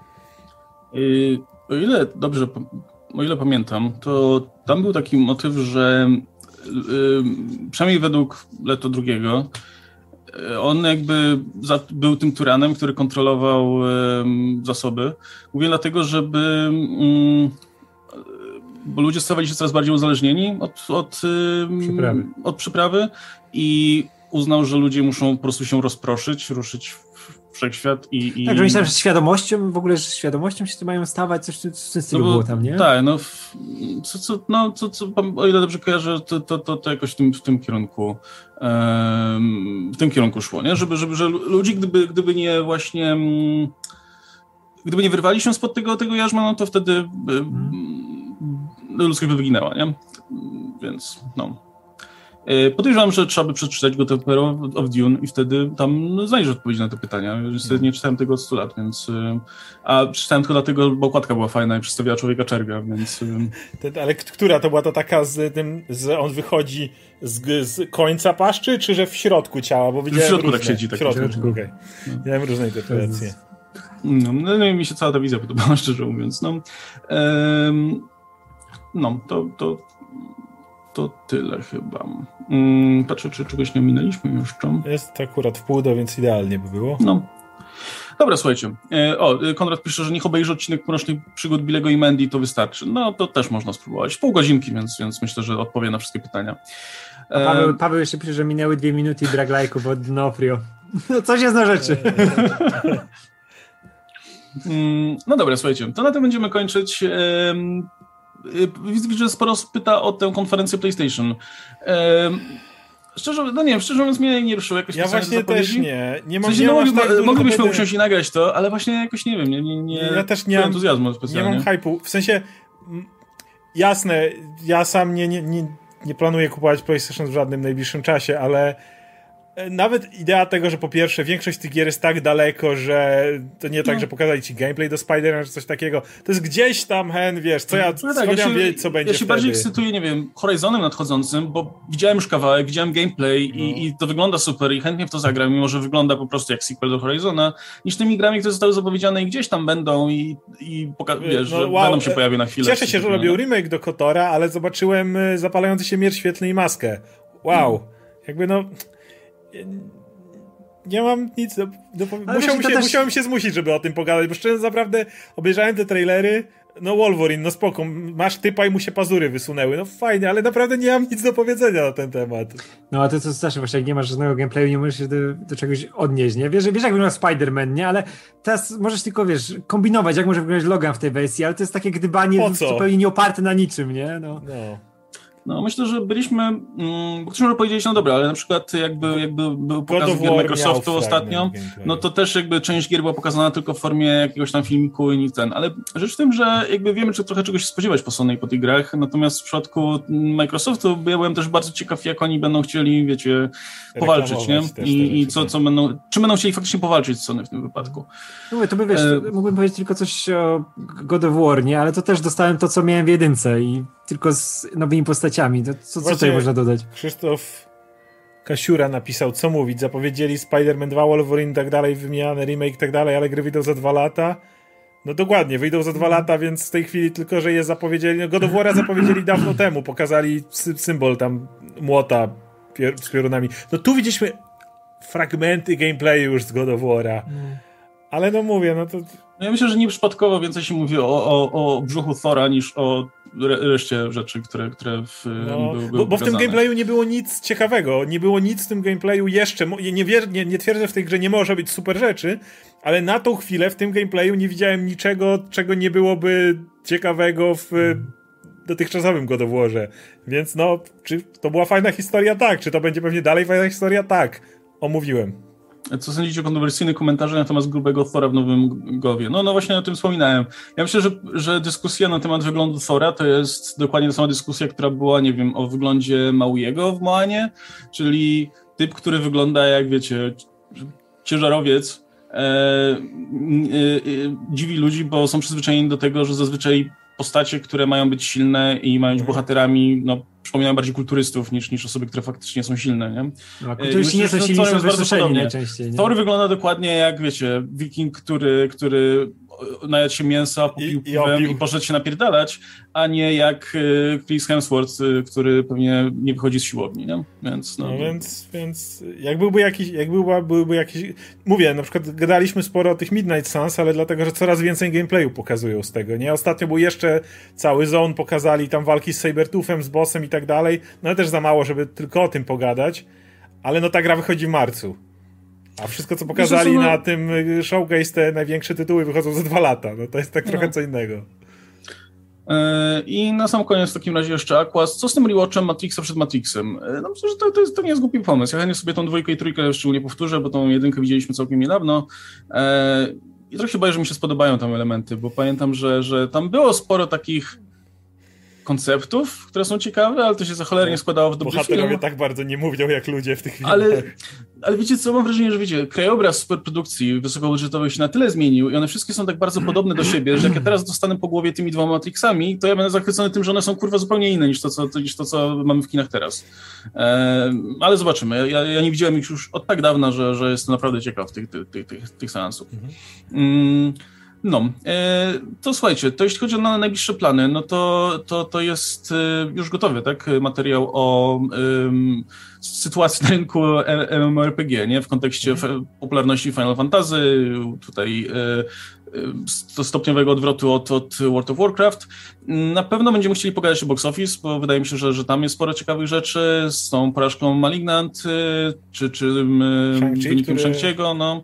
Yy, o ile dobrze, o ile pamiętam, to tam był taki motyw, że yy, przynajmniej według Leto drugiego, on jakby za, był tym tyranem, który kontrolował y, zasoby. Mówię dlatego, żeby y, bo ludzie stawali się coraz bardziej uzależnieni od, od, y, przyprawy. od przyprawy i uznał, że ludzie muszą po prostu się rozproszyć, ruszyć w wszechświat i... i... Tak, że myślałem, że świadomością, w ogóle, że świadomością się to mają stawać, coś w tym stylu no bo, było tam, nie? Tak, no, w, co, co, no co, co, o ile dobrze kojarzę, to, to, to, to jakoś w tym, w tym kierunku um, w tym kierunku szło, nie? Żeby, żeby, że ludzi, gdyby, gdyby nie właśnie um, gdyby nie wyrwali się spod tego, tego jarzma, no to wtedy um, ludzkość by wyginęła, nie? Więc, no. Podejrzewam, że trzeba by przeczytać go Temple of Dune i wtedy tam znajdziesz odpowiedzi na te pytania. Niestety nie czytałem tego od stu lat, więc... A przeczytałem tylko dlatego, bo okładka była fajna i przedstawiała człowieka czerwia, więc... Ale która to była to taka z tym, że on wychodzi z, z końca paszczy, czy że w środku ciała? Bo w środku różne. tak siedzi. Tak w środku, okej. Okay. Miałem różne interpretacje. No, no, no i mi się cała ta wizja podobała, szczerze mówiąc. No, um, no to... to To tyle chyba. Hmm, patrzę, czy czegoś nie minęliśmy jeszcze. Jest akurat w pół do, więc idealnie by było. No. Dobra, słuchajcie. E, o, Konrad pisze, że niech obejrzy odcinek Północnych Przygód Billego i Mandy, to wystarczy. No, to też można spróbować. Pół godzinki, więc, więc myślę, że odpowie na wszystkie pytania. E, Paweł, Paweł jeszcze pisze, że minęły dwie minuty i brak lajków od D'Onofrio. No, coś jest na rzeczy. No dobra, słuchajcie. To na tym będziemy kończyć. Widzę, że sporo osób pyta o tę konferencję PlayStation. Ehm, szczerze, no nie wiem, szczerze mówiąc mnie nie ruszyło jakoś. Ja właśnie też nie. Nie mam, w sensie, nie no, mam mogli, tak moglibyśmy wtedy... usiąść i nagrać to, ale właśnie jakoś nie wiem, nie, nie, nie ja też nie mam entuzjazmu specjalnie. Nie mam hype'u. W sensie jasne, ja sam nie, nie, nie, nie planuję kupować PlayStation w żadnym najbliższym czasie, ale nawet idea tego, że po pierwsze większość tych gier jest tak daleko, że to nie tak, no. że pokazali ci gameplay do Spider-Man czy coś takiego, to jest gdzieś tam, hen, wiesz, co ja, no tak, ja się, wiedzieć, co będzie Ja się wtedy. bardziej ekscytuję, nie wiem, Horizonem nadchodzącym, bo widziałem już kawałek, widziałem gameplay no. i, i to wygląda super i chętnie w to zagram, mimo że wygląda po prostu jak sequel do Horizona, niż tymi grami, które zostały zapowiedziane i gdzieś tam będą i, i poka- wiesz, no, że wow. będą się pojawiły na chwilę. Cieszę się, że robią remake do Kotora, ale zobaczyłem Zapalający się miecz świetlny i maskę. Wow. Hmm. Jakby no... nie mam nic do, do musiałem, się, też... musiałem się zmusić, żeby o tym pogadać, bo szczerze naprawdę obejrzałem te trailery, no Wolverine, no spoko, masz typa i mu się pazury wysunęły, no fajnie, ale naprawdę nie mam nic do powiedzenia na ten temat. No a to co straszne, właśnie jak nie masz żadnego gameplayu, nie możesz się do, do czegoś odnieść, nie? Wiesz, wiesz jak wygląda Spider-Man, nie? Ale teraz możesz tylko, wiesz, kombinować, jak może wyglądać Logan w tej wersji, ale to jest takie gdybanie zupełnie nie oparte na niczym, nie? No. no. No myślę, że byliśmy, mm, bo ktoś może powiedzieć, no dobra, ale na przykład jakby, jakby był pokaz gier Microsoftu ostatnio, no to też jakby część gier była pokazana tylko w formie jakiegoś tam filmiku i nic ten, ale rzecz w tym, że jakby wiemy, czy trochę czegoś się spodziewać po Sony po tych grach, natomiast w przypadku Microsoftu ja byłem też bardzo ciekaw, jak oni będą chcieli, wiecie, powalczyć, nie? I, i co, co będą, czy będą chcieli faktycznie powalczyć z Sony w tym wypadku. No to by wiesz, e... mógłbym powiedzieć tylko coś o God of War, nie? Ale to też dostałem to, co miałem w jedynce i tylko z nowymi postaciami. To co, co tutaj można dodać? Krzysztof Kasiura napisał, co mówić, zapowiedzieli Spider-Man dwa, Wolverine i tak dalej, wymieniane remake i tak dalej, ale gry wyjdą za dwa lata. No dokładnie, wyjdą za dwa lata, więc w tej chwili tylko, że je zapowiedzieli, no God of War'a zapowiedzieli dawno temu, pokazali sy- symbol tam młota pier- z piorunami. No tu widzieliśmy fragmenty gameplayu już z God of War'a. Mm. Ale no mówię, no to... No ja myślę, że nieprzypadkowo więcej się mówi o, o, o brzuchu Thora niż o reszcie rzeczy, które, które w, no, były, były bo, bo w tym gameplayu nie było nic ciekawego, nie było nic w tym gameplayu jeszcze, nie, nie, nie twierdzę, że w tej grze nie może być super rzeczy, ale na tą chwilę w tym gameplayu nie widziałem niczego, czego nie byłoby ciekawego w dotychczasowym God of Warze. Więc no, czy to była fajna historia? Tak. Czy to będzie pewnie dalej fajna historia? Tak. Omówiłem. Co sądzicie o kontrowersyjnych komentarzach na temat grubego Thora w nowym Gowie? No, no właśnie o tym wspominałem. Ja myślę, że, że dyskusja na temat wyglądu Thora to jest dokładnie ta sama dyskusja, która była, nie wiem, o wyglądzie Mauiego w Moanie, czyli typ, który wygląda jak, wiecie, ciężarowiec, e, e, e, dziwi ludzi, bo są przyzwyczajeni do tego, że zazwyczaj postacie, które mają być silne i mają być bohaterami, no, przypominają bardziej kulturystów niż, niż osoby, które faktycznie są silne, nie? No, kulturyści nie są silni, są wysuszeni najczęściej. Nie? Thor wygląda dokładnie jak, wiecie, wiking, który, który najadł się mięsa, popił piwem i, i poszedł się napierdalać, a nie jak Chris Hemsworth, który pewnie nie wychodzi z siłowni, nie? Więc, no, no więc, więc jak byłby jakiś, jak byłby, byłby jakiś, mówię, na przykład gadaliśmy sporo o tych Midnight Suns, ale dlatego, że coraz więcej gameplayu pokazują z tego, nie? Ostatnio był jeszcze cały Zone, pokazali tam walki z Sabertoothem, z bossem i tak dalej, no ale też za mało, żeby tylko o tym pogadać, ale no ta gra wychodzi w marcu. A wszystko, co pokazali na tym Showcase, te największe tytuły wychodzą za dwa lata. No to jest tak trochę no. co innego. Yy, I na sam koniec w takim razie jeszcze Aquas. Co z tym rewatchem Matrixa przed Matrixem? Yy, no myślę, że to, to, jest, to nie jest głupi pomysł. Ja chętnie sobie tą dwójkę i trójkę szczególnie powtórzę, bo tą jedynkę widzieliśmy całkiem niedawno. Yy, I trochę się boję, że mi się spodobają tam elementy, bo pamiętam, że, że tam było sporo takich konceptów, które są ciekawe, ale to się za cholernie składało w dobry film. Bohaterowie tak bardzo nie mówią jak ludzie w tych filmach. Ale, ale wiecie co, mam wrażenie, że wiecie, krajobraz superprodukcji wysokobudżetowych się na tyle zmienił i one wszystkie są tak bardzo podobne do siebie, że jak ja teraz dostanę po głowie tymi dwoma Matrixami, to ja będę zachwycony tym, że one są kurwa zupełnie inne niż to, co, niż to, co mamy w kinach teraz. E, ale zobaczymy. Ja, ja nie widziałem ich już od tak dawna, że, że jestem naprawdę ciekaw tych, tych, tych, tych, tych seansów. Mhm. Mm. No, to słuchajcie, to jeśli chodzi o najbliższe plany, no to, to, to jest już gotowy, tak, materiał o um, sytuacji na rynku MMORPG, nie, w kontekście mhm. popularności Final Fantasy, tutaj e, stopniowego odwrotu od, od World of Warcraft. Na pewno będziemy chcieli pogadać o box office, bo wydaje mi się, że, że tam jest sporo ciekawych rzeczy, z tą porażką Malignant, czy, czy Shang-Chi, wynikiem który... Shang-Chi'ego, no.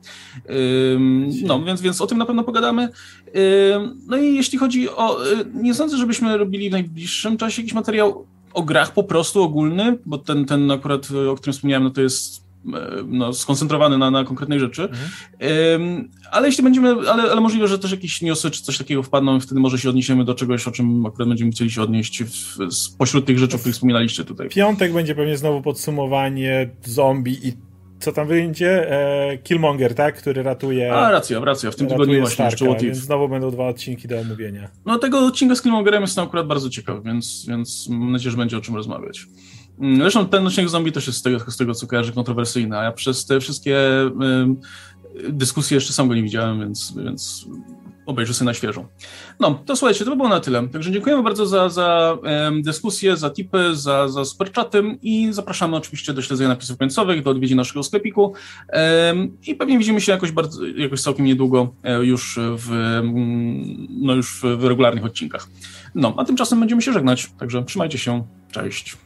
No, więc, więc o tym na pewno pogadamy. No i jeśli chodzi o... Nie sądzę, żebyśmy robili w najbliższym czasie jakiś materiał o grach po prostu ogólny, bo ten, ten akurat, o którym wspomniałem, no to jest no, skoncentrowany na, na konkretnej rzeczy. Mhm. Um, ale jeśli będziemy, ale, ale możliwe, że też jakieś newsy czy coś takiego wpadną i wtedy może się odniesiemy do czegoś, o czym akurat będziemy chcieli się odnieść w, w, spośród tych rzeczy, o których wspominaliście tutaj. W piątek będzie pewnie znowu podsumowanie zombie i co tam wyjdzie? E, Killmonger, tak? Który ratuje... A, racja, racja. W tym tygodniu właśnie Starka, jeszcze więc znowu będą dwa odcinki do omówienia. No tego odcinka z Killmongerem jestem akurat bardzo ciekaw, więc, więc mam nadzieję, że będzie o czym rozmawiać. Zresztą ten odcinek zombie też jest z tego, z tego co kojarzę, kontrowersyjny, a ja przez te wszystkie y, dyskusje jeszcze sam go nie widziałem, więc, więc obejrzy sobie na świeżo. No, to słuchajcie, to by było na tyle. Także dziękujemy bardzo za, za um, dyskusję, za tipy, za, za superczaty i zapraszamy oczywiście do śledzenia napisów końcowych, do odwiedzi naszego sklepiku um, i pewnie widzimy się jakoś, bardzo, jakoś całkiem niedługo już w, no, już w regularnych odcinkach. No, a tymczasem będziemy się żegnać, także trzymajcie się, cześć.